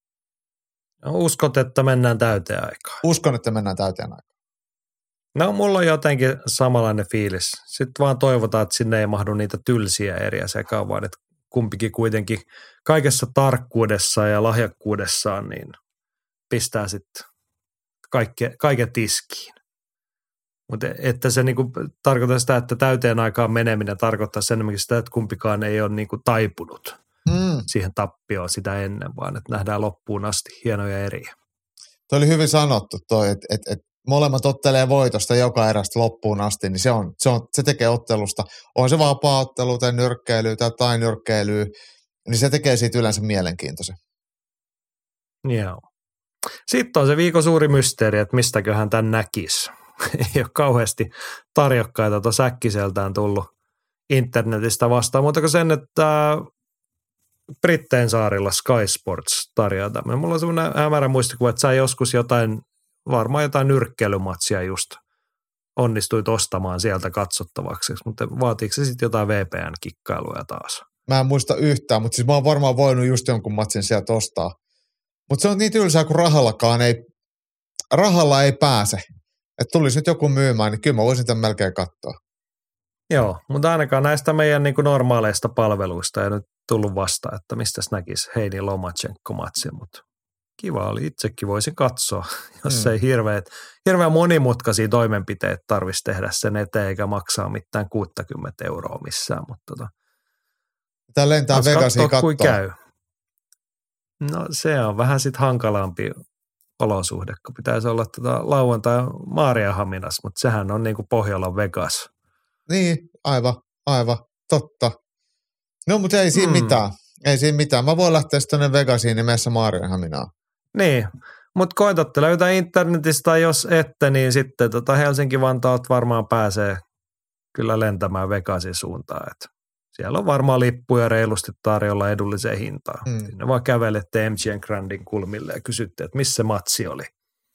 [SPEAKER 2] No, uskot, että mennään täyteen aikaan?
[SPEAKER 3] Uskon, että mennään täyteen aikaan.
[SPEAKER 2] No mulla on jotenkin samanlainen fiilis. Sitten vaan toivotaan, että sinne ei mahdu niitä tylsiä eriä sekaan, vaan että kumpikin kuitenkin kaikessa tarkkuudessaan ja lahjakkuudessaan niin pistää sitten kaiken tiskiin. Mutta että se niinku tarkoittaa sitä, että täyteen aikaan meneminen tarkoittaa sen enemmänkin sitä, että kumpikaan ei ole niinku taipunut siihen tappioon sitä ennen, vaan että nähdään loppuun asti hienoja eriä.
[SPEAKER 3] Tuo oli hyvin sanottu toi, että molemmat ottelee voitosta joka erästä loppuun asti, niin se tekee ottelusta. On se vapaa-ottelu tai nyrkkeilyä tai nyrkkeilyä, niin se tekee siitä yleensä mielenkiintoisen.
[SPEAKER 2] Joo. Sitten on se viikon suuri mysteeri, että mistäköhän tämän näkisi. Ei ole kauheasti tarjokkaita tuossa äkkiseltään tullut internetistä vastaan, mutta sen, että Brittein saarilla Sky Sports tarjoaa tämmöinen. Mulla on semmoinen hämärä muistikuva, että sä joskus varmaan jotain nyrkkeilymatsia just onnistuit ostamaan sieltä katsottavaksi, mutta vaatiiko se sitten jotain VPN-kikkailuja taas?
[SPEAKER 3] Mä en muista yhtään, mutta siis mä oon varmaan voinut just jonkun matsin sieltä ostaa. Mutta se on niin tylsää, kun rahalla ei pääse. Että tulisi nyt joku myymään, niin kyllä mä voisin tämän melkein katsoa.
[SPEAKER 2] Joo, mutta ainakaan näistä meidän niin kuin normaaleista palveluista ei nyt tullut vasta, että mistäs näkisi Heini Lomachenko-matsin, mutta kiva oli. Itsekin voisin katsoa, jos ei hirveän monimutkaisia toimenpiteitä tarvitsisi tehdä sen eteen, eikä maksaa mitään 60 € missään. Mutta
[SPEAKER 3] Tää lentää Vegasiin katsoa.
[SPEAKER 2] Käy. No se on vähän sitten hankalampi olosuhde, kun pitäisi olla lauantai Maarianhaminassa, mutta sehän on niin kuin Pohjolan Vegas.
[SPEAKER 3] Niin, aivan, totta. No, mutta ei siinä mitään. Ei siinä mitään. Mä voin lähteä sitten tuonne Vegasiin nimessä Maarianhaminaan.
[SPEAKER 2] Niin, mutta koetatte löytää internetistä, jos ette, niin sitten Helsinki-Vantaat varmaan pääsee kyllä lentämään Vegasin suuntaan. Et siellä on varmaan lippuja reilusti tarjolla edulliseen hintaan. Sinne vaan kävelette MGM Grandin kulmille ja kysytte, että missä se matsi oli.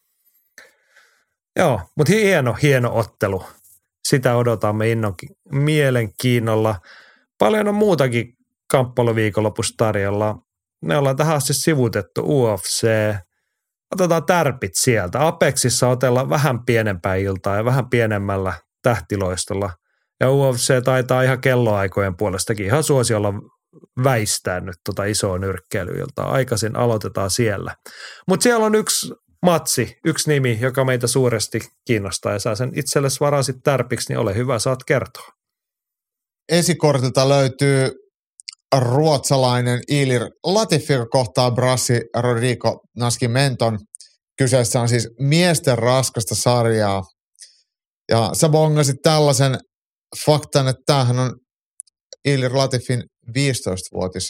[SPEAKER 2] Joo, mutta hieno ottelu. Sitä odotamme mielenkiinnolla. Paljon on muutakin kamppailuviikonlopussa tarjolla. Ne ollaan tähän asti sivutettu UFC. Otetaan tärpit sieltä. Apexissa otellaan vähän pienempää iltaa ja vähän pienemmällä tähtiloistolla. Ja UFC taitaa ihan kelloaikojen puolestakin ihan suosiolla väistää nyt isoa nyrkkeilyiltaa. Aikaisin aloitetaan siellä. Mutta siellä on yksi nimi, joka meitä suuresti kiinnostaa ja saa sen itsellesi varasit tärpiksi, niin ole hyvä, saat kertoa.
[SPEAKER 3] Esikortilta löytyy ruotsalainen Ilir Latifi, joka kohtaa Brassi Rodrigo Nascimenton. Kyseessä on siis miesten raskasta sarjaa. Ja sä bongasit tällaisen faktan, että tämähän on Ilir Latifin 15-vuotis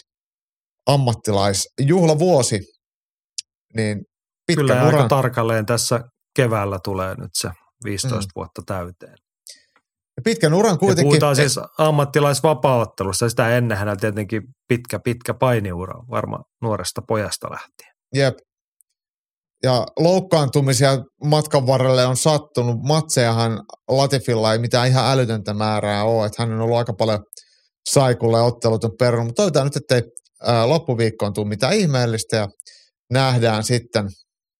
[SPEAKER 3] ammattilaisjuhlavuosi. Niin
[SPEAKER 2] kyllä aika tarkalleen tässä keväällä tulee nyt se 15 vuotta täyteen.
[SPEAKER 3] Ja pitkän uran kuitenkin.
[SPEAKER 2] Ja puhutaan siis ammattilaisvapaaottelusta. Sitä ennen hänellä tietenkin pitkä painiura, varmaan nuoresta pojasta lähtien.
[SPEAKER 3] Jep. Ja loukkaantumisia matkan varrelle on sattunut. Matsejahan Latifilla ei mitään ihan älytöntä määrää ole. Että hän on ollut aika paljon saikulla ja ottelut on perunut. Mutta toivotaan nyt, ettei loppuviikkoon tule mitään ihmeellistä. Ja nähdään sitten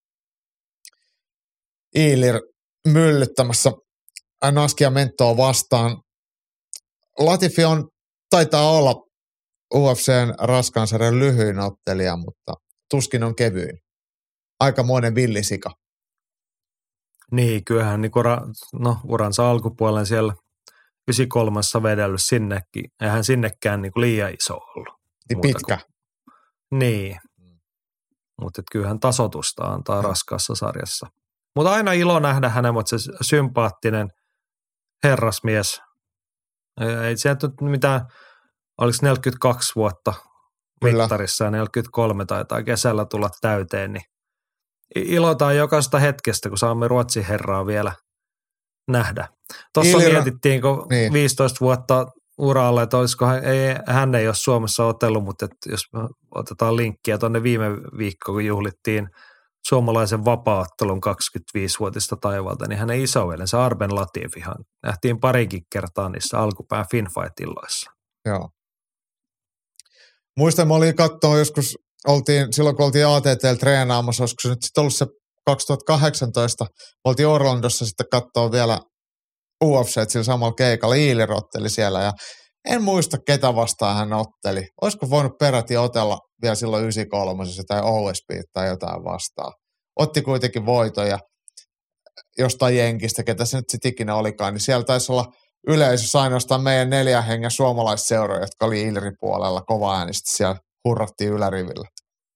[SPEAKER 3] Iilir myllyttämässä Naskia Mentoa vastaan. Latifi taitaa olla UFC:n raskaan sarjan lyhyin ottelija, mutta tuskin on kevyin. Aikamoinen villisika.
[SPEAKER 2] Niin, kyllähän niin uransa alkupuolella siellä 93 vedellyt sinnekin. Eihän sinnekään niin liian iso ollut.
[SPEAKER 3] Niin pitkä.
[SPEAKER 2] Niin, mutta kyllähän tasotusta antaa raskaassa sarjassa. Mutta aina ilo nähdä hänen, mutta se sympaattinen herrasmies. Ei sieltä nyt mitään, oliko 42 vuotta mittarissa ja 43 taitaa kesällä tulla täyteen, niin ilotaan jokaista hetkestä, kun saamme Ruotsin herraa vielä nähdä. Tuossa mietittiin, kun 15 vuotta uralla, että olisiko hän ei ole Suomessa otellut, mutta että jos otetaan linkkiä tuonne viime viikkoon, kun juhlittiin suomalaisen vapaa-ottelun 25-vuotista taivalta, niin hänen isovelensä Arben Latifihan nähtiin parikin kertaa niissä alkupään Finfight-illoissa.
[SPEAKER 3] Joo. Muistan, mä olin katsoa joskus, silloin kun oltiin ATT:llä treenaamassa, olisiko se nyt sitten ollut se 2018, oltiin Orlandossa sitten katsoa vielä UFC sillä samalla keikalla, Iilir otteli siellä ja en muista ketä vastaan hän otteli. Olisiko voinut peräti otella vielä silloin 93 tai OSP tai jotain vastaan. Otti kuitenkin voitoja jostain jenkistä, ketä se nyt sitten ikinä olikaan, niin siellä taisi olla yleisössä ainoastaan meidän 4 hengen suomalaisseuroja, jotka oli Iilirin puolella kova äänistä. Siellä hurrattiin ylärivillä.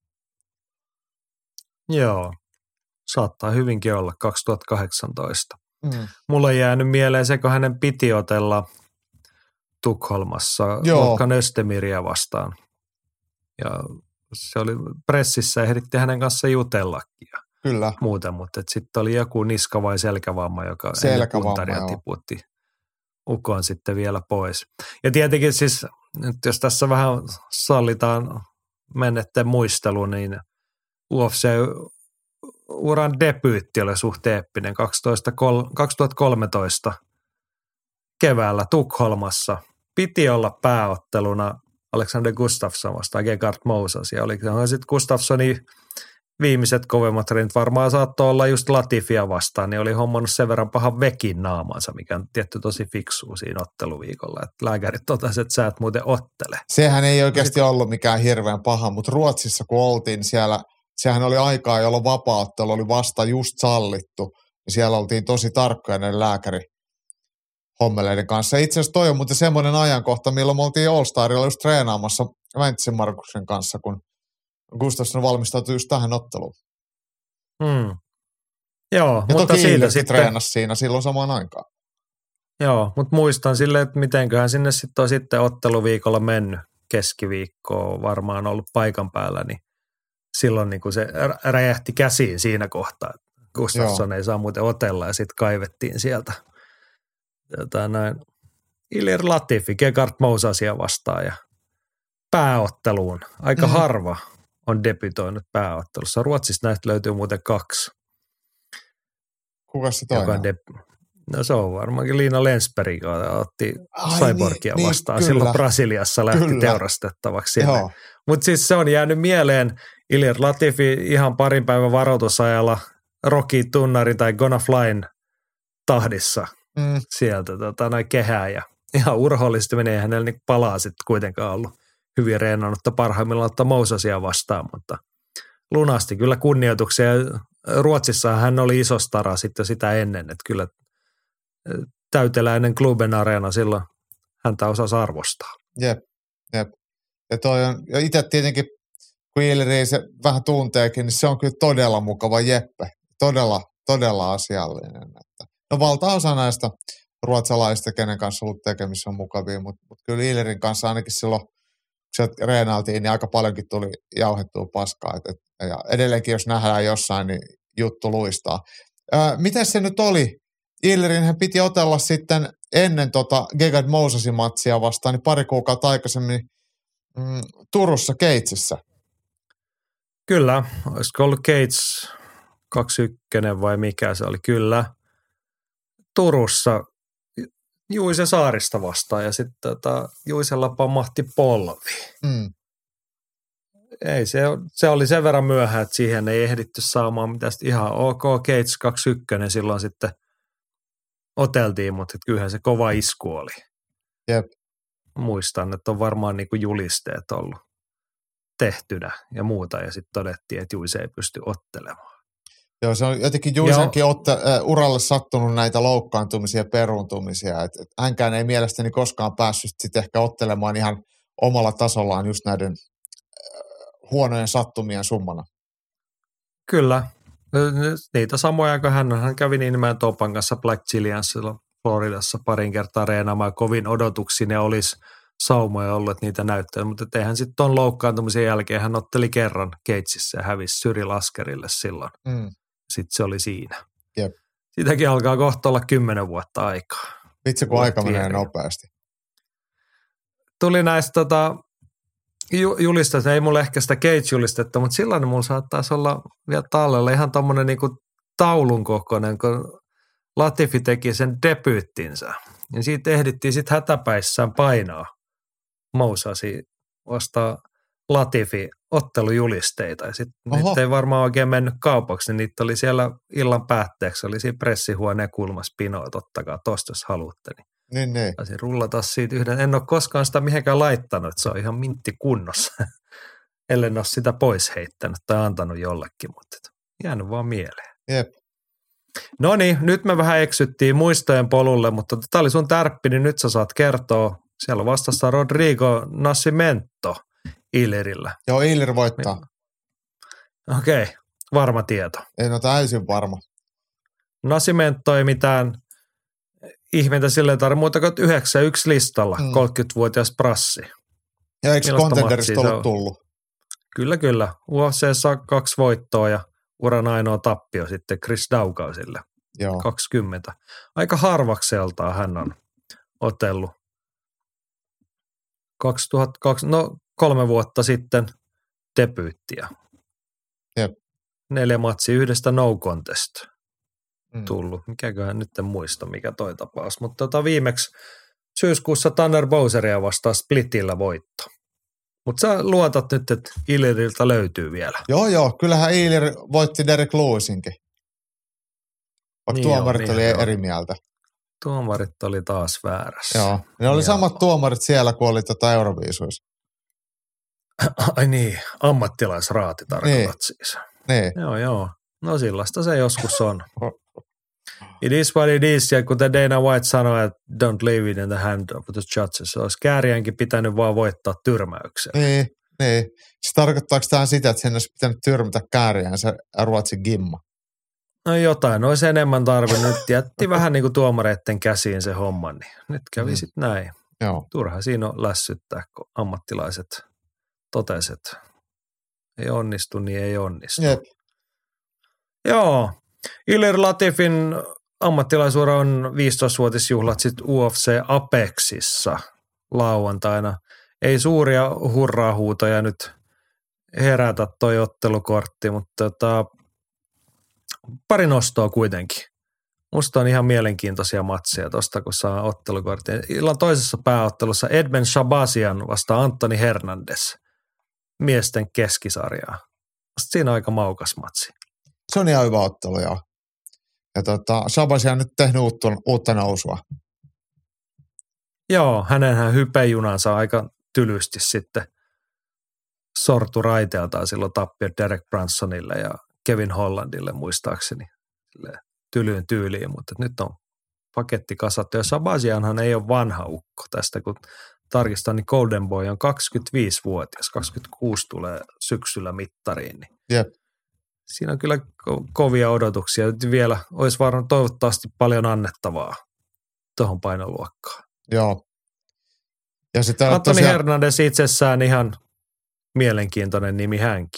[SPEAKER 2] Joo, saattaa hyvinkin olla 2018. Mulla on jäänyt mieleen se, kun hänen piti otella Tukholmassa Volkan Östemiriä vastaan. Ja se oli pressissä, ehditti hänen kanssa jutellakin.
[SPEAKER 3] Kyllä.
[SPEAKER 2] Muuten, mutta sitten oli joku niska- vai selkävamma, joka ennen puntaria tiputti ukon sitten vielä pois. Ja tietenkin siis, nyt jos tässä vähän sallitaan mennetten muistelu, niin UFC-uran debyytti oli suht eeppinen 2013 keväällä Tukholmassa. Piti olla pääotteluna Alexander Gustafsson vastaan Gegard Mousasi. Ja oliko sitten Gustafssonin viimeiset kovemmat rint varmaan saattoi olla just Latifia vastaan, niin oli hommannut sen verran pahan vekin naamansa, mikä on tietty tosi fiksua siinä otteluviikolla. Että lääkärit totesivat, että sä et muuten ottele.
[SPEAKER 3] Sehän ei oikeasti ollut mikään hirveän paha, mutta Ruotsissa kun oltiin siellä, sehän oli aikaa, jolloin vapaaottelu oli vasta just sallittu. Ja siellä oltiin tosi tarkkoja näiden lääkärihommeleiden kanssa. Itse asiassa toi on muuten semmoinen ajankohta, milloin me oltiin All-Starilla just treenaamassa Väntisen Markuksen kanssa, kun Gustafsson valmistautui just tähän otteluun.
[SPEAKER 2] Joo,
[SPEAKER 3] ja
[SPEAKER 2] mutta
[SPEAKER 3] toki
[SPEAKER 2] siitä
[SPEAKER 3] sitten treenasi siinä silloin samaan aikaan.
[SPEAKER 2] Joo, mutta muistan silleen, että mitenköhän sinne sitten on sitten otteluviikolla mennyt keskiviikkoon varmaan ollut paikan päällä, niin silloin niin kuin se räjähti käsiin siinä kohtaa. Gustafsson ei saa muuten otella ja sitten kaivettiin sieltä Ilir Latifi, Gegard Mousasia vastaan ja pääotteluun. Aika harva on debytoinut pääottelussa. Ruotsista näistä löytyy muuten 2.
[SPEAKER 3] Kuka se toinen?
[SPEAKER 2] No se on varmaankin Liina Lensberg, joka otti Cyborgia vastaan.
[SPEAKER 3] Kyllä.
[SPEAKER 2] Silloin Brasiliassa lähti teurastettavaksi sinne. Mutta siis se on jäänyt mieleen Ilir Latifi ihan parin päivän varoitusajalla Rocky Tunnari tai Gonna Flyn tahdissa sieltä kehää. Ja ihan urhoollisesti menee, hänellä niin palaa sitten kuitenkaan ollut hyvin reenannutta parhaimmillaan ottaa Mousasia vastaan, mutta lunasti kyllä kunnioituksia. Ruotsissa hän oli iso stara sitten sitä ennen, että kyllä täyteläinen Kluben Areena silloin häntä osasi arvostaa.
[SPEAKER 3] Jep. Ja toi on, ja itse tietenkin, kun Iiliri se vähän tunteekin, niin se on kyllä todella mukava jeppe. Todella asiallinen. No valtaosa näistä ruotsalaisista, kenen kanssa on ollut tekemissä, on mukavia, mutta kyllä Iilirin kanssa ainakin silloin, kun sieltä reenailtiin, niin aika paljonkin tuli jauhettua paskaa. Ja edelleenkin, jos nähdään jossain, niin juttu luistaa. Miten se nyt oli? Illerinhän piti otella sitten ennen Gegard Mousesin matsia vastaan, niin pari kuukautta aikaisemmin Turussa Keitsissä.
[SPEAKER 2] Kyllä, olisiko ollut Keits 21 vai mikä se oli? Kyllä. Turussa Juise Saarista vastaan ja sitten Juisella pamahti polvi. Ei, se oli sen verran myöhään, että siihen ei ehditty saamaan mitään ihan ok. Keits 21 silloin sitten oteltiin, mutta kyllähän se kova isku oli.
[SPEAKER 3] Jep.
[SPEAKER 2] Muistan, että on varmaan niin kuin julisteet ollut tehtynä ja muuta ja sitten todettiin, että Juise ei pysty ottelemaan.
[SPEAKER 3] Joo, se on jotenkin Juisenkin uralle sattunut näitä loukkaantumisia ja peruuntumisia. Et hänkään ei mielestäni koskaan päässyt sitten ehkä ottelemaan ihan omalla tasollaan just näiden huonojen sattumien summana.
[SPEAKER 2] Kyllä. Niitä samoja kuin hän kävi nimenomaan Topan kanssa Black Chiliansilla Floridassa parin kertaa reenaamaan. Kovin odotuksin ja olisi saumoja ollut niitä näyttöjä, mutta eihän sitten tuon loukkaantumisen jälkeen hän otteli kerran Keitsissä ja hävisi Syri Laskerille silloin. Sitten se oli siinä.
[SPEAKER 3] Jep.
[SPEAKER 2] Siitäkin alkaa kohta olla 10 vuotta aikaa.
[SPEAKER 3] Vitsi, kun aika menee nopeasti.
[SPEAKER 2] Tuli näistä julistetta, ei mulle ehkä sitä Cage-julistetta, mutta silloin mulla saattaisi olla vielä tallella ihan tommonen niinku taulun kokoinen, kun Latifi teki sen debyyttinsä. Ja siitä ehdittiin sitten hätäpäissään painaa Mousasi vastaan Latifi ottelujulisteita. Ja sitten niitä ei varmaan oikein mennyt kaupaksi, niin niitä oli siellä illan päätteeksi, oli siinä pressihuoneen kulmassa pinoa, että ottakaa tosta jos haluatte.
[SPEAKER 3] Niin.
[SPEAKER 2] Taisin rullata siitä yhden. En ole koskaan sitä mihinkään laittanut, että se on ihan mintti kunnossa. Ellen ole sitä pois heittänyt tai antanut jollekin, mutta jäänyt vaan mieleen.
[SPEAKER 3] Jep.
[SPEAKER 2] No niin, nyt me vähän eksyttiin muistojen polulle, mutta tämä oli sun tärppi, niin nyt sä saat kertoa. Siellä on vastassa Rodrigo Nascimento Illerillä.
[SPEAKER 3] Joo, Iller voittaa.
[SPEAKER 2] Okei, varma tieto.
[SPEAKER 3] En ole täysin varma.
[SPEAKER 2] Nascimento ei mitään ihmeitä silleen tarvitse muuta kuin 9-1 listalla, 30-vuotias prassi.
[SPEAKER 3] Ja eikö Contenderista ollut tullut?
[SPEAKER 2] Kyllä. UFC:ssa 2 voittoa ja uran ainoa tappio sitten Chris Daukausille.
[SPEAKER 3] Joo.
[SPEAKER 2] 20. Aika harvakseltaan hän on otellut. 3 vuotta sitten debyyttiä.
[SPEAKER 3] Jep.
[SPEAKER 2] 4 matsia yhdestä no contest tullut. Mikäköhän nyt en muista, mikä toi tapaus. Mutta viimeksi syyskuussa Tanner Bowseria vastaan splitillä voitto. Mutta sä luotat nyt, että Illeriltä löytyy vielä.
[SPEAKER 3] Joo. Kyllähän Iller voitti Derek Lewisinkin. Vaikka tuomarit oli eri mieltä.
[SPEAKER 2] Tuomarit oli taas väärässä.
[SPEAKER 3] Joo. Ne oli samat tuomarit siellä, kun oli Euroviisuissa.
[SPEAKER 2] Ai niin, ammattilaisraati tarkoitat siis.
[SPEAKER 3] Niin.
[SPEAKER 2] Joo. No sellaista se joskus on. It is what it is, ja kuten Dana White sanoi, että don't leave it in the hand of the judges. Olisi kääriänkin pitänyt vaan voittaa tyrmäyksen.
[SPEAKER 3] Niin. Se tarkoittaako tämä sitä, että sen olisi pitänyt tyrmätä kääriään se Ruotsin Gimma?
[SPEAKER 2] No jotain, olisi enemmän tarvinnut. Nyt jätti vähän niin kuin tuomareiden käsiin se homma, niin nyt kävi sitten näin.
[SPEAKER 3] Joo.
[SPEAKER 2] Turha siinä on lässyttää, kun ammattilaiset toteset, ei onnistu, niin ei onnistu.
[SPEAKER 3] Jep.
[SPEAKER 2] Joo, Ilir Latifin ammattilaisuura on 15-vuotisjuhlat sitten UFC Apexissa lauantaina. Ei suuria hurraahuutoja nyt herätä toi ottelukortti, mutta pari nostoa kuitenkin. Musta on ihan mielenkiintoisia matseja tosta, kun saa ottelukortin. Illan toisessa pääottelussa Edmen Shabazian vastaan Anthony Hernandez miesten keskisarjaa. Siinä on aika maukas matsi.
[SPEAKER 3] Se on ihan hyvä ottelu, joo. Ja Shabazian on nyt tehnyt uutta nousua.
[SPEAKER 2] Joo, hänenhän hypejunansa aika tylysti sitten sortu raiteeltaan silloin tappio Derek Brunsonille ja Kevin Hollandille muistaakseni tylyyn tyyliin, mutta nyt on paketti kasattu. Ja Shabazianhan ei ole vanha ukko tästä, kun tarkistan, niin Golden Boy on 25-vuotias, 26 tulee syksyllä mittariin. Niin
[SPEAKER 3] Jep.
[SPEAKER 2] Siinä on kyllä kovia odotuksia. Nyt vielä olisi varmaan toivottavasti paljon annettavaa tuohon painoluokkaan.
[SPEAKER 3] Joo. Ja sitä
[SPEAKER 2] Anthony Hernandez itsessään ihan mielenkiintoinen nimi hänkin kyllä.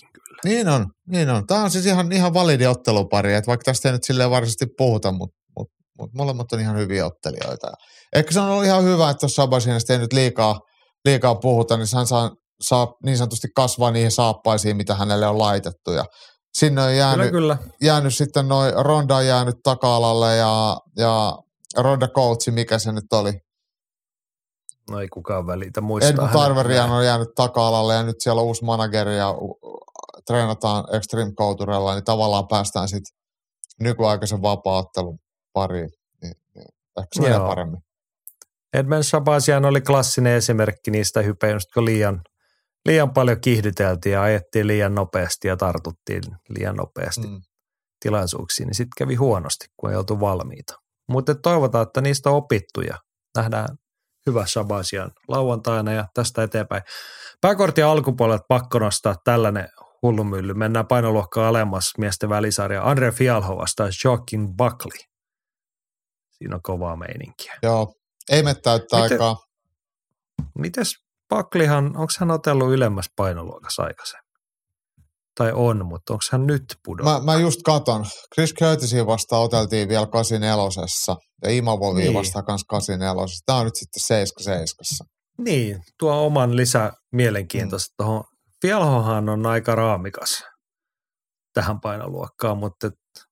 [SPEAKER 3] Niin on. Tämä on siis ihan validi ottelupari, että vaikka tästä ei nyt silleen varsinaisesti puhuta, mutta molemmat on ihan hyviä ottelijoita. Ehkä se on ollut ihan hyvä, että tuossa Sabasinasta ei nyt liikaa puhuta, niin hän saa niin sanotusti kasvaa niihin saappaisiin, mitä hänelle on laitettu. Ja sinne on jäänyt sitten Ronda on jäänyt taka-alalle ja Ronda Coachi, mikä se nyt oli?
[SPEAKER 2] No ei kukaan välitä muistaa.
[SPEAKER 3] Edmund Tarverian on jäänyt taka-alalle ja nyt siellä on uusi manageri ja treenataan Extreme Couturella, niin tavallaan päästään sitten nykyaikaisen vapaa-ottelun pariin. Niin ehkä se on paremmin.
[SPEAKER 2] Edmund Shabazian oli klassinen esimerkki niistä hypeistä, kun liian paljon kiihdyteltiin ja ajettiin liian nopeasti ja tartuttiin liian nopeasti tilaisuuksiin, niin sitten kävi huonosti, kun ei oltu valmiita. Mutta toivotaan, että niistä on opittu ja nähdään hyvä Shabazian lauantaina ja tästä eteenpäin. Pääkortin alkupuolelta pakko nostaa tällainen hullumylly. Mennään painoluokkaan alemmas miesten välisarja. Andre Fialho vastaa Joaquin Buckley. Siinä on kovaa meininkiä.
[SPEAKER 3] Joo, ei mene täyttä aikaa.
[SPEAKER 2] Mites Buckleyhan, onko hän otellut ylemmässä painoluokassa aikaisemmin? Tai on, mutta onko hän nyt pudonnut?
[SPEAKER 3] Mä just katon. Chris Curtisia vastaan oteltiin vielä 84. Ja Imamovia vastaan kanssa 84. Tämä on nyt sitten 7-7.
[SPEAKER 2] Niin, tuo oman lisämielenkiintoista tuohon. Fialhohan on aika raamikas tähän painoluokkaan, mutta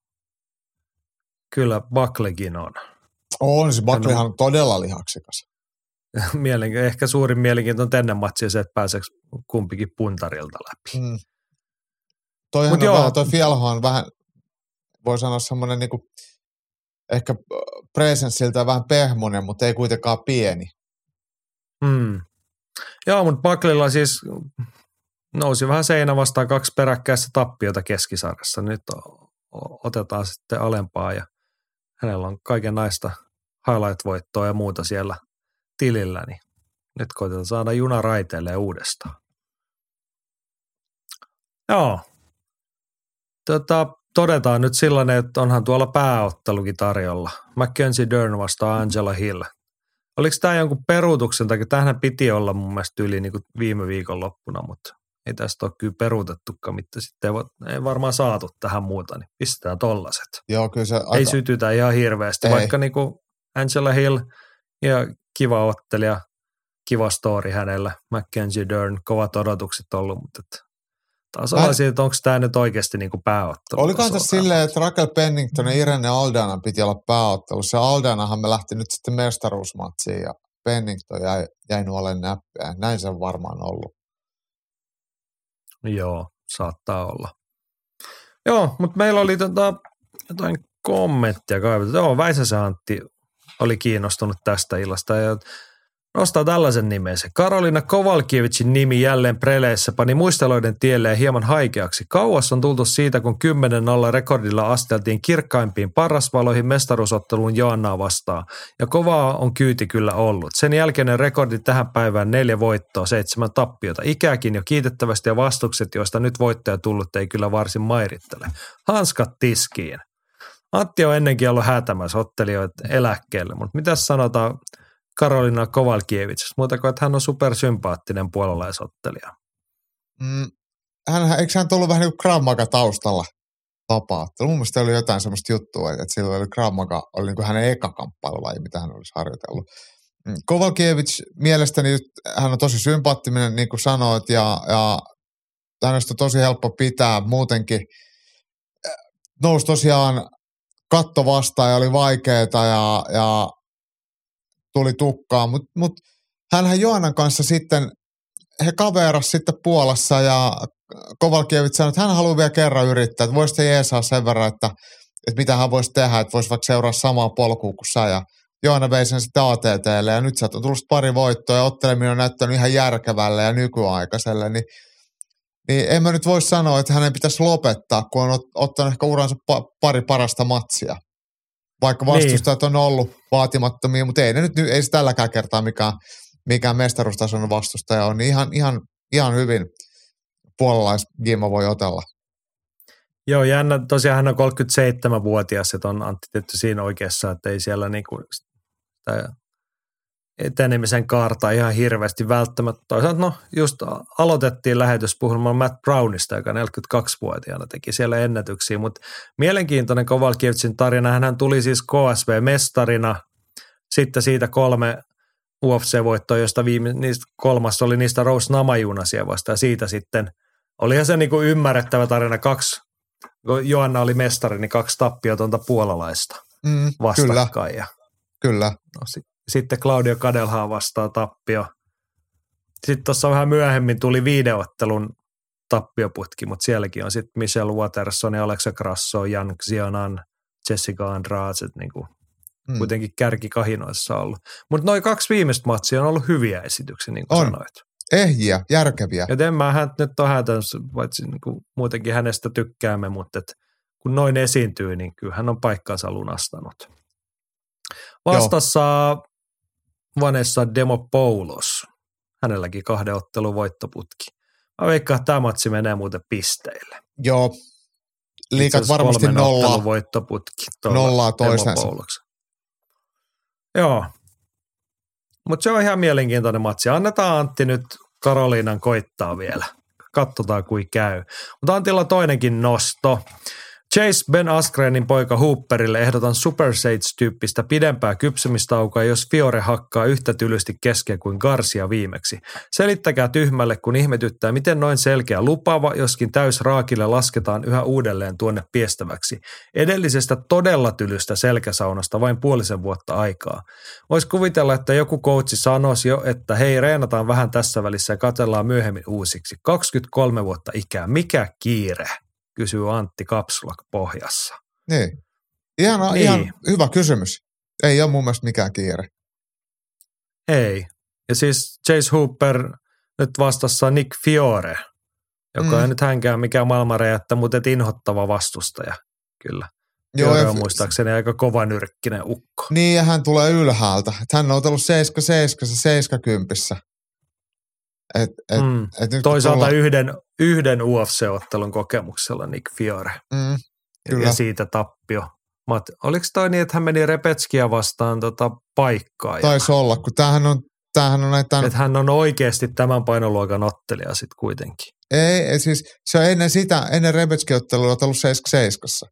[SPEAKER 2] kyllä Buckleykin on.
[SPEAKER 3] On, se Buckleyhan on todella lihaksikas.
[SPEAKER 2] Ehkä suurin mielenkiinto on tänne matsiin se, että pääseekö kumpikin puntarilta läpi.
[SPEAKER 3] Toi Fialho on vähän, voi sanoa semmoinen niinku, ehkä presenssiltä vähän pehmonen, mutta ei kuitenkaan pieni.
[SPEAKER 2] Joo, mutta Buckleylla siis nousi vähän seinä vastaan 2 peräkkäistä tappiota keskisarjassa. Nyt otetaan sitten alempaa ja hänellä on kaikenlaista highlight-voittoa ja muuta siellä tilillä, niin nyt koitetaan saada juna raiteille uudestaan. Joo. Todetaan nyt sellainen, että onhan tuolla pääottelukin tarjolla. Mackenzie Dern vastaa Angela Hill. Oliko tämä jonkun peruutuksen takia? Tämähän piti olla mun mielestä yli niin kuin viime viikon loppuna, mutta ei tästä ole kyllä peruutettukaan, mitä sitten ei varmaan saatu tähän muuta, niin pistetään tollaset.
[SPEAKER 3] Joo, kyllä se
[SPEAKER 2] ei sytytä ihan hirveästi, ei. Vaikka niin kuin Angela Hill ja kiva ottelija, kiva story hänellä, Mackenzie Dern, kovat odotukset ollut, mutta taas olisin, että onko tämä nyt oikeasti niin kuin pääottelu.
[SPEAKER 3] Olikohan tässä silleen, että Raquel Pennington ja Irene Aldana piti olla pääottelussa. Ja Aldanahan me lähti nyt sitten mestaruusmatsiin ja Pennington jäi nuolle näppejä. Näin se on varmaan ollut.
[SPEAKER 2] Joo, saattaa olla. Joo, mutta meillä oli jotain kommenttia kaivettu. Joo, Väisäsen Antti oli kiinnostunut tästä illasta ja nostaa tällaisen nimensä. Karolina Kovalkiewicin nimi jälleen preleissä pani muisteloiden tielleen hieman haikeaksi. Kauas on tultu siitä, kun 10-0 rekordilla asteltiin kirkkaimpiin parasvaloihin mestaruusotteluun Joannaa vastaan. Ja kovaa on kyyti kyllä ollut. Sen jälkeinen rekordi tähän päivään 4 voittoa, 7 tappiota. Ikäkin jo kiitettävästi ja vastukset, joista nyt voittaja tullut, ei kyllä varsin mairittele. Hanskat tiskiin. Antti on ennenkin ollut häätämässä ottelijoita eläkkeelle, mutta mitäs sanotaan Karolina Kovalkiewicz, muuta kuin, että hän on supersympaattinen puolalaisottelija.
[SPEAKER 3] Eikö hän tullut vähän niin kuin Krav Maga taustalla vapaattelu? Mun mielestä oli jotain semmoista juttua, että sillä oli Krav Maga, oli niin kuin hänen eka kamppailulaji, mitä hän olisi harjoitellut. Kovalkiewicz mielestäni, hän on tosi sympaattinen, niin kuin sanoit, ja hänestä on tosi helppo pitää muutenkin. Nousi tosiaan katto vastaan ja oli vaikeeta ja tuli tukkaan, mutta hänhän Joannan kanssa sitten, he kaverasivat sitten Puolassa ja Kovalkiewicz sanoi, että hän haluaa vielä kerran yrittää, että voisi se jeesaa sen verran, että mitä hän voisi tehdä, että voisi vaikka seuraa samaa polkua kuin sä ja Joanna vei sen sitten ATT:lle ja nyt sieltä on tullut pari voittoa ja otteleminen on näyttänyt ihan järkevälle ja nykyaikaiselle, niin en mä nyt voi sanoa, että hänen pitäisi lopettaa, kun on ottanut ehkä uransa pari parasta matsia. Vaikka vastustajat on ollut vaatimattomia, mutta ei se tälläkään kertaa mikään mestaruustason vastustaja on, niin ihan hyvin puolalaisgimma voi otella.
[SPEAKER 2] Joo, jännä, tosiaan hän on 37-vuotias, että on Antti tietty siinä oikeassa, että ei siellä niinku etenemisen kaarta ihan hirveästi välttämättä. Toisaalta just aloitettiin lähetys puhumaan Matt Brownista, joka 42-vuotiaana teki siellä ennätyksiä, mutta mielenkiintoinen Kovalkiewicin tarina. Hän tuli siis KSV-mestarina, sitten siitä 3 UFC-voittoa, josta niistä 3 oli niistä Rose Namajunasia vasta, ja siitä sitten olihan se niinku ymmärrettävä tarina, kun Joanna oli mestari, niin 2 tappiotonta puolalaista vastakkain.
[SPEAKER 3] Kyllä.
[SPEAKER 2] No, sitten Claudio Cadelhaa vastaan tappio. Sitten tuossa vähän myöhemmin tuli 5 ottelun tappioputki, mutta sielläkin on sitten Michelle Waterson ja Alexa Grasso, Jan Xianan, Jessica Andrade, niinku kuitenkin kärkikahinoissa ollut. Mutta noin 2 viimeistä matsia on ollut hyviä esityksiä, niin kuin sanoit.
[SPEAKER 3] Ehjiä, järkeviä.
[SPEAKER 2] Ja en mä häntä nyt ole hätänyt, vaikka niinku muutenkin hänestä tykkäämme, mutta kun noin esiintyy, niin kyllä hän on paikkaansa lunastanut. Vastassa Vanessa Demopoulos. Hänelläkin 2 ottelun voittoputki. Mä veikkaan, että tämä matsi menee muuten pisteille.
[SPEAKER 3] Joo. Liikat varmasti
[SPEAKER 2] 3 ottelun voittoputki.
[SPEAKER 3] Nollaa toisensa.
[SPEAKER 2] Joo. Mutta se on ihan mielenkiintoinen matsi. Annetaan Antti nyt Karoliinan koittaa vielä. Katsotaan, kuin käy. Mutta Antilla on toinenkin nosto. Chase Ben Askrenin poika Hooperille ehdotan Super Sage-tyyppistä pidempää kypsymistaukoa, jos Fiore hakkaa yhtä tylysti kesken kuin Garcia viimeksi. Selittäkää tyhmälle, kun ihmetyttää, miten noin selkeä lupaava, joskin täysraakille lasketaan yhä uudelleen tuonne piestäväksi. Edellisestä todella tylystä selkäsaunasta vain 5 vuotta aikaa. Voisi kuvitella, että joku coachi sanoisi jo, että hei, reenataan vähän tässä välissä ja katsellaan myöhemmin uusiksi. 23 vuotta ikää, mikä kiire? Kysyy Antti Kapsulak pohjassa.
[SPEAKER 3] Niin. Ihan hyvä kysymys. Ei ole mun mielestä mikään kiire.
[SPEAKER 2] Ei. Ja siis Chase Hooper nyt vastassa Nick Fiore, joka ei nyt hänkään mikään maailmanräjättä, mutta inhottava vastustaja. Kyllä. Joo, Fiore on muistaakseni aika kovanyrkkinen ukko.
[SPEAKER 3] Niin, ja hän tulee ylhäältä. Hän on otellut 70
[SPEAKER 2] Toisaalta yhden UFC-ottelun kokemuksella Nick Fiore. Ja siitä tappio. Oliko toi niin, että hän meni Repetskia vastaan paikkaa?
[SPEAKER 3] Taisi olla, kun tämähän on näitä...
[SPEAKER 2] Että hän on oikeasti tämän painoluokan ottelija sitten kuitenkin.
[SPEAKER 3] Ei, siis se on ennen Repetski-ottelua ollut 77.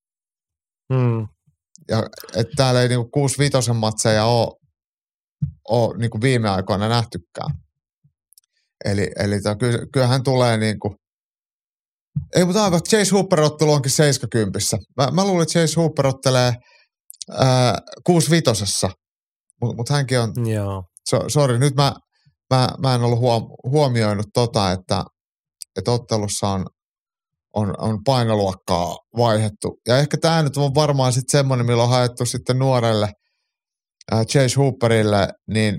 [SPEAKER 3] Ja että täällä ei niinku 6-5 matseja ole niinku viime aikoina nähtykään. Eli kyllähän tulee niinku, ei mutta aivan, Chase Hooper-ottelu onkin 70. Mä luulen, että Chase Hooper ottelee 6-5, mutta hänkin on, sori, nyt mä en ollut huomioinut että ottelussa on painoluokkaa vaihdettu. Ja ehkä tämä nyt on varmaan sitten semmoinen, millä on haettu sitten nuorelle Chase Hooperille, niin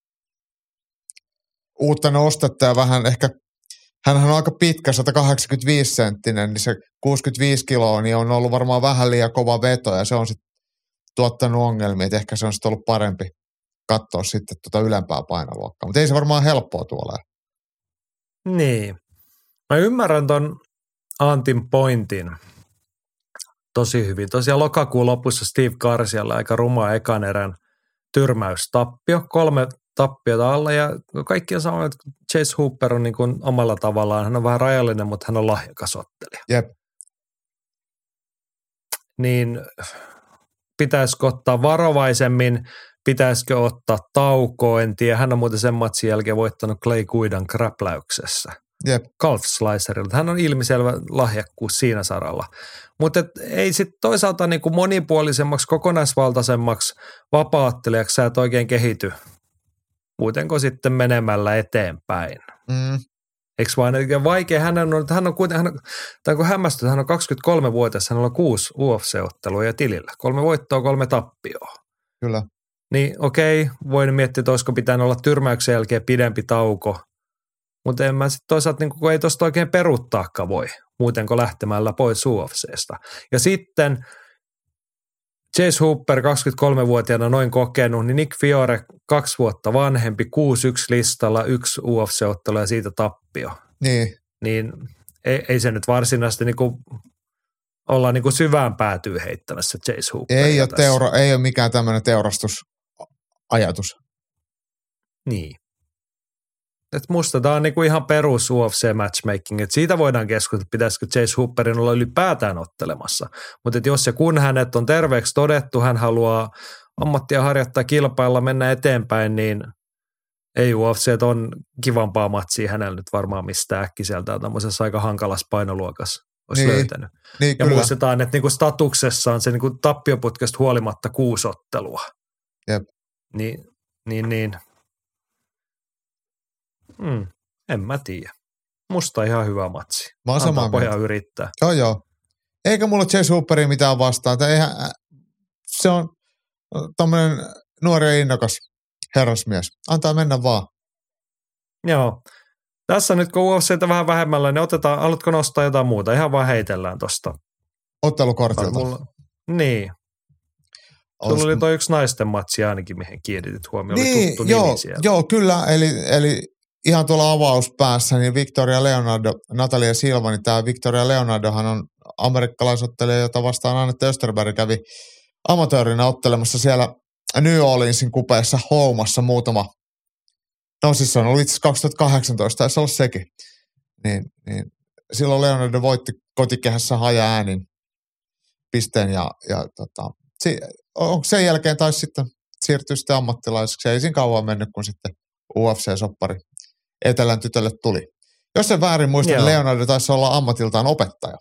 [SPEAKER 3] uutta nostetta ja vähän ehkä, hänhän on aika pitkä, 185-senttinen, niin se 65 kiloa niin on ollut varmaan vähän liian kova veto ja se on sitten tuottanut ongelmia, että ehkä se on sitten ollut parempi katsoa sitten ylempää painoluokkaa, mutta ei se varmaan helppoa tuolla.
[SPEAKER 2] Niin. Mä ymmärrän ton Antin pointin tosi hyvin. Tosiaan lokakuun lopussa Steve Garcialle aika ruma ekan erän tyrmäystappio, 3 tappiota alla ja kaikki on sanonut, että Chase Hooper on niin kuin omalla tavallaan, hän on vähän rajallinen, mutta hän on lahjakas ottelija.
[SPEAKER 3] Jep.
[SPEAKER 2] Niin pitäisikö ottaa varovaisemmin, pitäisikö ottaa taukoa, en tiedä. Hän on muuten sen matsin jälkeen voittanut Clay Guidan kräpläyksessä.
[SPEAKER 3] Jep.
[SPEAKER 2] Calf slicerilta. Hän on ilmiselvä lahjakkuus siinä saralla. Mutta ei sitten toisaalta niinku monipuolisemmaksi, kokonaisvaltaisemmaksi vapaattelijaksi sä et oikein kehity. Muutenko sitten menemällä eteenpäin. Eikö vaan vaikea, hän on hämmästynyt, hän on 23-vuotias, hänellä on 6 UFC-ottelua ja tilillä. 3 voittoa, 3 tappioa.
[SPEAKER 3] Kyllä.
[SPEAKER 2] Niin okei, voin miettiä, että olisiko pitänyt olla tyrmäyksen jälkeen pidempi tauko. Mutta en mä sitten toisaalta, kun ei tosta oikein peruuttaakaan voi, muutenko lähtemällä pois UFCstä. Ja sitten Chase Hooper 23-vuotiaana noin kokenut, niin Nick Fiore 2 vuotta vanhempi, 6-1 listalla, 1 UFC-ottelu ja siitä tappio. Niin ei se nyt varsinaisesti olla syvään päätyy heittämässä Chase Hooperia.
[SPEAKER 3] Ei ole mikään tämmöinen teurastusajatus.
[SPEAKER 2] Niin. Et musta tämä on niinku ihan perus UFC matchmaking, että siitä voidaan keskustella, pitäisikö Chase Hooperin olla ylipäätään ottelemassa. Mutta jos ja kun hänet on terveeksi todettu, hän haluaa ammattia harjoittaa, kilpailla, mennä eteenpäin, niin ei UFC on kivampaa matsia hänellä nyt varmaan mistään äkkiseltään tämmöisessä aika hankalassa painoluokassa olisi löytänyt.
[SPEAKER 3] Niin,
[SPEAKER 2] ja
[SPEAKER 3] kyllä.
[SPEAKER 2] muistetaan, että niinku statuksessa on se niinku tappioputkesta huolimatta 6 ottelua.
[SPEAKER 3] Jep.
[SPEAKER 2] Niin. En mä tiedä. Musta ihan hyvä matsi.
[SPEAKER 3] Mä oon samaa mieltä.
[SPEAKER 2] Yrittää.
[SPEAKER 3] Joo. Eikä mulla Chase Hooperia mitään vastaan. Se on tommonen nuori ja innokas herrasmies. Antaa mennä vaan.
[SPEAKER 2] Joo. Tässä nyt kun UFC:tä vähän vähemmällä, niin haluatko nostaa jotain muuta? Ihan vaan heitellään tosta.
[SPEAKER 3] Ottelukortilta.
[SPEAKER 2] Niin. Sulla oli toi yksi naisten matsi ainakin, mihin kiinnitit huomioon.
[SPEAKER 3] Niin,
[SPEAKER 2] oli tuttu nimi siellä.
[SPEAKER 3] Joo, kyllä. Eli ihan tuolla avauspäässä, niin Victoria Leonardo, Natalia Silva, niin tämä Victoria Leonardohan on amerikkalaisottelija, jota vastaan Annette Österberg kävi amatöörinä ottelemassa siellä New Orleansin kupeessa Houmassa muutama. No siis se on ollut itse asiassa 2018, taisi olla sekin. Niin, silloin Leonardo voitti kotikehässä haja-äänin pisteen onko sen jälkeen taisi sitten siirtyä sitten ammattilaiseksi. Ei siinä kauan mennyt, kun sitten UFC-soppari Etelän tytölle tuli. Jos en väärin muista, niin Leonardo taisi olla ammatiltaan opettaja.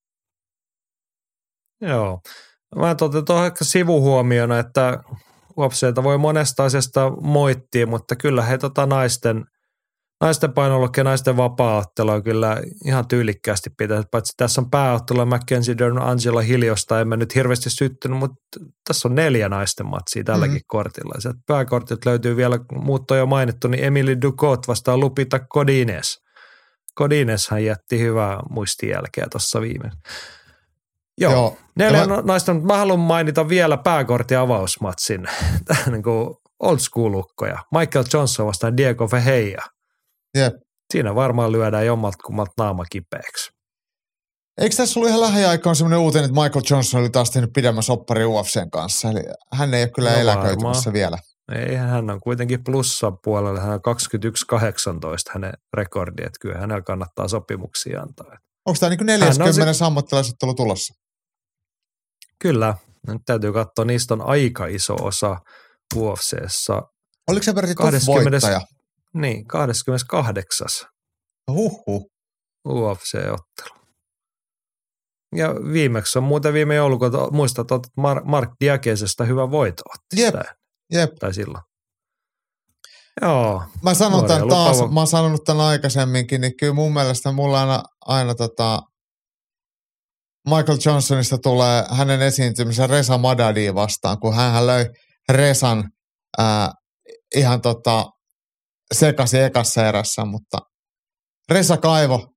[SPEAKER 2] Joo. Mä otin tuohon ehkä sivuhuomiona, että UFC:tä voi monesta asiasta moittia, mutta kyllä he naisten painoluokka ja naisten vapaa-ottelua kyllä ihan tyylikkäästi pitää. Paitsi tässä on pääottelu Mackenzie Dern, Angela Hiljosta, en mä nyt hirveästi syttynyt, mutta tässä on 4 naisten matsia tälläkin kortilla. Sieltä pääkortit löytyy vielä, muut on jo mainittu, niin Emily Ducot vastaan Lupita Godinez. Godinezhan jätti hyvää muistijälkeä tuossa viimein. Joo. 4 naista, mutta mä haluan mainita vielä pääkortin avausmatsin. Niin kuin old school-ukkoja. Michael Johnson vastaan Diego Ferreira.
[SPEAKER 3] Jep.
[SPEAKER 2] Siinä varmaan lyödään jommalta kummalta naama kipeäksi.
[SPEAKER 3] Eikö tässä ollut ihan lähiaikaan semmoinen uutinen, että Michael Johnson oli taas tehnyt pidemmän soppari UFCn kanssa? Eli hän ei ole kyllä eläköitymässä vielä.
[SPEAKER 2] Ei, hän on kuitenkin plussan puolella. Hän on 21-18 hänen rekordi, että kyllä hänellä kannattaa sopimuksia antaa.
[SPEAKER 3] Onko tämä niin kuin 40 ammattilaisottelu tulossa?
[SPEAKER 2] Kyllä. Nyt täytyy katsoa, niistä on aika iso osa UFC:ssa.
[SPEAKER 3] Oliko se peräti voittaja?
[SPEAKER 2] Niin, 28. UFC-ottelu. Ja viimeksi on muuten viime joulukuuta, muistat, että Mark Diakiesesta hyvä voitto otti sitä.
[SPEAKER 3] Jep.
[SPEAKER 2] Tai silloin. Joo.
[SPEAKER 3] Mä sanon tämän taas, mä oon sanonut tämän aikaisemminkin, niin kyllä mun mielestä mulla aina Michael Johnsonista tulee hänen esiintymisen Reza Madadia vastaan, kun hän löi Rezan ihan sekaisin ekassa erässä, mutta Reza kaivo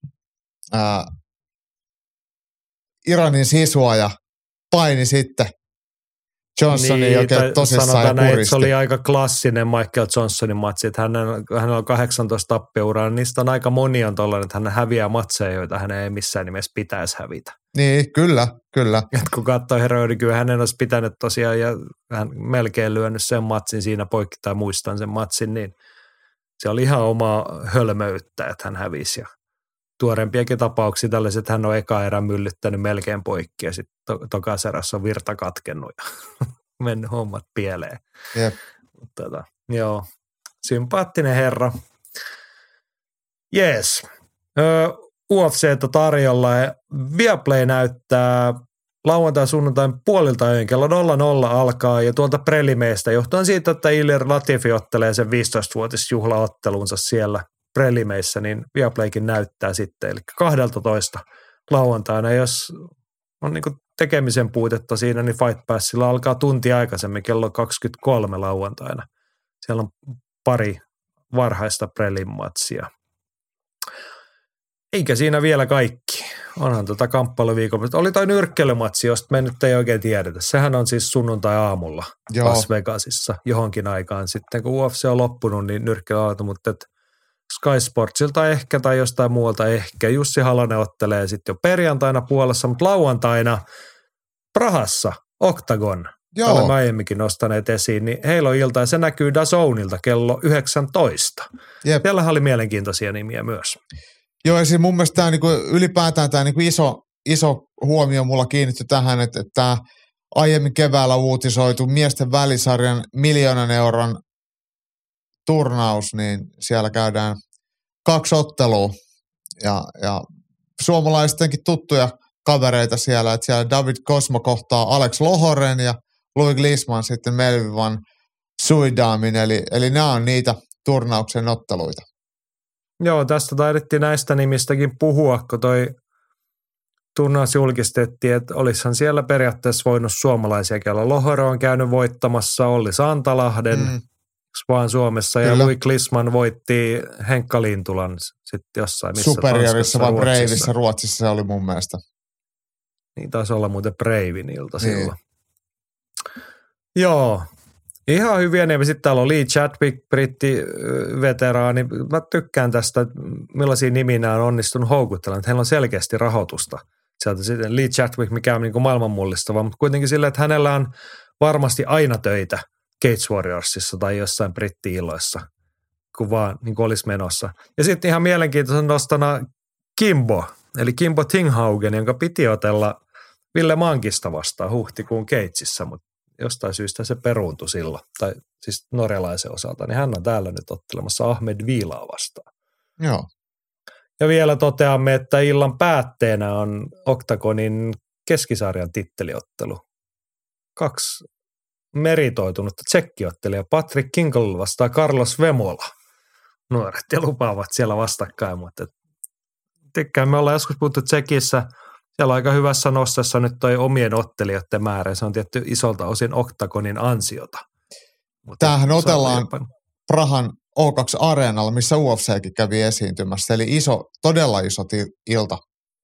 [SPEAKER 3] Iranin sisua ja paini sitten Johnsonin niin, oikein tosissaan ja kuristi.
[SPEAKER 2] Se oli aika klassinen Michael Johnsonin matsi, että hänellä on 18 tappiouraa, niistä on aika moni on tollainen, että hän häviää matseja, joita hän ei missään nimessä pitäisi hävitä.
[SPEAKER 3] Niin, kyllä.
[SPEAKER 2] Et kun katsoo Herodi, kyllä hänen olisi pitänyt tosiaan, ja hän melkein lyönyt sen matsin siinä poikki, tai muistan sen matsin, niin se oli ihan oma hölmöyttä, että hän hävisi. Ja tuorempiakin tapauksia tällaiset, että hän on eka erän myllyttänyt melkein poikki, ja sitten tokas erässä on virta katkennut ja mennyt hommat pieleen.
[SPEAKER 3] Jep.
[SPEAKER 2] Joo, sympaattinen herra. Jees. UFC:tä tarjolla ja Viaplay näyttää lauantai-sunnuntain puolilta öin kello 00 alkaa ja tuolta prelimeistä johtuen siitä, että Ilir Latifi ottelee sen 15-vuotisjuhlaottelunsa siellä prelimeissä, niin Viaplaykin näyttää sitten, eli 12 lauantaina, jos on niin kuin tekemisen puutetta siinä, niin Fight Passilla alkaa tunti aikaisemmin kello 23 lauantaina. Siellä on pari varhaista prelimatsia. Eikä siinä vielä kaikki. Onhan kamppailuviikon. Oli toi nyrkkeilymatsi, josta me nyt ei oikein tiedetä. Sehän on siis sunnuntai-aamulla Las Vegasissa johonkin aikaan. Sitten kun UFC on loppunut, niin nyrkkeily aloitu, mutta Sky Sportsilta ehkä tai jostain muualta ehkä. Jussi Halonen ottelee sitten jo perjantaina Puolassa, mutta lauantaina Prahassa Octagon
[SPEAKER 3] Joo.
[SPEAKER 2] olemme aiemminkin nostaneet esiin, niin heillä on ilta ja se näkyy DAZNilta kello 19.
[SPEAKER 3] Jep.
[SPEAKER 2] Siellähän oli mielenkiintoisia nimiä myös.
[SPEAKER 3] Joo, ja siis mun mielestä tämä niinku, ylipäätään tämä niinku iso huomio mulla kiinnittyi tähän, että tämä aiemmin keväällä uutisoitu miesten välisarjan 1 000 000 euron turnaus, niin siellä käydään 2 ottelua ja suomalaistenkin tuttuja kavereita siellä, että siellä David Cosmo kohtaa Alex Lohoren ja Louis Glisman sitten Melvin van Suidamin, eli nämä on niitä turnauksen otteluita.
[SPEAKER 2] Joo, tästä taidettiin näistä nimistäkin puhua, kun toi turnaus julkistettiin, että olisihan siellä periaatteessa voinut suomalaisia olla. Lohoro on käynyt voittamassa Olli Santalahden vaan Suomessa ja Louis Glisman voitti Henkka Lintulan sitten jossain missä
[SPEAKER 3] Superiorissa vai Breivissä Ruotsissa se oli mun mielestä.
[SPEAKER 2] Niin taisi olla muuten Breivin ilta silloin. Joo, ihan hyviä nimiä. Sitten täällä on Lee Chadwick, brittiveteraani. Mä tykkään tästä, millaisia nimiä nämä on onnistunut houkuttelemaan. Heillä on selkeästi rahoitusta. Sieltä sitten Lee Chadwick, mikä on niin kuin maailmanmullistava, mutta kuitenkin silleen, että hänellä on varmasti aina töitä Cage Warriorsissa tai jossain britti-illoissa, kun vaan niin kuin olisi menossa. Ja sitten ihan mielenkiintoisen nostana Kimbo, eli Kimbo Tinghaugen, jonka piti otella Ville Mankista vastaan huhtikuun Cageissa, mutta jostain syystä se peruuntui silloin, tai siis norjalaisen osalta, niin hän on täällä nyt ottelemassa Ahmed Viilaa vastaan.
[SPEAKER 3] Joo.
[SPEAKER 2] Ja vielä toteamme, että illan päätteenä on Octagonin keskisarjan titteliottelu. 2 meritoitunutta tsekkiottelijaa, Patrick Kinkle vastaa Carlos Vemola. Nuoret ja lupaavat siellä vastakkain, mutta tykkään. Me ollaan joskus puhuttu Tsekissä, siellä on aika hyvässä nostessa nyt toi omien ottelijoiden määrä. Se on tietty isolta osin Octagonin ansiota.
[SPEAKER 3] Tämähän otellaan Prahan O2-areenalla, missä UFCkin kävi esiintymässä. Eli todella iso ilta.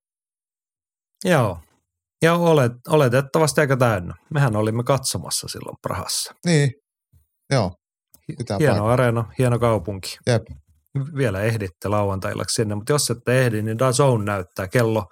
[SPEAKER 2] Joo. Ja oletettavasti aika täynnä. Mehän olimme katsomassa silloin Prahassa.
[SPEAKER 3] Niin, joo.
[SPEAKER 2] Hieno areena, hieno kaupunki.
[SPEAKER 3] Jep.
[SPEAKER 2] Vielä ehditte lauantaillaksi sinne, mutta jos ette ehdi, niin DAZN näyttää kello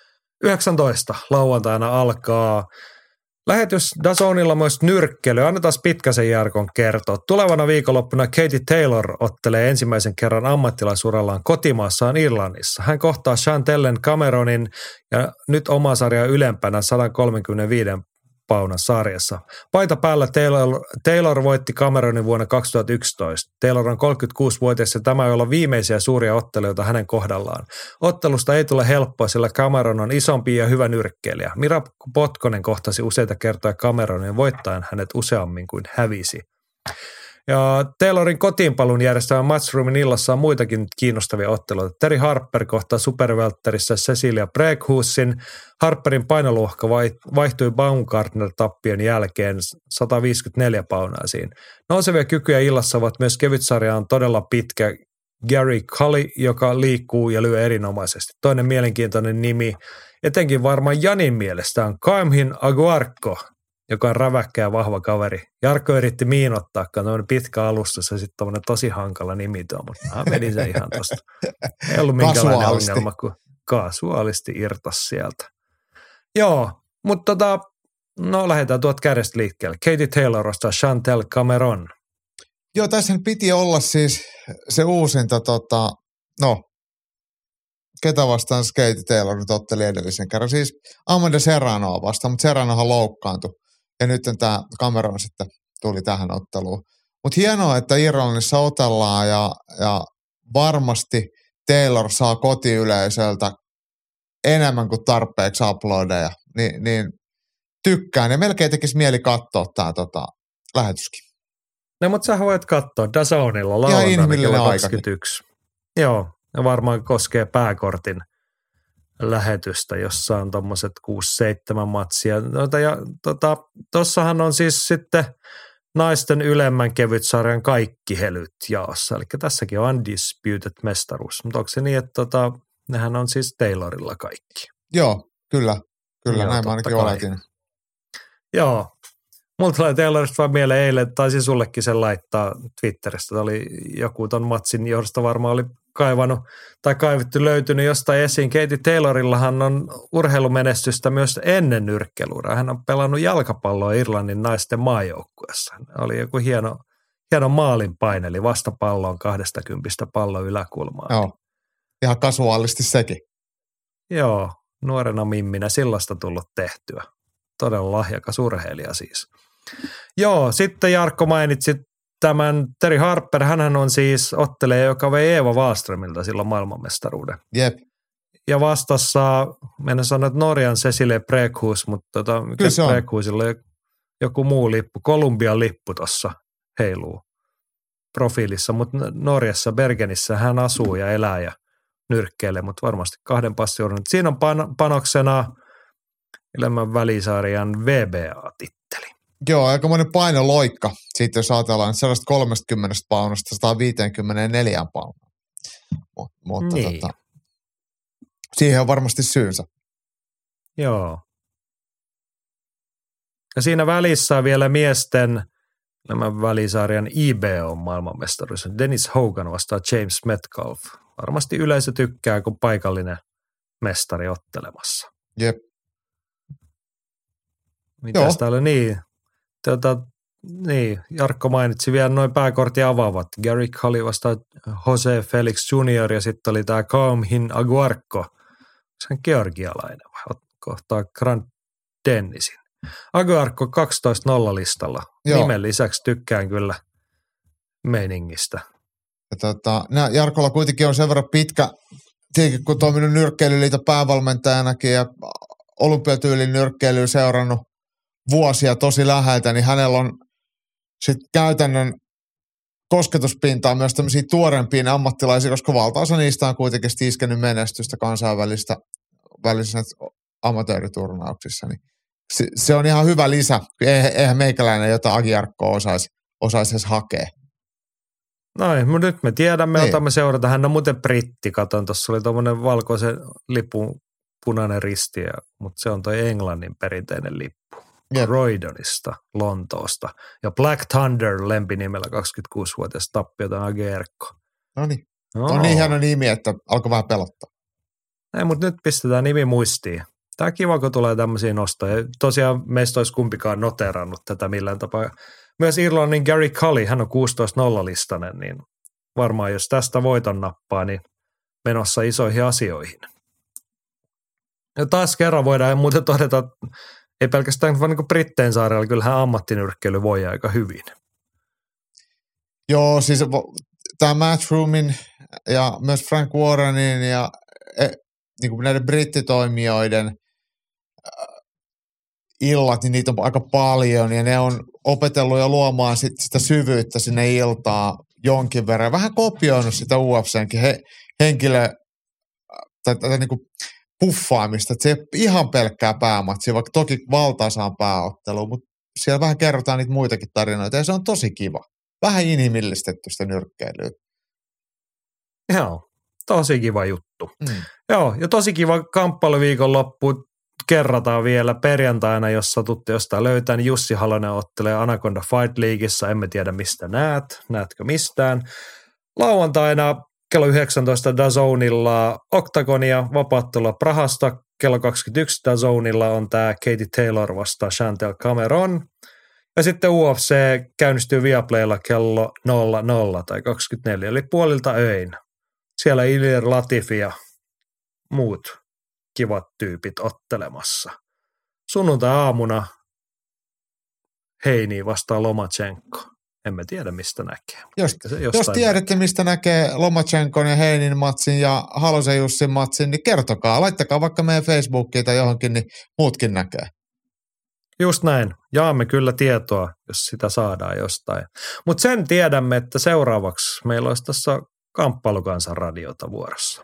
[SPEAKER 2] 19 lauantaina alkaa. Lähetys DAZNilla myös nyrkkely. Annetaan Pitkäsen Jarkon kertoa. Tulevana viikonloppuna Katie Taylor ottelee ensimmäisen kerran ammattilaisurallaan kotimaassaan Irlannissa. Hän kohtaa Chantellen Cameronin ja nyt oma sarja ylempänä 135 paunan sarjassa. Paita päällä Taylor voitti Cameronin vuonna 2011. Taylor on 36-vuotias ja tämä ei olla viimeisiä suuria otteluita hänen kohdallaan. Ottelusta ei tule helppoa, sillä Cameron on isompi ja hyvä nyrkkeilijä. Mira Potkonen kohtasi useita kertoja Cameronin voittaen hänet useammin kuin hävisi. Ja Taylorin kotiinpalun järjestävä Matchroomin illassa on muitakin kiinnostavia otteluita. Terry Harper kohtaa superwelterissä Cecilia Brækhussin. Harperin painoluokka vaihtui Baumgartner-tappion jälkeen 154 paunaisiin. Nousevia kykyjä illassa ovat myös kevytsarjaan todella pitkä Gary Cully, joka liikkuu ja lyö erinomaisesti. Toinen mielenkiintoinen nimi, etenkin varmaan Janin mielestä, on Kaimhin Aguarco, joka on räväkkä ja vahva kaveri. Jarkko yritti miinottaa, kun on pitkä alustus ja sitten tommoinen tosi hankala nimi tuo, mutta meni se ihan tosta. Ei ollut minkälainen ongelma, kun kasuaalisti irtas sieltä. Joo, mutta lähdetään tuot kädestä liikkeelle. Katie Taylor vastaa Chantelle Cameron.
[SPEAKER 3] Joo, tässä piti olla siis se uusinta, ketä vastaan Katie Taylor nyt otteli edellisen kerran. Siis Amanda Serranoa vastaan, mutta Serranohan loukkaantui. Ja nyt tämä Cameron sitten tuli tähän otteluun. Mutta hienoa, että Irlannissa otellaan ja varmasti Taylor saa kotiyleisöltä enemmän kuin tarpeeksi uploadeja. Niin tykkään ja melkein tekisi mieli katsoa tämä lähetyskin.
[SPEAKER 2] No, mutta sä voit katsoa DAZNilla lauantaina kello 21. Joo, ja varmaan koskee pääkortin lähetystä, jossa on tommoset 6-7 matsia. Tossahan on siis sitten naisten ylemmän kevytsarjan kaikki helyt jaossa. Eli tässäkin on undisputed mestaruus. Mutta onko se niin, että nehän on siis Taylorilla kaikki?
[SPEAKER 3] Joo, kyllä. Joo, näin mä ainakin oletin.
[SPEAKER 2] Joo. Mulla tulee Taylorista vaan mieleen eilen, taisin sullekin sen laittaa Twitteristä. Tämä oli joku ton matsin johdosta varmaan oli kaivannut tai kaivettu löytynyt jostain esiin. Katie Taylorillahan on urheilumenestystä myös ennen nyrkkeilyuraa. Hän on pelannut jalkapalloa Irlannin naisten maajoukkueessa. Oli joku hieno maalinpaine, eli vastapalloon 20 pallon yläkulmaan.
[SPEAKER 3] Joo, ihan kasuaalisti sekin.
[SPEAKER 2] Joo, nuorena mimminä sillasta tullut tehtyä. Todella lahjakas urheilija siis. Joo, sitten Jarkko mainitsi tämän Terry Harper. Hänhän on siis ottelija, joka vei Eeva Wahlströmiltä silloin maailmanmestaruuden.
[SPEAKER 3] Jep.
[SPEAKER 2] Ja vastassa, mennä sanoa, että Norjan Cecilie Brækhus, mutta mikä Brækhusilla on joku muu lippu, Kolumbian lippu tuossa heiluu profiilissa, mutta Norjassa Bergenissä hän asuu ja elää ja nyrkkeilee, mutta varmasti 2 passiurin. Siinä on panoksena Elämän välisarjan VBA-titteli.
[SPEAKER 3] Joo, aikamoinen painoloikka. Sitten jos ajatellaan 130 paunasta 154 paunaa. Mutta
[SPEAKER 2] niin.
[SPEAKER 3] Siihen on varmasti syynsä.
[SPEAKER 2] Joo. Ja siinä välissä on vielä miesten Elämän välisarjan IBO maailmanmestaruus. Dennis Hogan vastaa James Metcalf. Varmasti yleisö tykkää, kun paikallinen mestari ottelemassa.
[SPEAKER 3] Jep.
[SPEAKER 2] Mitäs täällä niin? Jarkko mainitsi vielä noin pääkortin avaavat. Gary Cully vastaa Jose Felix Jr. ja sitten oli tämä Kaumhin Aguarco. Se on georgialainen vai kohtaa Grant Dennisin. Aguarco 12-0 listalla.
[SPEAKER 3] Joo.
[SPEAKER 2] Nimen lisäksi tykkään kyllä meiningistä.
[SPEAKER 3] Ja Jarkolla kuitenkin on sen verran pitkä, tietenkin kun toiminut nyrkkeilyliiton päävalmentajanakin ja olympiatyylin nyrkkeilyä seurannut vuosia tosi läheltä, niin hänellä on sitten käytännön kosketuspintaa myös tämmöisiä tuorempiin ammattilaisia, koska valtaosa niistä on kuitenkin iskenyt menestystä kansainvälisissä amatööriturnauksissa. Niin se on ihan hyvä lisä. Eihän meikäläinen jotain Aguarcoa osaisi edes hakea.
[SPEAKER 2] Noin, mutta nyt me tiedämme,
[SPEAKER 3] niin.
[SPEAKER 2] Otamme seurata. Hän on muuten britti, katon, tuossa oli tuommoinen valkoisen lipun punainen risti, mutta se on toi Englannin perinteinen lippu. Croydonista, Lontoosta. Ja Black Thunder lempinimellä 26-vuotias tappiotan Aguarco.
[SPEAKER 3] No niin. On niin hieno nimi, että alkoi vähän pelottaa.
[SPEAKER 2] Ei, mutta nyt pistetään nimi muistiin. Tämä on kiva, kun tulee tämmöisiä nostoja. Tosiaan meistä olisi kumpikaan noterannut tätä millään tapaa. Myös Irlannin Gary Cully, hän on 16-0-listainen, niin varmaan jos tästä voiton nappaa, niin menossa isoihin asioihin. Ja taas kerran voidaan muuten todeta, että ei pelkästään vaan niin Brittein saarella, kyllähän ammattinyrkkeily voi aika hyvin.
[SPEAKER 3] Joo, siis tämä Matchroomin ja myös Frank Warrenin ja niin kuin näiden brittitoimijoiden illat, niin niitä on aika paljon ja ne on opetellut ja luomaan sitä syvyyttä sinne iltaan jonkin verran. Vähän kopioinut sitä UFC:nkin tai niin kuin puffaamista, että se ei ole ihan pelkkää päämatsia, vaikka toki valtaosaan pääottelu, mutta siellä vähän kerrotaan niitä muitakin tarinoita ja se on tosi kiva. Vähän inhimillistetty sitä nyrkkeilyä.
[SPEAKER 2] Joo, tosi kiva juttu. Joo, ja tosi kiva kamppailuviikonloppu. Kerrataan vielä perjantaina, jos satutte jostain löytää, niin Jussi Halonen ottelee Anaconda Fight Leagueissa. Emme tiedä mistä näetkö mistään. Lauantaina kello 19 DAZNilla Octagonia, vapaattelua Prahasta. Kello 21 DAZNilla on tämä Katie Taylor vastaan Chantel Cameron. Ja sitten UFC käynnistyy Viaplaylla kello 00 tai 24, eli puolilta öin. Siellä Ilir Latifi ja muut kivat tyypit ottelemassa. Sunnuntai-aamuna Heini vastaa Lomachenko. Emme tiedä, mistä näkee.
[SPEAKER 3] Jos tiedätte, mistä näkee Lomachenkon ja Heinin matsin ja Halosen Jussin matsin, niin kertokaa. Laittakaa vaikka meidän Facebookiin tai johonkin, niin muutkin näkee.
[SPEAKER 2] Just näin. Jaamme kyllä tietoa, jos sitä saadaan jostain. Mutta sen tiedämme, että seuraavaksi meillä olisi tässä Kamppailukansan radiota vuorossa.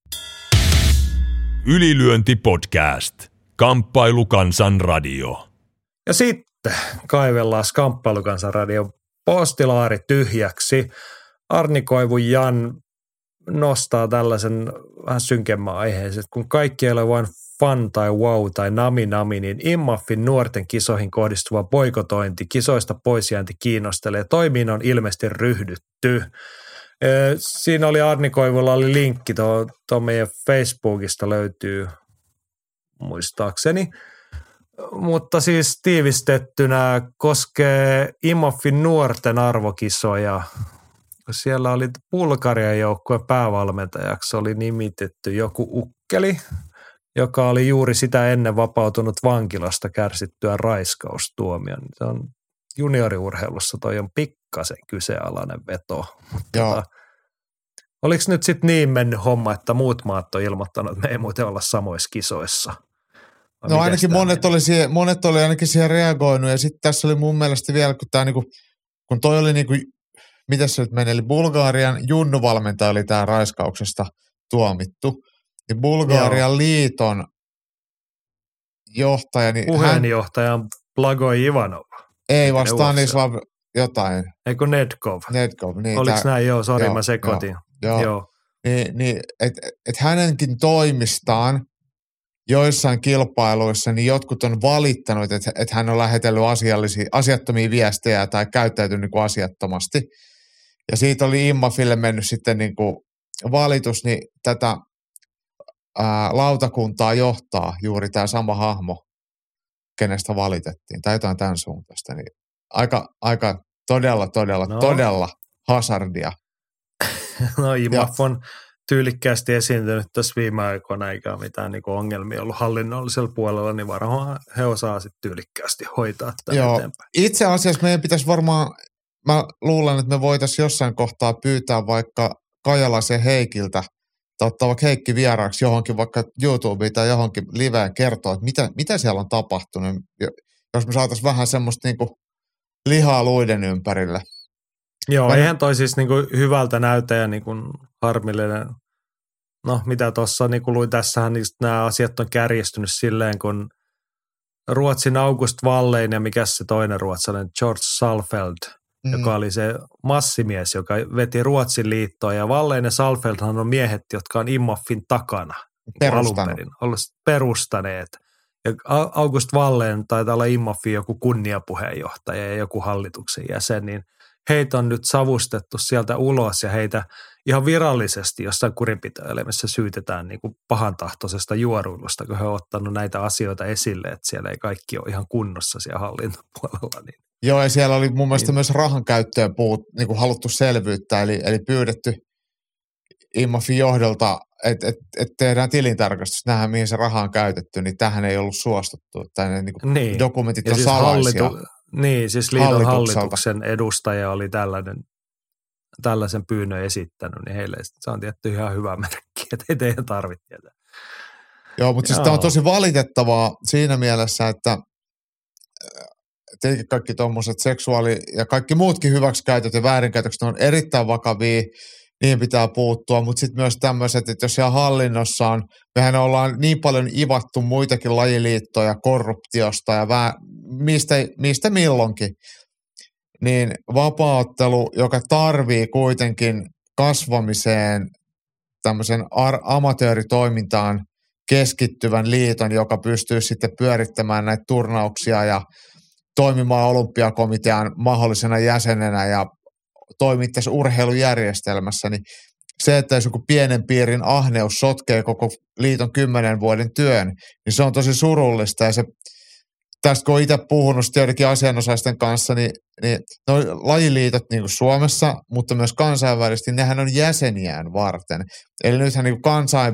[SPEAKER 1] Ylilyöntipodcast. Kamppailukansan radio.
[SPEAKER 2] Ja sitten kaivellaan Kamppailukansan radion postilaari tyhjäksi. Arni Koivun Jan nostaa tällaisen vähän synkemmän aiheeseen, että kun kaikki ei ole vain fun tai wow tai nami, niin IMMAFin nuorten kisoihin kohdistuva boikotointi, kisoista poisjäänti kiinnostelee. Toimiin on ilmeisesti ryhdytty. Siinä oli Arni Koivulla oli linkki, tuo meidän Facebookista löytyy muistaakseni. Mutta siis tiivistettynä koskee IMOFin nuorten arvokisoja. Siellä oli Bulgarian joukkueen päävalmentajaksi oli nimitetty joku ukkeli, joka oli juuri sitä ennen vapautunut vankilasta kärsittyä raiskaustuomion. Se on junioriurheilussa toi on pikkasen kyseenalainen veto. Oliko nyt sitten niin mennyt homma, että muut maat on ilmoittanut, että me ei muuten olla samoissa kisoissa?
[SPEAKER 3] No ainakin monet oli ainakin siihen reagoinut ja sitten tässä oli mun mielestä vielä, kun tämä niinku, kun toi oli niinku, mitä se nyt meni, eli Bulgarian junnuvalmentaja oli tämä raiskauksesta tuomittu, niin Bulgarian liiton johtaja. Niin
[SPEAKER 2] puheenjohtaja on Blagoj Ivanov.
[SPEAKER 3] Ei vaan Stanislav jotain.
[SPEAKER 2] Eikö Nedkov?
[SPEAKER 3] Nedkov, niin.
[SPEAKER 2] Oliko näin? Joo, sori mä sekoitin.
[SPEAKER 3] Joo. Niin et hänenkin toimistaan joissain kilpailuissa, niin jotkut on valittanut, että hän on lähetellyt asiattomia viestejä tai käyttäytynyt niin kuin asiattomasti. Ja siitä oli IMMAFille mennyt sitten niin kuin valitus, niin tätä lautakuntaa johtaa juuri tämä sama hahmo, kenestä valitettiin, tai jotain tämän suuntaista. Niin aika todella hazardia.
[SPEAKER 2] No IMMAF on tyylikkäästi esiintynyt tässä viime aikoina, eikä mitään niin kuin ongelmia ollut hallinnollisella puolella, niin varmaan he osaa sitten tyylikkäästi hoitaa tämän eteenpäin.
[SPEAKER 3] Itse asiassa meidän pitäisi varmaan, mä luulen, että me voitaisiin jossain kohtaa pyytää vaikka Kajalaisen Heikiltä, tai ottaa vaikka Heikki vieraaksi johonkin vaikka YouTubeen tai johonkin liveen kertoa, että mitä siellä on tapahtunut, jos me saataisiin vähän semmoista niin kuin lihaa luiden ympärille.
[SPEAKER 2] Joo, eihän toi siis niin kuin hyvältä näytä ja niin kuin harmillinen. No mitä tuossa niin kuin luin, tässähän nämä asiat on kärjistynyt silleen, kun Ruotsin August Wallin ja mikä se toinen ruotsalainen, George Salfeld, joka oli se massimies, joka veti Ruotsin liittoa. Ja Wallin ja Salfeldhan on miehet, jotka on IMMAFin takana alun perin ollut perustaneet. Ja August Wallin taitaa olla IMMAFin joku kunniapuheenjohtaja ja joku hallituksen jäsen, niin heitä on nyt savustettu sieltä ulos ja heitä ihan virallisesti jossain kurinpitoelimessä syytetään niin kuin pahantahtoisesta juoruilusta, kun he ovat ottanut näitä asioita esille, että siellä ei kaikki ole ihan kunnossa siellä hallintopuolella. Niin.
[SPEAKER 3] Joo, ja siellä oli mun mielestä myös rahan käyttöön niin kuin haluttu selvyyttä, eli pyydetty IMMAFin johdolta, että tehdään tilintarkastus, nähdään mihin se raha on käytetty, niin tähän ei ollut suostuttu. Tai niin. Dokumentit on siis salaisia.
[SPEAKER 2] Siis liiton hallituksen edustaja oli tällaisen pyynnön esittänyt, niin heille se on tietty ihan hyvä merkki, että ei teidän tarvitse tietää.
[SPEAKER 3] Joo, mutta siis tämä on tosi valitettavaa siinä mielessä, että tietenkin kaikki tuommoiset seksuaali- ja kaikki muutkin hyväksikäytöt ja väärinkäytökset on erittäin vakavia, niihin pitää puuttua, mutta sitten myös tämmöiset, että jos siellä hallinnossa on, mehän ollaan niin paljon ivattu muitakin lajiliittoja korruptiosta ja mistä milloinkin, niin vapaaottelu, joka tarvii kuitenkin kasvamiseen tämmöisen amatööritoimintaan keskittyvän liiton, joka pystyy sitten pyörittämään näitä turnauksia ja toimimaan olympiakomitean mahdollisena jäsenenä ja toimii tässä urheilujärjestelmässä, niin se, että jos joku pienen piirin ahneus sotkee koko liiton 10 vuoden työn, niin se on tosi surullista. Ja se, tästä kun olen itse puhunut joidenkin asianosaisten kanssa, niin no, lajiliitot niin kuin Suomessa, mutta myös kansainvälisesti, nehän on jäseniään varten. Eli nythän niin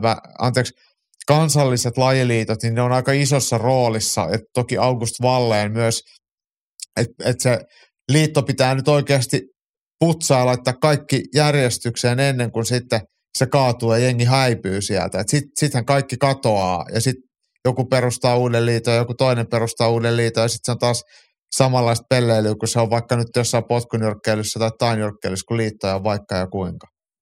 [SPEAKER 3] kansalliset lajiliitot, niin ne on aika isossa roolissa. Et toki August Wallin myös, että se liitto pitää nyt oikeasti putsaa ja laittaa kaikki järjestykseen ennen kuin sitten se kaatuu ja jengi häipyy sieltä. Sittenhän kaikki katoaa ja sitten joku perustaa uuden liiton ja joku toinen perustaa uuden liiton ja sitten se on taas samanlaista pelleilyä, kun se on vaikka nyt jossain potkunyrkkeilyssä tai tainyrkkeilyssä, kun liittoja on vaikka ja kuinka.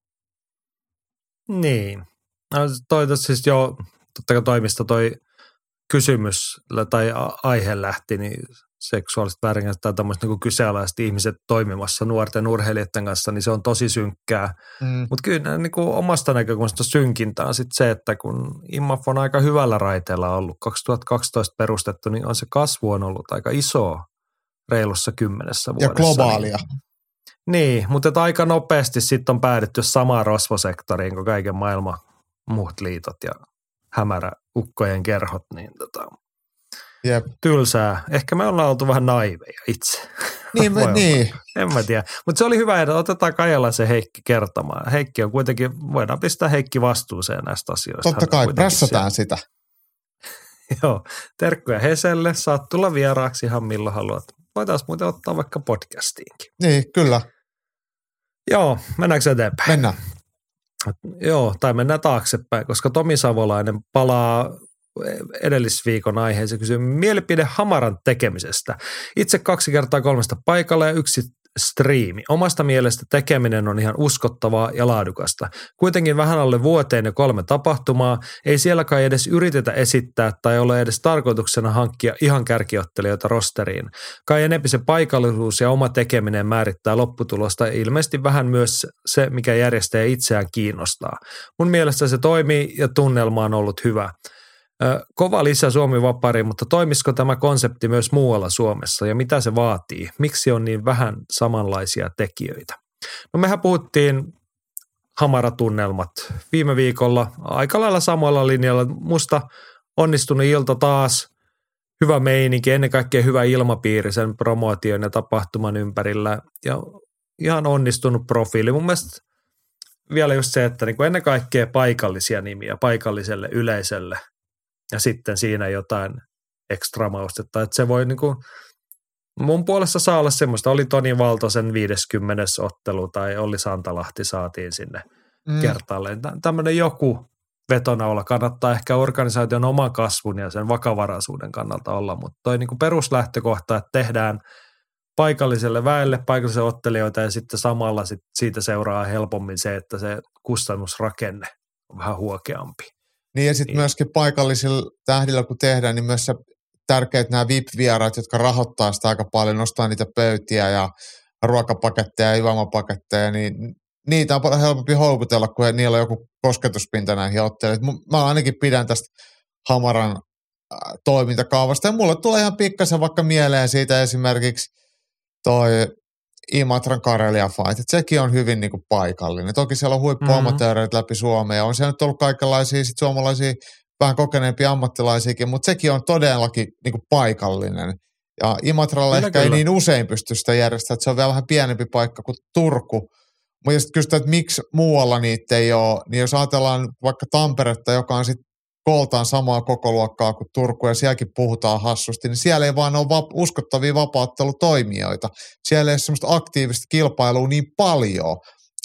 [SPEAKER 2] Niin. No, toi siis jo, totta kai toimista toi kysymys tai aihe lähti, niin seksuaaliset väärinkäytökset tai tämmöiset niin kyseenalaiset ihmiset toimimassa nuorten urheilijoiden kanssa, niin se on tosi synkkää. Mutta kyllä niin kuin omasta näkökulmasta synkintä on sitten se, että kun IMMAF on aika hyvällä raiteella ollut, 2012 perustettu, niin on se kasvu on ollut aika iso reilussa 10 vuodessa.
[SPEAKER 3] Ja globaalia.
[SPEAKER 2] Niin, mutta aika nopeasti sitten on päädytty samaan rosvosektoriin kuin kaiken maailman muut liitot ja hämäräukkojen kerhot, niin
[SPEAKER 3] Jep.
[SPEAKER 2] tylsää. Ehkä me ollaan oltu vähän naiveja itse.
[SPEAKER 3] Niin.
[SPEAKER 2] En mä tiedä. Mutta se oli hyvä, että otetaan Kaijalaisen Heikki kertomaan. Heikki on kuitenkin, voidaan pistää Heikki vastuuseen näistä asioista.
[SPEAKER 3] Totta kai, pressataan sitä.
[SPEAKER 2] Joo, terkkuja Heselle. Saat tulla vieraaksi ihan milloin haluat. Voitaisiin muuten ottaa vaikka podcastiinkin.
[SPEAKER 3] Niin, kyllä.
[SPEAKER 2] Joo, mennäänkö eteenpäin?
[SPEAKER 3] Mennään.
[SPEAKER 2] Joo, tai mennään taaksepäin, koska Tomi Savolainen palaa edellisviikon aiheeseen kysyy mielipide hamaran tekemisestä. Itse 2x3 paikalla ja 1 striimi. Omasta mielestä tekeminen on ihan uskottavaa ja laadukasta. Kuitenkin vähän alle vuoteen ja 3 tapahtumaa. Ei siellä kai edes yritetä esittää tai ole edes tarkoituksena hankkia ihan kärkiottelijoita rosteriin. Kai enempi se paikallisuus ja oma tekeminen määrittää lopputulosta ja ilmeisesti vähän myös se, mikä järjestäjä itseään kiinnostaa. Mun mielestä se toimii ja tunnelma on ollut hyvä. Kova lisä Suomi-vapariin, mutta toimisiko tämä konsepti myös muualla Suomessa ja mitä se vaatii? Miksi on niin vähän samanlaisia tekijöitä? No mehän puhuttiin hamaratunnelmat viime viikolla aika lailla samalla linjalla. Musta onnistunut ilta taas, hyvä meininki, ennen kaikkea hyvä ilmapiiri sen promotion ja tapahtuman ympärillä ja ihan onnistunut profiili. Mun mielestä vielä just se, että niin kuin ennen kaikkea paikallisia nimiä paikalliselle yleisölle. Ja sitten siinä jotain ekstra maustetta, että se voi niinku, mun puolesta saa olla semmoista, oli Toni Valtosen 50. ottelu tai Olli Santalahti saatiin sinne kertaalleen. Tämmöinen joku vetonaula kannattaa ehkä organisaation oman kasvun ja sen vakavaraisuuden kannalta olla, mutta toi niinku peruslähtökohta, että tehdään paikalliselle väelle, paikallisille ottelijoita ja sitten samalla siitä seuraa helpommin se, että se kustannusrakenne on vähän huokeampi.
[SPEAKER 3] Niin ja sitten myöskin paikallisilla tähdillä, kun tehdään, niin myös se tärkeät nämä VIP-vieraat, jotka rahoittaa sitä aika paljon, nostaa niitä pöytiä ja ruokapaketteja ja juomapaketteja, niin niitä on paljon helpompi houkutella, kun niillä on joku kosketuspinta näihin ottelijoihin. Mä ainakin pidän tästä hamaran toimintakaavasta ja mulle tulee ihan pikkasen vaikka mieleen siitä esimerkiksi toi Imatran Karelia Fight, että sekin on hyvin niin kuin paikallinen. Toki siellä on huippuamatööreitä läpi Suomea, on siellä nyt ollut kaikenlaisia sit suomalaisia vähän kokeneempia ammattilaisiakin, mutta sekin on todellakin niin kuin paikallinen. Ja Imatralla ehkä ei niin usein pysty sitä järjestämään, että se on vielä vähän pienempi paikka kuin Turku. Mutta sitten kysytään, että miksi muualla niitä ei ole, niin jos ajatellaan vaikka Tamperetta, joka on sitten kooltaan samaa kokoluokkaa kuin Turku ja sielläkin puhutaan hassusti, niin siellä ei vaan ole uskottavia vapauttelutoimijoita. Siellä ei ole semmoista aktiivista kilpailua niin paljon,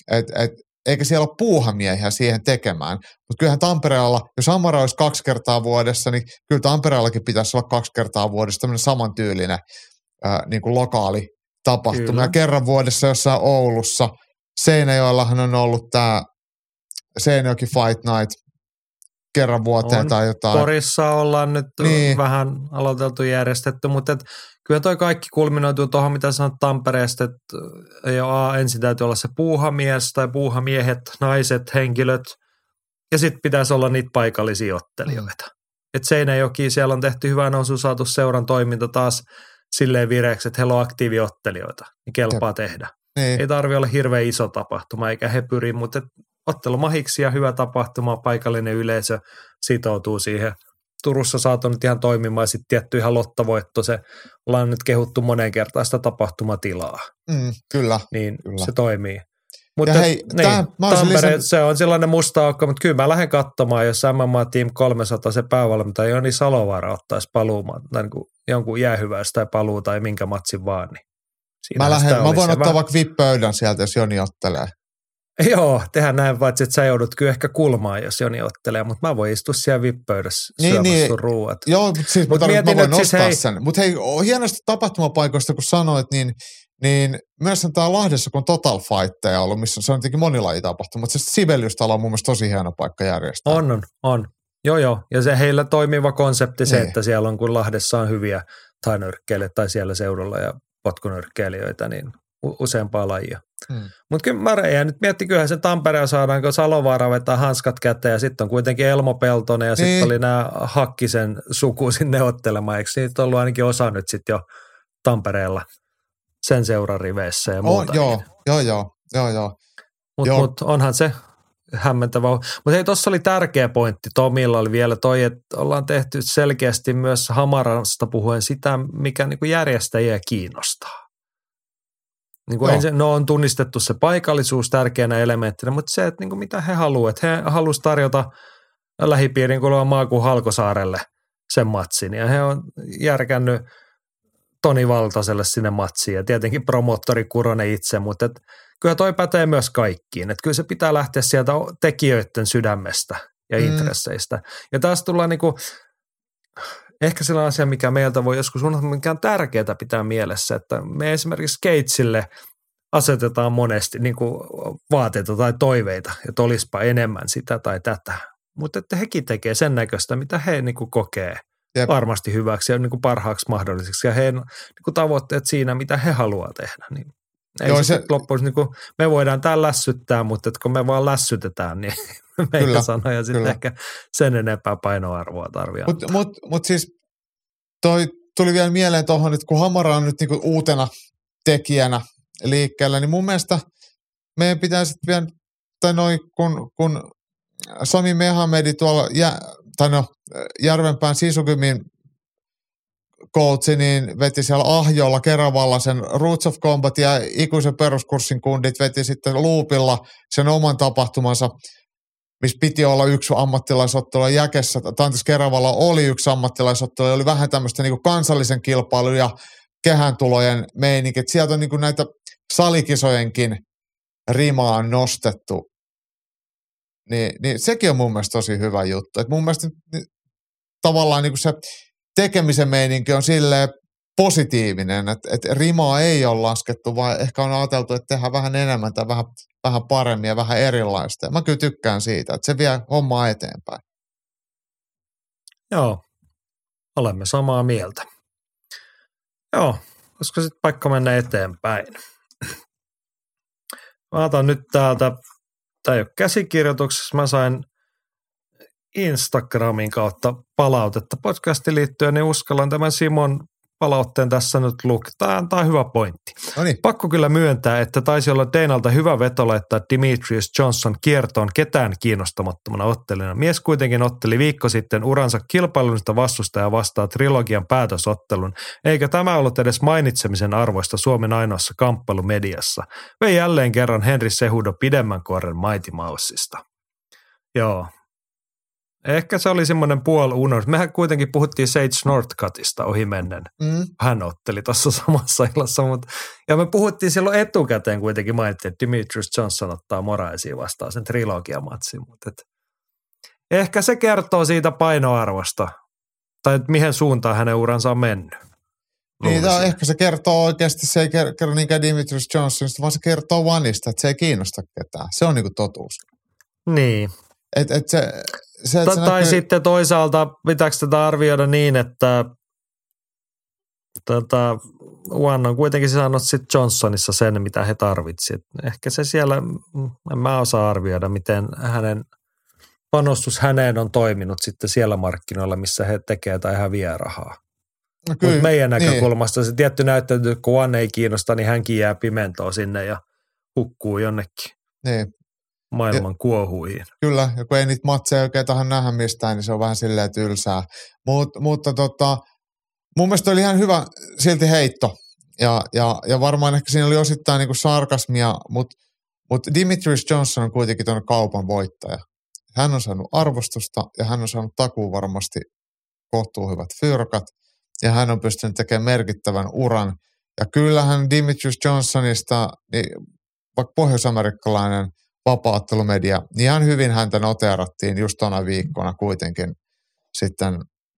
[SPEAKER 3] eikä siellä ole puuhamiehiä siihen tekemään. Mutta kyllähän Tampereella, jos Hamara olisi 2 kertaa vuodessa, niin kyllä Tampereellakin pitäisi olla 2 kertaa vuodessa tämmöinen samantyylinen niin kuin lokaali tapahtuma. Kyllä. Ja kerran vuodessa jossain Oulussa, Seinäjoellahan on ollut tämä Seinäjoki Fight Night, kerran vuoteen tai jotain.
[SPEAKER 2] Porissa ollaan nyt vähän aloiteltu järjestetty, mutta kyllä toi kaikki kulminoituu tuohon, mitä sanot Tampereesta, että ensin täytyy olla se puuhamies tai puuhamiehet, naiset, henkilöt, ja sitten pitäisi olla niitä paikallisia ottelijoita. Et Seinäjoki, siellä on tehty hyvä nousu, saatu seuran toiminta taas silleen vireeksi, että heillä on aktiiviottelijoita, niin kelpaa tehdä. Ei tarvitse olla hirveän iso tapahtuma, eikä he pyri, mutta ottelumahiksi ja hyvä tapahtuma, paikallinen yleisö sitoutuu siihen. Turussa saatu nyt ihan toimimaan ja sitten tietty ihan lottavoitto, se ollaan nyt kehuttu moneen kertaan sitä tapahtumatilaa.
[SPEAKER 3] Kyllä.
[SPEAKER 2] Niin
[SPEAKER 3] kyllä.
[SPEAKER 2] Se toimii. Mutta Tampere, se on sellainen musta aukko, mutta kyllä mä lähden katsomaan, jos MMA Team 300 se päävalmentaja Joni Salovaara ottaisi paluumaan, tai niin jonkun jäähyväistä tai paluu tai minkä matsin vaan. Niin
[SPEAKER 3] mä voin ottaa vaikka VIP-pöydän sieltä, jos Joni ottelee.
[SPEAKER 2] Joo, tehdään näin, paitsi että sä joudut kyllä ehkä kulmaan, jos Joni ottelee, mutta mä voin istua siellä VIP-pöydässä syömässä sun ruuat.
[SPEAKER 3] Joo, mutta siis mä voin nostaa sen. Mutta hei, hienosti tapahtumapaikoista, kun sanoit, niin myös täällä Lahdessa, kun on Total Fightteja ollut, missä se on jotenkin monilajitapahtuma, mutta se Sibelius-talo on mun mielestä tosi hieno paikka järjestää.
[SPEAKER 2] On. Joo. Ja se heillä toimiva konsepti se, että siellä on, kun Lahdessa on hyviä tainyrkkeilijöitä tai siellä seudulla ja potkunyrkkeilijöitä, niin useampaa lajia. Mutta kyllä mä reijän nyt mietti, kyllähän se Tampereen saadaan, kun Salovaara vetää hanskat käteen ja sitten on kuitenkin Elmo Peltonen ja sitten oli nämä Hakkisen suku sinne ottelemaan. Eikö niitä ollut ainakin osa nyt sitten jo Tampereella sen seurariveissä ja muuta?
[SPEAKER 3] Joo.
[SPEAKER 2] Mutta onhan se hämmentävä. Mutta hei, tuossa oli tärkeä pointti. Tomilla oli vielä toi, että ollaan tehty selkeästi myös Hamarasta puhuen sitä, mikä niinku järjestäjiä kiinnostaa. Niinku on tunnistettu se paikallisuus tärkeänä elementtinä, mutta se, että niinku mitä he haluavat. He halusivat tarjota lähipiirin kuuluvan maakuun Halkosaarelle sen matsin. Ja he on järkännyt Toni Valtaselle sinne matsiin ja tietenkin promoottori Kuronen itse, mutta kyllä toi pätee myös kaikkiin. Että kyllä se pitää lähteä sieltä tekijöiden sydämestä ja intresseistä. Ja taas tullaan niinku, ehkä sellainen asia, mikä meiltä voi joskus unohtaa, mikä on tärkeää pitää mielessä, että me esimerkiksi Keitsille asetetaan monesti niinku vaateita tai toiveita, että olisipa enemmän sitä tai tätä. Mutta että hekin tekee sen näköistä, mitä he niinku kokee varmasti hyväksi ja niinku parhaaksi mahdolliseksi. Ja heidän niinku tavoitteet siinä, mitä he haluaa tehdä. Niin ei se loppuisi, niinku, me voidaan täällä lässyttää, mutta että kun me vaan lässytetään, niin meitä sanoja sitten ehkä sen enempää painoarvoa tarvitsee.
[SPEAKER 3] Mutta siis toi tuli vielä mieleen tuohon, että kun Hamara on nyt niinku uutena tekijänä liikkeellä, niin mun mielestä meidän pitää sitten vielä, tai noin kun Sami Mehamedi tuolla, Järvenpään Sisukymin coachi, niin veti siellä Ahjolla Keravalla sen Roots of Combat ja ikuisen peruskurssin kundit veti sitten Loopilla sen oman tapahtumansa, missä piti olla yksi ammattilaisottelu Jäkessä, Tantis Keravalla oli yksi ammattilaisottelu ja oli vähän tämmöistä niin kuin kansallisen kilpailun ja kehäntulojen meininki. Sieltä on niin kuin näitä salikisojenkin rimaa on nostettu. Niin sekin on mun mielestä tosi hyvä juttu. Et mun mielestä tavallaan niin kuin se tekemisen meininki on silleen positiivinen, että rimaa ei ole laskettu, vaan ehkä on ajateltu, että tehdään vähän enemmän tai vähän paremmin ja vähän erilaista. Ja mä kyllä tykkään siitä, että se vie hommaa eteenpäin.
[SPEAKER 2] Joo, olemme samaa mieltä. Joo, olisiko sitten paikka mennä eteenpäin? Mä otan nyt täältä, tämä ei ole käsikirjoituksessa, mä sain Instagramin kautta palautetta podcastiin liittyen, niin uskallan tämän Simon palautteen tässä nyt lukea. Tämä on hyvä pointti.
[SPEAKER 3] Noniin.
[SPEAKER 2] Pakko kyllä myöntää, että taisi olla Danalta hyvä veto laittaa Demetrius Johnson kiertoon ketään kiinnostamattomana ottelijana. Mies kuitenkin otteli viikko sitten uransa kilpailullista vastustajaa vastaan trilogian päätösottelun, eikä tämä ollut edes mainitsemisen arvoista Suomen ainoassa kamppailumediassa. Vei jälleen kerran Henry Cejudo pidemmän kuoren Mighty Mousesta. Joo. Ehkä se oli semmoinen puoli-unohdus. Mehän kuitenkin puhuttiin Sage Northcuttista ohimennen. Hän otteli tuossa samassa illassa. Ja me puhuttiin silloin etukäteen kuitenkin, mainittiin, että Demetrius Johnson ottaa Moraisia vastaan sen trilogiamatsin. Ehkä se kertoo siitä painoarvosta, tai mihin suuntaan hänen uransa on mennyt.
[SPEAKER 3] Niin, ehkä se kertoo oikeasti, se ei kerro niinkään Demetrius Johnsonista, vaan se kertoo Vanista, että se ei kiinnosta ketään. Se on niinku totuus.
[SPEAKER 2] Niin. Tai
[SPEAKER 3] näkyy... sitten
[SPEAKER 2] toisaalta pitääkö tätä arvioida niin, että One on kuitenkin saanut sitten Johnsonissa sen, mitä he tarvitsivat. Ehkä se siellä, en mä osaa arvioida, miten hänen panostus häneen on toiminut sitten siellä markkinoilla, missä he tekee tai häviää rahaa. No mutta meidän näkökulmasta se tietty näyttäytyy, että kun One ei kiinnosta, niin hänkin jää pimentoon sinne ja hukkuu jonnekin.
[SPEAKER 3] Niin.
[SPEAKER 2] Maailman kuohuihin.
[SPEAKER 3] Kyllä, ja kun ei niitä matseja oikein tähän nähdä mistään, niin se on vähän silleen tylsää. Mutta mun mielestä oli ihan hyvä silti heitto. Ja varmaan ehkä siinä oli osittain niinku sarkasmia, mutta Demetrius Johnson on kuitenkin tuonne kaupan voittaja. Hän on saanut arvostusta ja hän on saanut takuun varmasti kohtuuhyvät fyrkat ja hän on pystynyt tekemään merkittävän uran. Ja kyllähän Demetrius Johnsonista, niin vaikka pohjois-amerikkalainen vapaa-ottelumedia, niin ihan hyvin häntä noteerattiin just tuona viikkona kuitenkin sitten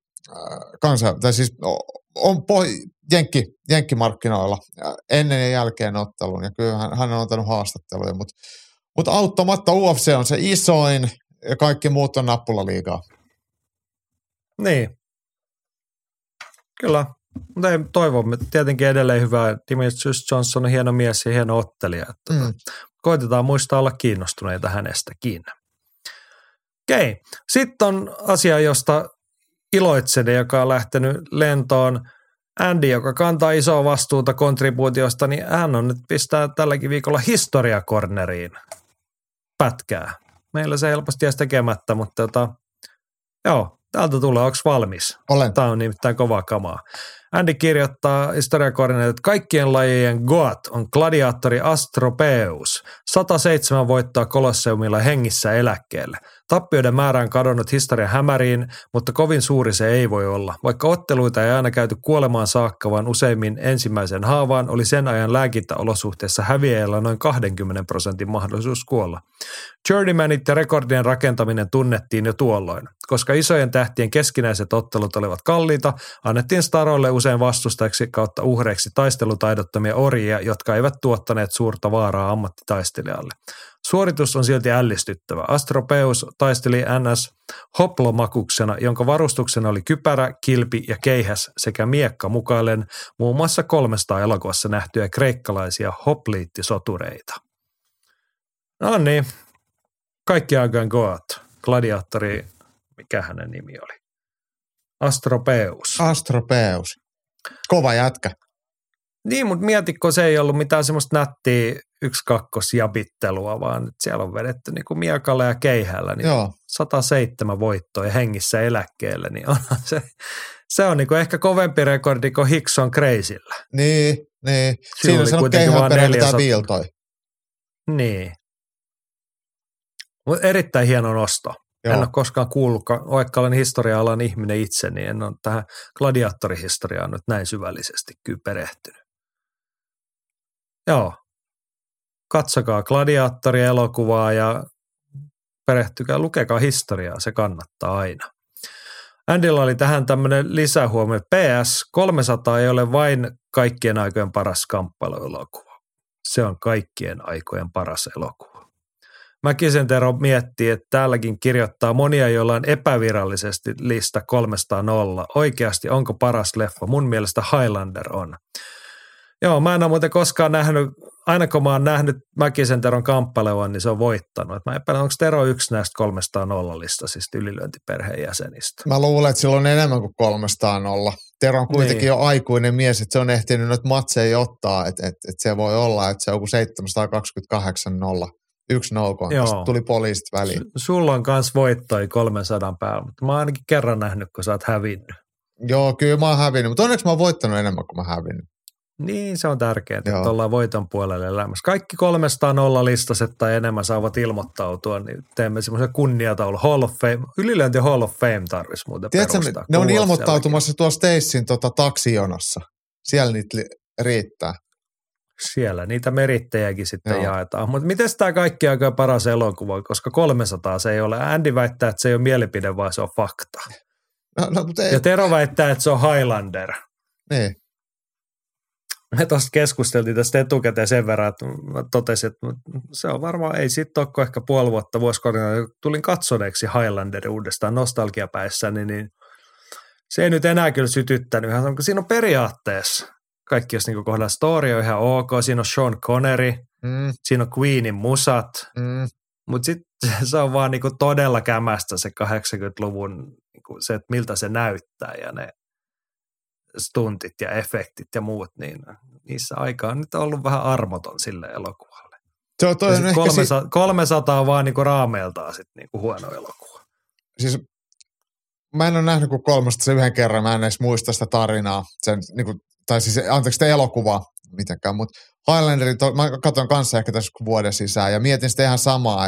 [SPEAKER 3] jenkkimarkkinoilla ennen ja jälkeen ottelun. Ja kyllä hän on antanut haastatteluja, mutta auttamatta UFC on se isoin ja kaikki muut on nappulaliigaa.
[SPEAKER 2] Niin. Kyllä. Mutta toivomme tietenkin edelleen hyvää. Demetrius Johnson on hieno mies ja hieno ottelija. Koitetaan muistaa olla kiinnostuneita hänestäkin. Okei. Sitten on asia, josta iloitsen, joka on lähtenyt lentoon Andy, joka kantaa isoa vastuuta kontribuutiosta, niin hän on nyt pistää tälläkin viikolla historiakorneriin pätkää. Meillä se helposti jäisi tekemättä, mutta joo, täältä tulee. Onko valmis?
[SPEAKER 3] Olen.
[SPEAKER 2] Tämä on nimittäin kovaa kamaa. Andy kirjoittaa historiakornerit, että kaikkien lajien GOAT on gladiaattori Astropeus. 107 voittoa Kolosseumilla hengissä eläkkeelle. Tappioiden määrä on kadonnut historian hämäriin, mutta kovin suuri se ei voi olla. Vaikka otteluita ei aina käyty kuolemaan saakka, vaan useimmin ensimmäisen haavaan oli sen ajan lääkintäolosuhteessa häviäjällä noin 20% mahdollisuus kuolla. Journeymanit ja rekordien rakentaminen tunnettiin jo tuolloin. Koska isojen tähtien keskinäiset ottelut olivat kalliita, annettiin staroille usein vastustajiksi kautta uhreiksi taistelutaidottomia orjia, jotka eivät tuottaneet suurta vaaraa ammattitaistelijalle. Suoritus on silti ällistyttävä. Astropeus taisteli NS hoplomakuksena, jonka varustuksena oli kypärä, kilpi ja keihäs sekä miekka mukaillen muun muassa 300 elokuvassa nähtyjä kreikkalaisia hopliittisotureita. No niin, kaikki aikojen GOAT, gladiaattori, mikä hänen nimi oli? Astropeus.
[SPEAKER 3] Astropeus. Kova jätkä.
[SPEAKER 2] Niin, mutta mietitkö, se ei ollut mitään semmoista nättiä 1-2-jabittelua, vaan siellä on vedetty niin kuin miekalla ja keihällä. Niin
[SPEAKER 3] Joo.
[SPEAKER 2] 107 voittoa ja hengissä eläkkeelle, niin onhan se on niin kuin ehkä kovempi rekordi kuin Hickson Crazyllä.
[SPEAKER 3] Niin.
[SPEAKER 2] Siinä
[SPEAKER 3] Siinä
[SPEAKER 2] oli
[SPEAKER 3] sanoo
[SPEAKER 2] kuitenkin
[SPEAKER 3] keihään
[SPEAKER 2] vaan
[SPEAKER 3] perään
[SPEAKER 2] 400.
[SPEAKER 3] mitä viiltoi.
[SPEAKER 2] Niin. Mutta erittäin hieno nosto.
[SPEAKER 3] Joo.
[SPEAKER 2] En ole koskaan kuullutkaan, vaikka olen historia-alan ihminen itse, niin en ole tähän gladiaattorihistoriaan nyt näin syvällisesti kyllä perehtynyt. Joo. Katsokaa gladiaattori-elokuvaa ja perehtykää, lukekaa historiaa, se kannattaa aina. Andylla oli tähän tämmöinen lisähuomio. PS 300 ei ole vain kaikkien aikojen paras kamppailuelokuva. Se on kaikkien aikojen paras elokuva. Mäkisen Tero miettii, että täälläkin kirjoittaa monia, joilla on epävirallisesti lista 300. Oikeasti onko paras leffa? Mun mielestä Highlander on. Joo, mä en ole muuten koskaan nähnyt, aina kun mä oon nähnyt Mäkisen Teron kamppailevan, niin se on voittanut. Mä epäilen, onko Tero yksi näistä 300 listasista ylilyöntiperheen jäsenistä?
[SPEAKER 3] Mä luulen, että sillä on enemmän kuin 300. Tero on kuitenkin
[SPEAKER 2] Niin.
[SPEAKER 3] jo aikuinen mies, että se on ehtinyt noita matseja ottaa, että se voi olla, että se on joku 728-0. 1-0,
[SPEAKER 2] Joo.
[SPEAKER 3] tuli poliisit väliin.
[SPEAKER 2] Sulla on kans voittoi 300 päällä, mutta mä oon ainakin kerran nähnyt, kun sä oot hävinnyt.
[SPEAKER 3] Joo, kyllä mä oon hävinnyt, mutta onneksi mä oon voittanut enemmän kuin mä hävinnyt.
[SPEAKER 2] Niin, se on tärkeää, että
[SPEAKER 3] Joo.
[SPEAKER 2] ollaan voiton puolelle elämässä. Kaikki 300 listaset tai enemmän saavat ilmoittautua, niin teemme semmoisen kunniataulu. Hall of Fame, ylilöinti Hall of Fame tarvitsisi muuten
[SPEAKER 3] Tiedätkö,
[SPEAKER 2] perustaa.
[SPEAKER 3] ne on
[SPEAKER 2] Kuulla
[SPEAKER 3] ilmoittautumassa tuossa Stacein taksijonossa. Siellä niitä riittää.
[SPEAKER 2] Siellä niitä merittejäkin sitten
[SPEAKER 3] Joo.
[SPEAKER 2] jaetaan. Mutta miten tämä kaikki aika paras elokuva, koska 300 se ei ole. Andy väittää, että se ei ole mielipide, vaan se on fakta.
[SPEAKER 3] No, mutta ei,
[SPEAKER 2] Ja Tero väittää, että se on Highlander.
[SPEAKER 3] niin.
[SPEAKER 2] Me tuosta keskusteltiin tästä etukäteen sen verran, että mä totesin, että se on varmaan, ei siitä ole ehkä puoli vuotta, vuosikorina, tulin katsoneeksi Highlanderin uudestaan nostalgiapäissäni, niin se ei nyt enää kyllä sytyttänyt. Siinä on periaatteessa kaikki, jos niin kohdalla story on ihan ok, siinä on Sean Connery, siinä on Queenin musat, mutta sitten se on vaan niin kuin todella kämästä se 80-luvun, niin kuin se, että miltä se näyttää ja ne stuntit ja efektit ja muut, niin niissä aika on nyt ollut vähän armoton sille elokuvalle.
[SPEAKER 3] Se on, toi on ehkä
[SPEAKER 2] 300 on vaan niinku raameiltaan sit niinku huono elokuva.
[SPEAKER 3] Siis mä en ole nähnyt kuin 300 yhden kerran, mä en edes muista sitä tarinaa, sen, niinku, tai siis anteeksi sitä elokuvaa mitenkään, mutta Highlanderin, mä katson kanssa ehkä tässä vuoden sisään ja mietin sitä ihan samaa,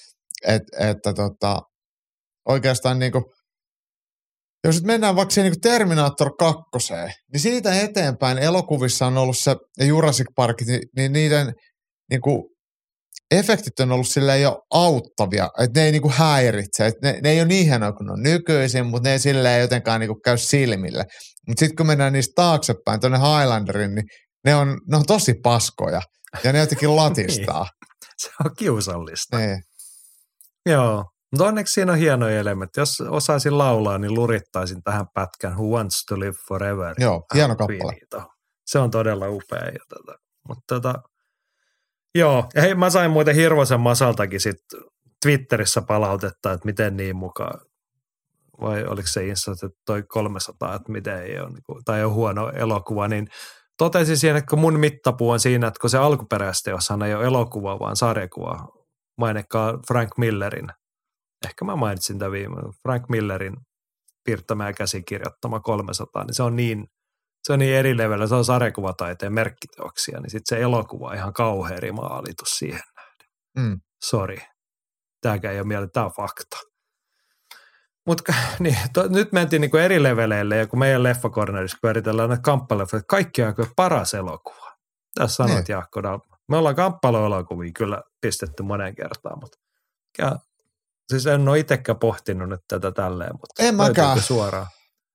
[SPEAKER 3] että oikeastaan niinku, jos nyt mennään vaikka siihen niin Terminator 2, niin siitä eteenpäin elokuvissa on ollut se, ja Jurassic Park, niin niiden niin kuin, efektit on ollut silleen jo auttavia, että ne ei niin kuin häiritse, että ne ei ole niin hienoja kuin ne on nykyisin, mutta ne ei silleen jotenkaan niin kuin käy silmille. Mutta sitten kun mennään niistä taaksepäin tuonne Highlanderin, niin ne on tosi paskoja, ja ne jotenkin latistaa.
[SPEAKER 2] Niin. Se on kiusallista.
[SPEAKER 3] Niin.
[SPEAKER 2] Joo. Mutta onneksi siinä on hienoja elementtejä. Jos osaisin laulaa, niin lurittaisin tähän pätkän Who Wants to Live Forever.
[SPEAKER 3] Joo, hieno kappale.
[SPEAKER 2] Se on todella upea. Mutta joo, hei, mä sain muuten Hirvosen Masaltakin sit Twitterissä palautetta, että miten niin mukaan vai oliko se Instat, että toi 300, että miten ei ole, niin kuin, tai on huono elokuva, niin totesin siihen, että kun mun mittapuu on siinä, että kun se alkuperäisteoshan ei ole elokuva, vaan sarjakuva, mainekaan Frank Millerin, ehkä mä mainitsin tämän viime, Frank Millerin piirtämä ja käsikirjoittama 300, niin se on niin eri level, se on sarjakuvataiteen merkkiteoksia, niin sitten se elokuva on ihan kauhean eri maalitus siihen nähden. Sori, tämäkään ei ole mieleen, tämä on fakta. Mutta niin, nyt mentiin niinku eri leveleille, ja kun meidän leffakornerissa pyöritellään näitä kamppaileffoja, että kaikki on kyllä paras elokuva. Tässä sanoit, Jaakko Dalma. Me ollaan kamppailuelokuvia kyllä pistetty moneen kertaan, mutta siis en ole itsekään pohtinut nyt tätä tälleen, mutta
[SPEAKER 3] en mäkään
[SPEAKER 2] suoraan.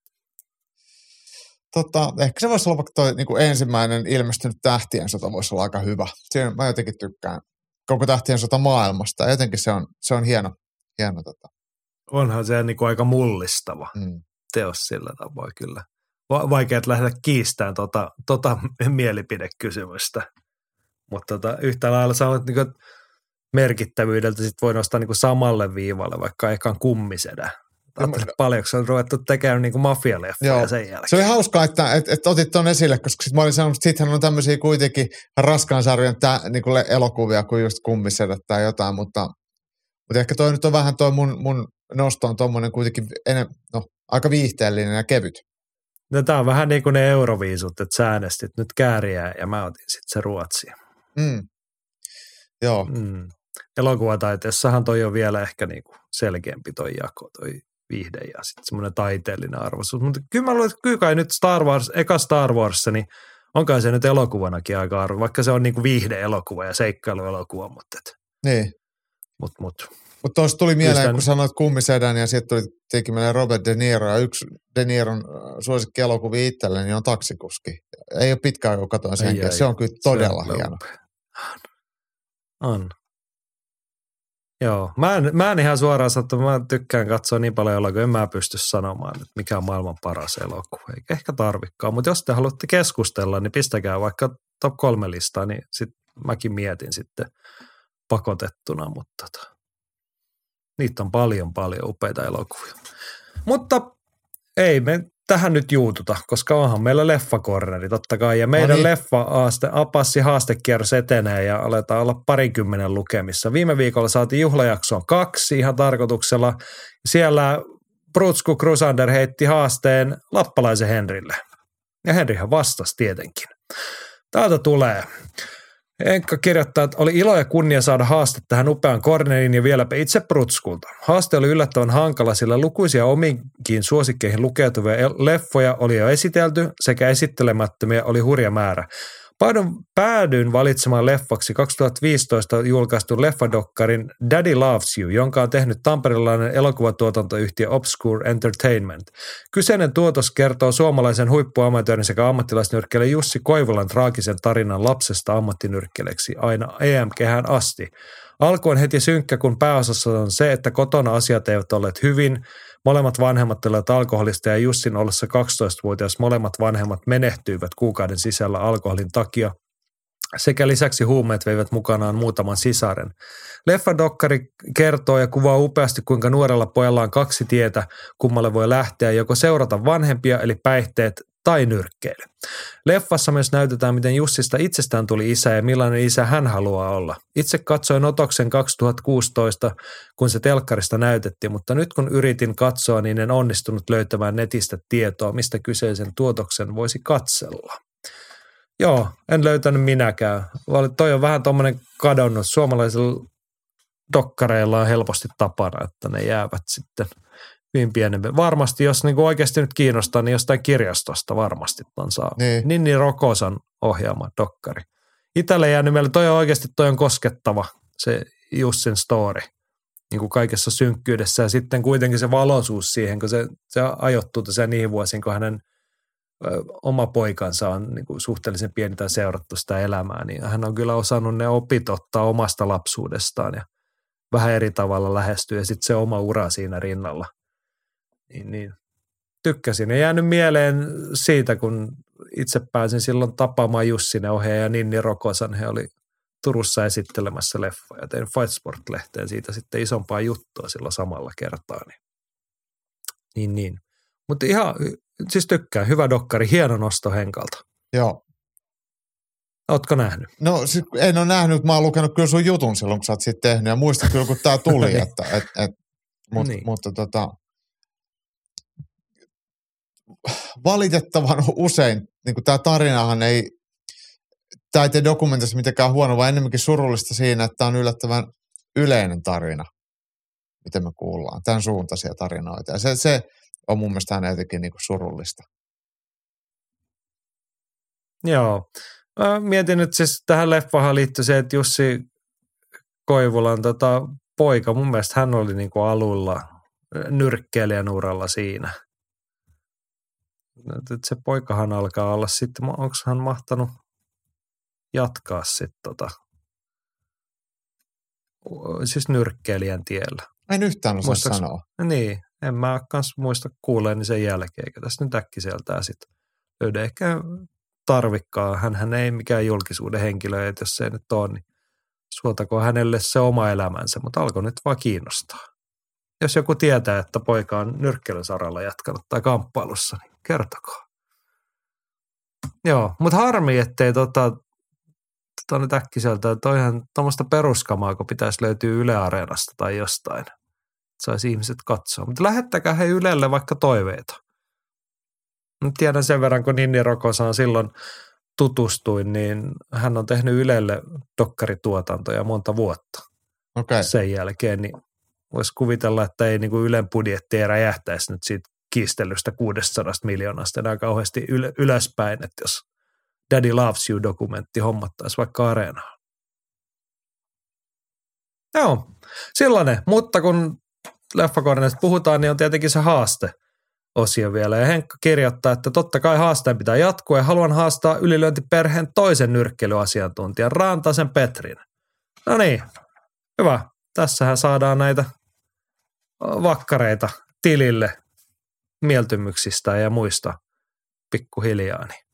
[SPEAKER 3] Ehkä se voisi olla vaikka toi niin kuin ensimmäinen ilmestynyt Tähtien sota voisi olla aika hyvä. Siinä mä jotenkin tykkään koko Tähtien sota maailmasta. Jotenkin se on hieno.
[SPEAKER 2] Onhan se niin kuin aika mullistava teos sillä tavoin kyllä. Vaikea lähteä kiistämään tota mielipidekysymystä. Mutta yhtä lailla sanot niin kuin merkittävyydeltä sit voi nostaa niin kuin samalle viivalle vaikka ekan Kummisedä. Paljonko se on ruvettu tekemään niin kuin mafialeffoja sen jälkeen.
[SPEAKER 3] Se oli hauskaa, että otit tuon esille, koska sit mä olin sanonut, että sittenhän on tämmöisiä kuitenkin raskaan sarjan niin kuin elokuvia kuin just Kummisedät tai jotain, mutta ehkä toi nyt on vähän toi mun nosto on tommonen kuitenkin aika viihteellinen ja kevyt.
[SPEAKER 2] No tää on vähän niin kuin ne euroviisut, että sä äänestit nyt Kääriää ja mä otin sitten se Ruotsia.
[SPEAKER 3] Joo.
[SPEAKER 2] Elokuvataiteessahan toi on vielä ehkä niinku selkeämpi toi jako, toi viihde ja sitten semmoinen taiteellinen arvostus. Mutta kyllä mä luulen, että kyllä kai nyt eka Star Wars, niin onkaan se nyt elokuvanakin aika arvo, vaikka se on niinku viihde-elokuva ja seikkailuelokuva, mutta
[SPEAKER 3] niin.
[SPEAKER 2] Mutta
[SPEAKER 3] tuossa tuli mieleen, kun sanoit Kummisedän ja sitten tuli tietenkin meille Robert De Niro ja yksi De Niron suosikkielokuvia itselleni niin on Taksikuski. Ei ole pitkään, kun katsoin senkin. Se on kyllä todella hieno.
[SPEAKER 2] On. Joo, mä en ihan suoraan sanoa, että mä tykkään katsoa niin paljon elokuvia, en mä pysty sanomaan, että mikä on maailman paras elokuva. Eikä ehkä tarvikaan, mutta jos te haluatte keskustella, niin pistäkää vaikka top 3 listaa, niin sitten mäkin mietin sitten pakotettuna, mutta niitä on paljon upeita elokuvia. Mutta ei me tähän nyt juututa, koska onhan meillä leffakorneri totta kai. Ja meidän Apassi haastekierros etenee ja aletaan olla 20 lukemissa. Viime viikolla saatiin juhlajaksoon 2 ihan tarkoituksella. Siellä Prutsku Crusander heitti haasteen Lappalaisen Henrille. Ja Henrihän vastasi tietenkin. Täältä tulee. Enkka kirjoittaa, että oli ilo ja kunnia saada haaste tähän upean kornerin ja vieläpä itse Prutskulta. Haaste oli yllättävän hankala, sillä lukuisia omiinkin suosikkeihin lukeutuvia leffoja oli jo esitelty sekä esittelemättömiä oli hurja määrä. Päädyin valitsemaan leffaksi 2015 julkaistun leffadokkarin Daddy Loves You, jonka on tehnyt tamperelainen elokuvatuotantoyhtiö Obscure Entertainment. Kyseinen tuotos kertoo suomalaisen huippuamatöörin sekä ammattilaisnyrkkeilijän Jussi Koivulan traagisen tarinan lapsesta ammattinyrkkeilijäksi aina EM-kehään asti. Alku on heti synkkä, kun pääosassa on se, että kotona asiat eivät olleet hyvin. Molemmat vanhemmat olivat alkoholista ja Jussin ollessa 12-vuotias molemmat vanhemmat menehtyivät kuukauden sisällä alkoholin takia. Sekä lisäksi huumeet veivät mukanaan muutaman sisaren. Leffadokkari kertoo ja kuvaa upeasti, kuinka nuorella pojalla on 2 tietä, kummalle voi lähteä, joko seurata vanhempia eli päihteet tai nyrkkeily. Leffassa myös näytetään, miten Jussista itsestään tuli isä ja millainen isä hän haluaa olla. Itse katsoin otoksen 2016, kun se telkkarista näytettiin, mutta nyt kun yritin katsoa, niin en onnistunut löytämään netistä tietoa, mistä kyseisen tuotoksen voisi katsella. Joo, en löytänyt minäkään. Toi on vähän tommoinen kadonnut. Suomalaisilla dokkareilla on helposti tapana, että ne jäävät sitten hyvin pienempi. Varmasti, jos niinku oikeasti nyt kiinnostaa, niin jostain kirjastosta varmasti ton saa.
[SPEAKER 3] Niin.
[SPEAKER 2] Ninni Rokosan ohjaama dokkari. Itselle jäänyt meille, toi on koskettava, se Jussin story, niin kuin kaikessa synkkyydessä. Ja sitten kuitenkin se valoisuus siihen, kun se ajoittuu tosiaan niihin vuosiin, kun hänen oma poikansa on niin kuin suhteellisen pieni tai seurattu sitä elämää, niin hän on kyllä osannut ne opit ottaa omasta lapsuudestaan ja vähän eri tavalla lähestyä ja sitten se oma ura siinä rinnalla. Niin. Tykkäsin. Ja jäänyt mieleen siitä, kun itse pääsin silloin tapaamaan Jussinen ohjaaja ja Ninni Rokosan. He oli Turussa esittelemässä leffoja. Tein Fight Sport-lehteen siitä sitten isompaa juttua silloin samalla kertaa. Niin Niin. Mutta ihan, siis tykkään. Hyvä dokkari, hieno nosto Henkalta.
[SPEAKER 3] Joo.
[SPEAKER 2] Ootko nähnyt?
[SPEAKER 3] No siis en ole nähnyt, mutta mä oon lukenut kyllä sun jutun silloin, kun sä oot siitä tehnyt. Ja muistan kyllä, kun tää tuli,
[SPEAKER 2] Niin.
[SPEAKER 3] mutta valitettavan usein, niin kuin tämä tarinahan ei, tämä ei tee dokumentissa mitenkään huono, vaan enemmänkin surullista siinä, että tämä on yllättävän yleinen tarina, miten me kuullaan. Tämän suuntaisia tarinoita. Ja se on mun mielestä aina jotenkin niin kuin surullista.
[SPEAKER 2] Joo. Mä mietin nyt siis tähän leffahan liittyy se, että Jussi Koivulan poika, mun mielestä hän oli niin kuin alulla nyrkkeilijän uralla siinä. Se poikahan alkaa olla sitten, onko hän mahtanut jatkaa sitten siis nyrkkeilijän tiellä.
[SPEAKER 3] En yhtään osaa sanoa.
[SPEAKER 2] Niin, en mä kans muista kuuleeni sen jälkeen, eikä tässä nyt äkkiseltään sitten löydä. Ehkä tarvikkaa, hänhän ei mikään julkisuuden henkilö, että jos se ei nyt ole, niin suotakoon hänelle se oma elämänsä, mutta alkoi nyt vaan kiinnostaa. Jos joku tietää, että poika on nyrkkeilysaralla jatkanut tai kamppailussa, niin kertokaa. Joo, mutta harmi, ettei nyt äkkiseltä, toihan tuommoista peruskamaa, kun pitäisi löytyä Yle Areenasta tai jostain. Saisi ihmiset katsoa. Mutta lähettäkää he Ylelle vaikka toiveita. Nyt tiedän sen verran, kun Ninni Rokosaan silloin tutustuin, niin hän on tehnyt Ylelle dokkarituotantoja monta vuotta.
[SPEAKER 3] Okay.
[SPEAKER 2] Sen jälkeen, niin voisi kuvitella, että ei niin kuin Ylen budjetti ei räjähtäisi nyt siitä kiistelystä 600 miljoonasta enää kauheasti ylöspäin, että jos Daddy Loves You-dokumentti hommattaisi vaikka Areenaan. Joo, sellainen. Mutta kun leffakorneista puhutaan, niin on tietenkin se haaste-osio vielä. Ja Henkka kirjoittaa, että totta kai haasteen pitää jatkua ja haluan haastaa Ylilyöntiperheen toisen nyrkkeilyasiantuntijan, Rantasen Petrin. No niin, hyvä. Tässähän saadaan näitä vakkareita tilille mieltymyksistä ja muista pikkuhiljaa. Niin.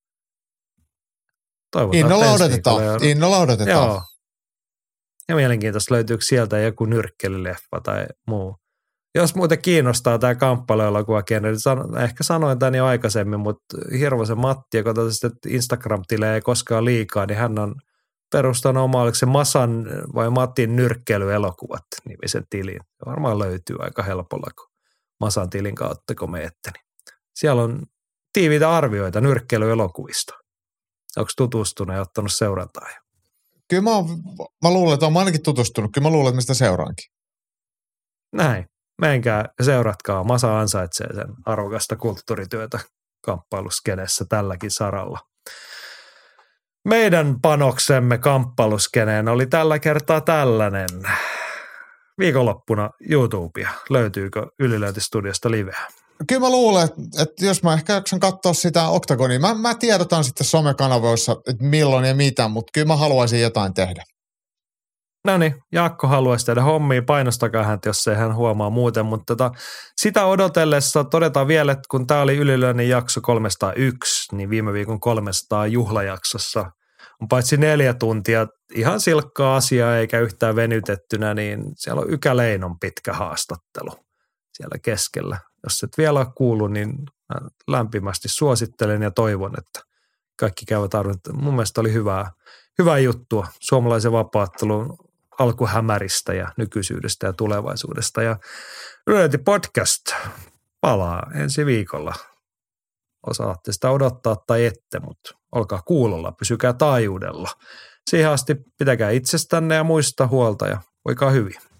[SPEAKER 3] Innolla odotetaan.
[SPEAKER 2] Joo. Ja mielenkiintoista, löytyykö sieltä joku nyrkkelyleffa tai muu. Jos muuten kiinnostaa tämä kamppailuelokuvagenre, niin ehkä sanoin tämän jo aikaisemmin, mutta Hirvosen Matti, joka totesi, että Instagram-tilejä ei koskaan liikaa, niin hän on perustanut oma, oliko se Masan vai Matin nyrkkeilyelokuvat nimisen tilin. Varmaan löytyy aika helpolla, kun Masan tilin kautta, kun menette. Niin siellä on tiiviitä arvioita nyrkkeilyelokuvista. Onko tutustunut ja ottanut seurantaa?
[SPEAKER 3] Kyllä mä luulen, että olen ainakin tutustunut. Kyllä mä luulen, että mä sitä seuraankin.
[SPEAKER 2] Näin. Menkää ja seuratkaa. Masa ansaitsee sen arvokasta kulttuurityötä kamppailuskenessä tälläkin saralla. Meidän panoksemme kamppailuskeneen oli tällä kertaa tällainen. Viikonloppuna YouTubea. Löytyykö Ylilöintistudiosta liveä?
[SPEAKER 3] Kyllä mä luulen, että jos mä ehkä jaksan katsoa sitä Oktagonia, mä tiedotan sitten somekanavoissa, että milloin ja mitä, mutta kyllä mä haluaisin jotain tehdä.
[SPEAKER 2] No niin, Jaakko haluaisi tehdä hommia, painostakaa häntä, jos ei hän huomaa muuten, mutta sitä odotellessa todetaan vielä, että kun tämä oli Ylilyönnin jakso 301, niin viime viikon 300 juhlajaksossa on paitsi 4 tuntia ihan silkkaa asiaa eikä yhtään venytettynä, niin siellä on Ykäleinon pitkä haastattelu siellä keskellä. Jos et vielä ole kuullut, niin lämpimästi suosittelen ja toivon, että kaikki käyvät arvoittamaan. Mun mielestä oli hyvää juttua suomalaisen vapaattelun alkuhämäristä ja nykyisyydestä ja tulevaisuudesta. Ja Ylilöinti podcast palaa ensi viikolla. Osaatte sitä odottaa tai ette, mutta olkaa kuulolla, pysykää taajuudella. Siihen asti pitäkää itsestänne ja muista huolta ja voikaa hyvin.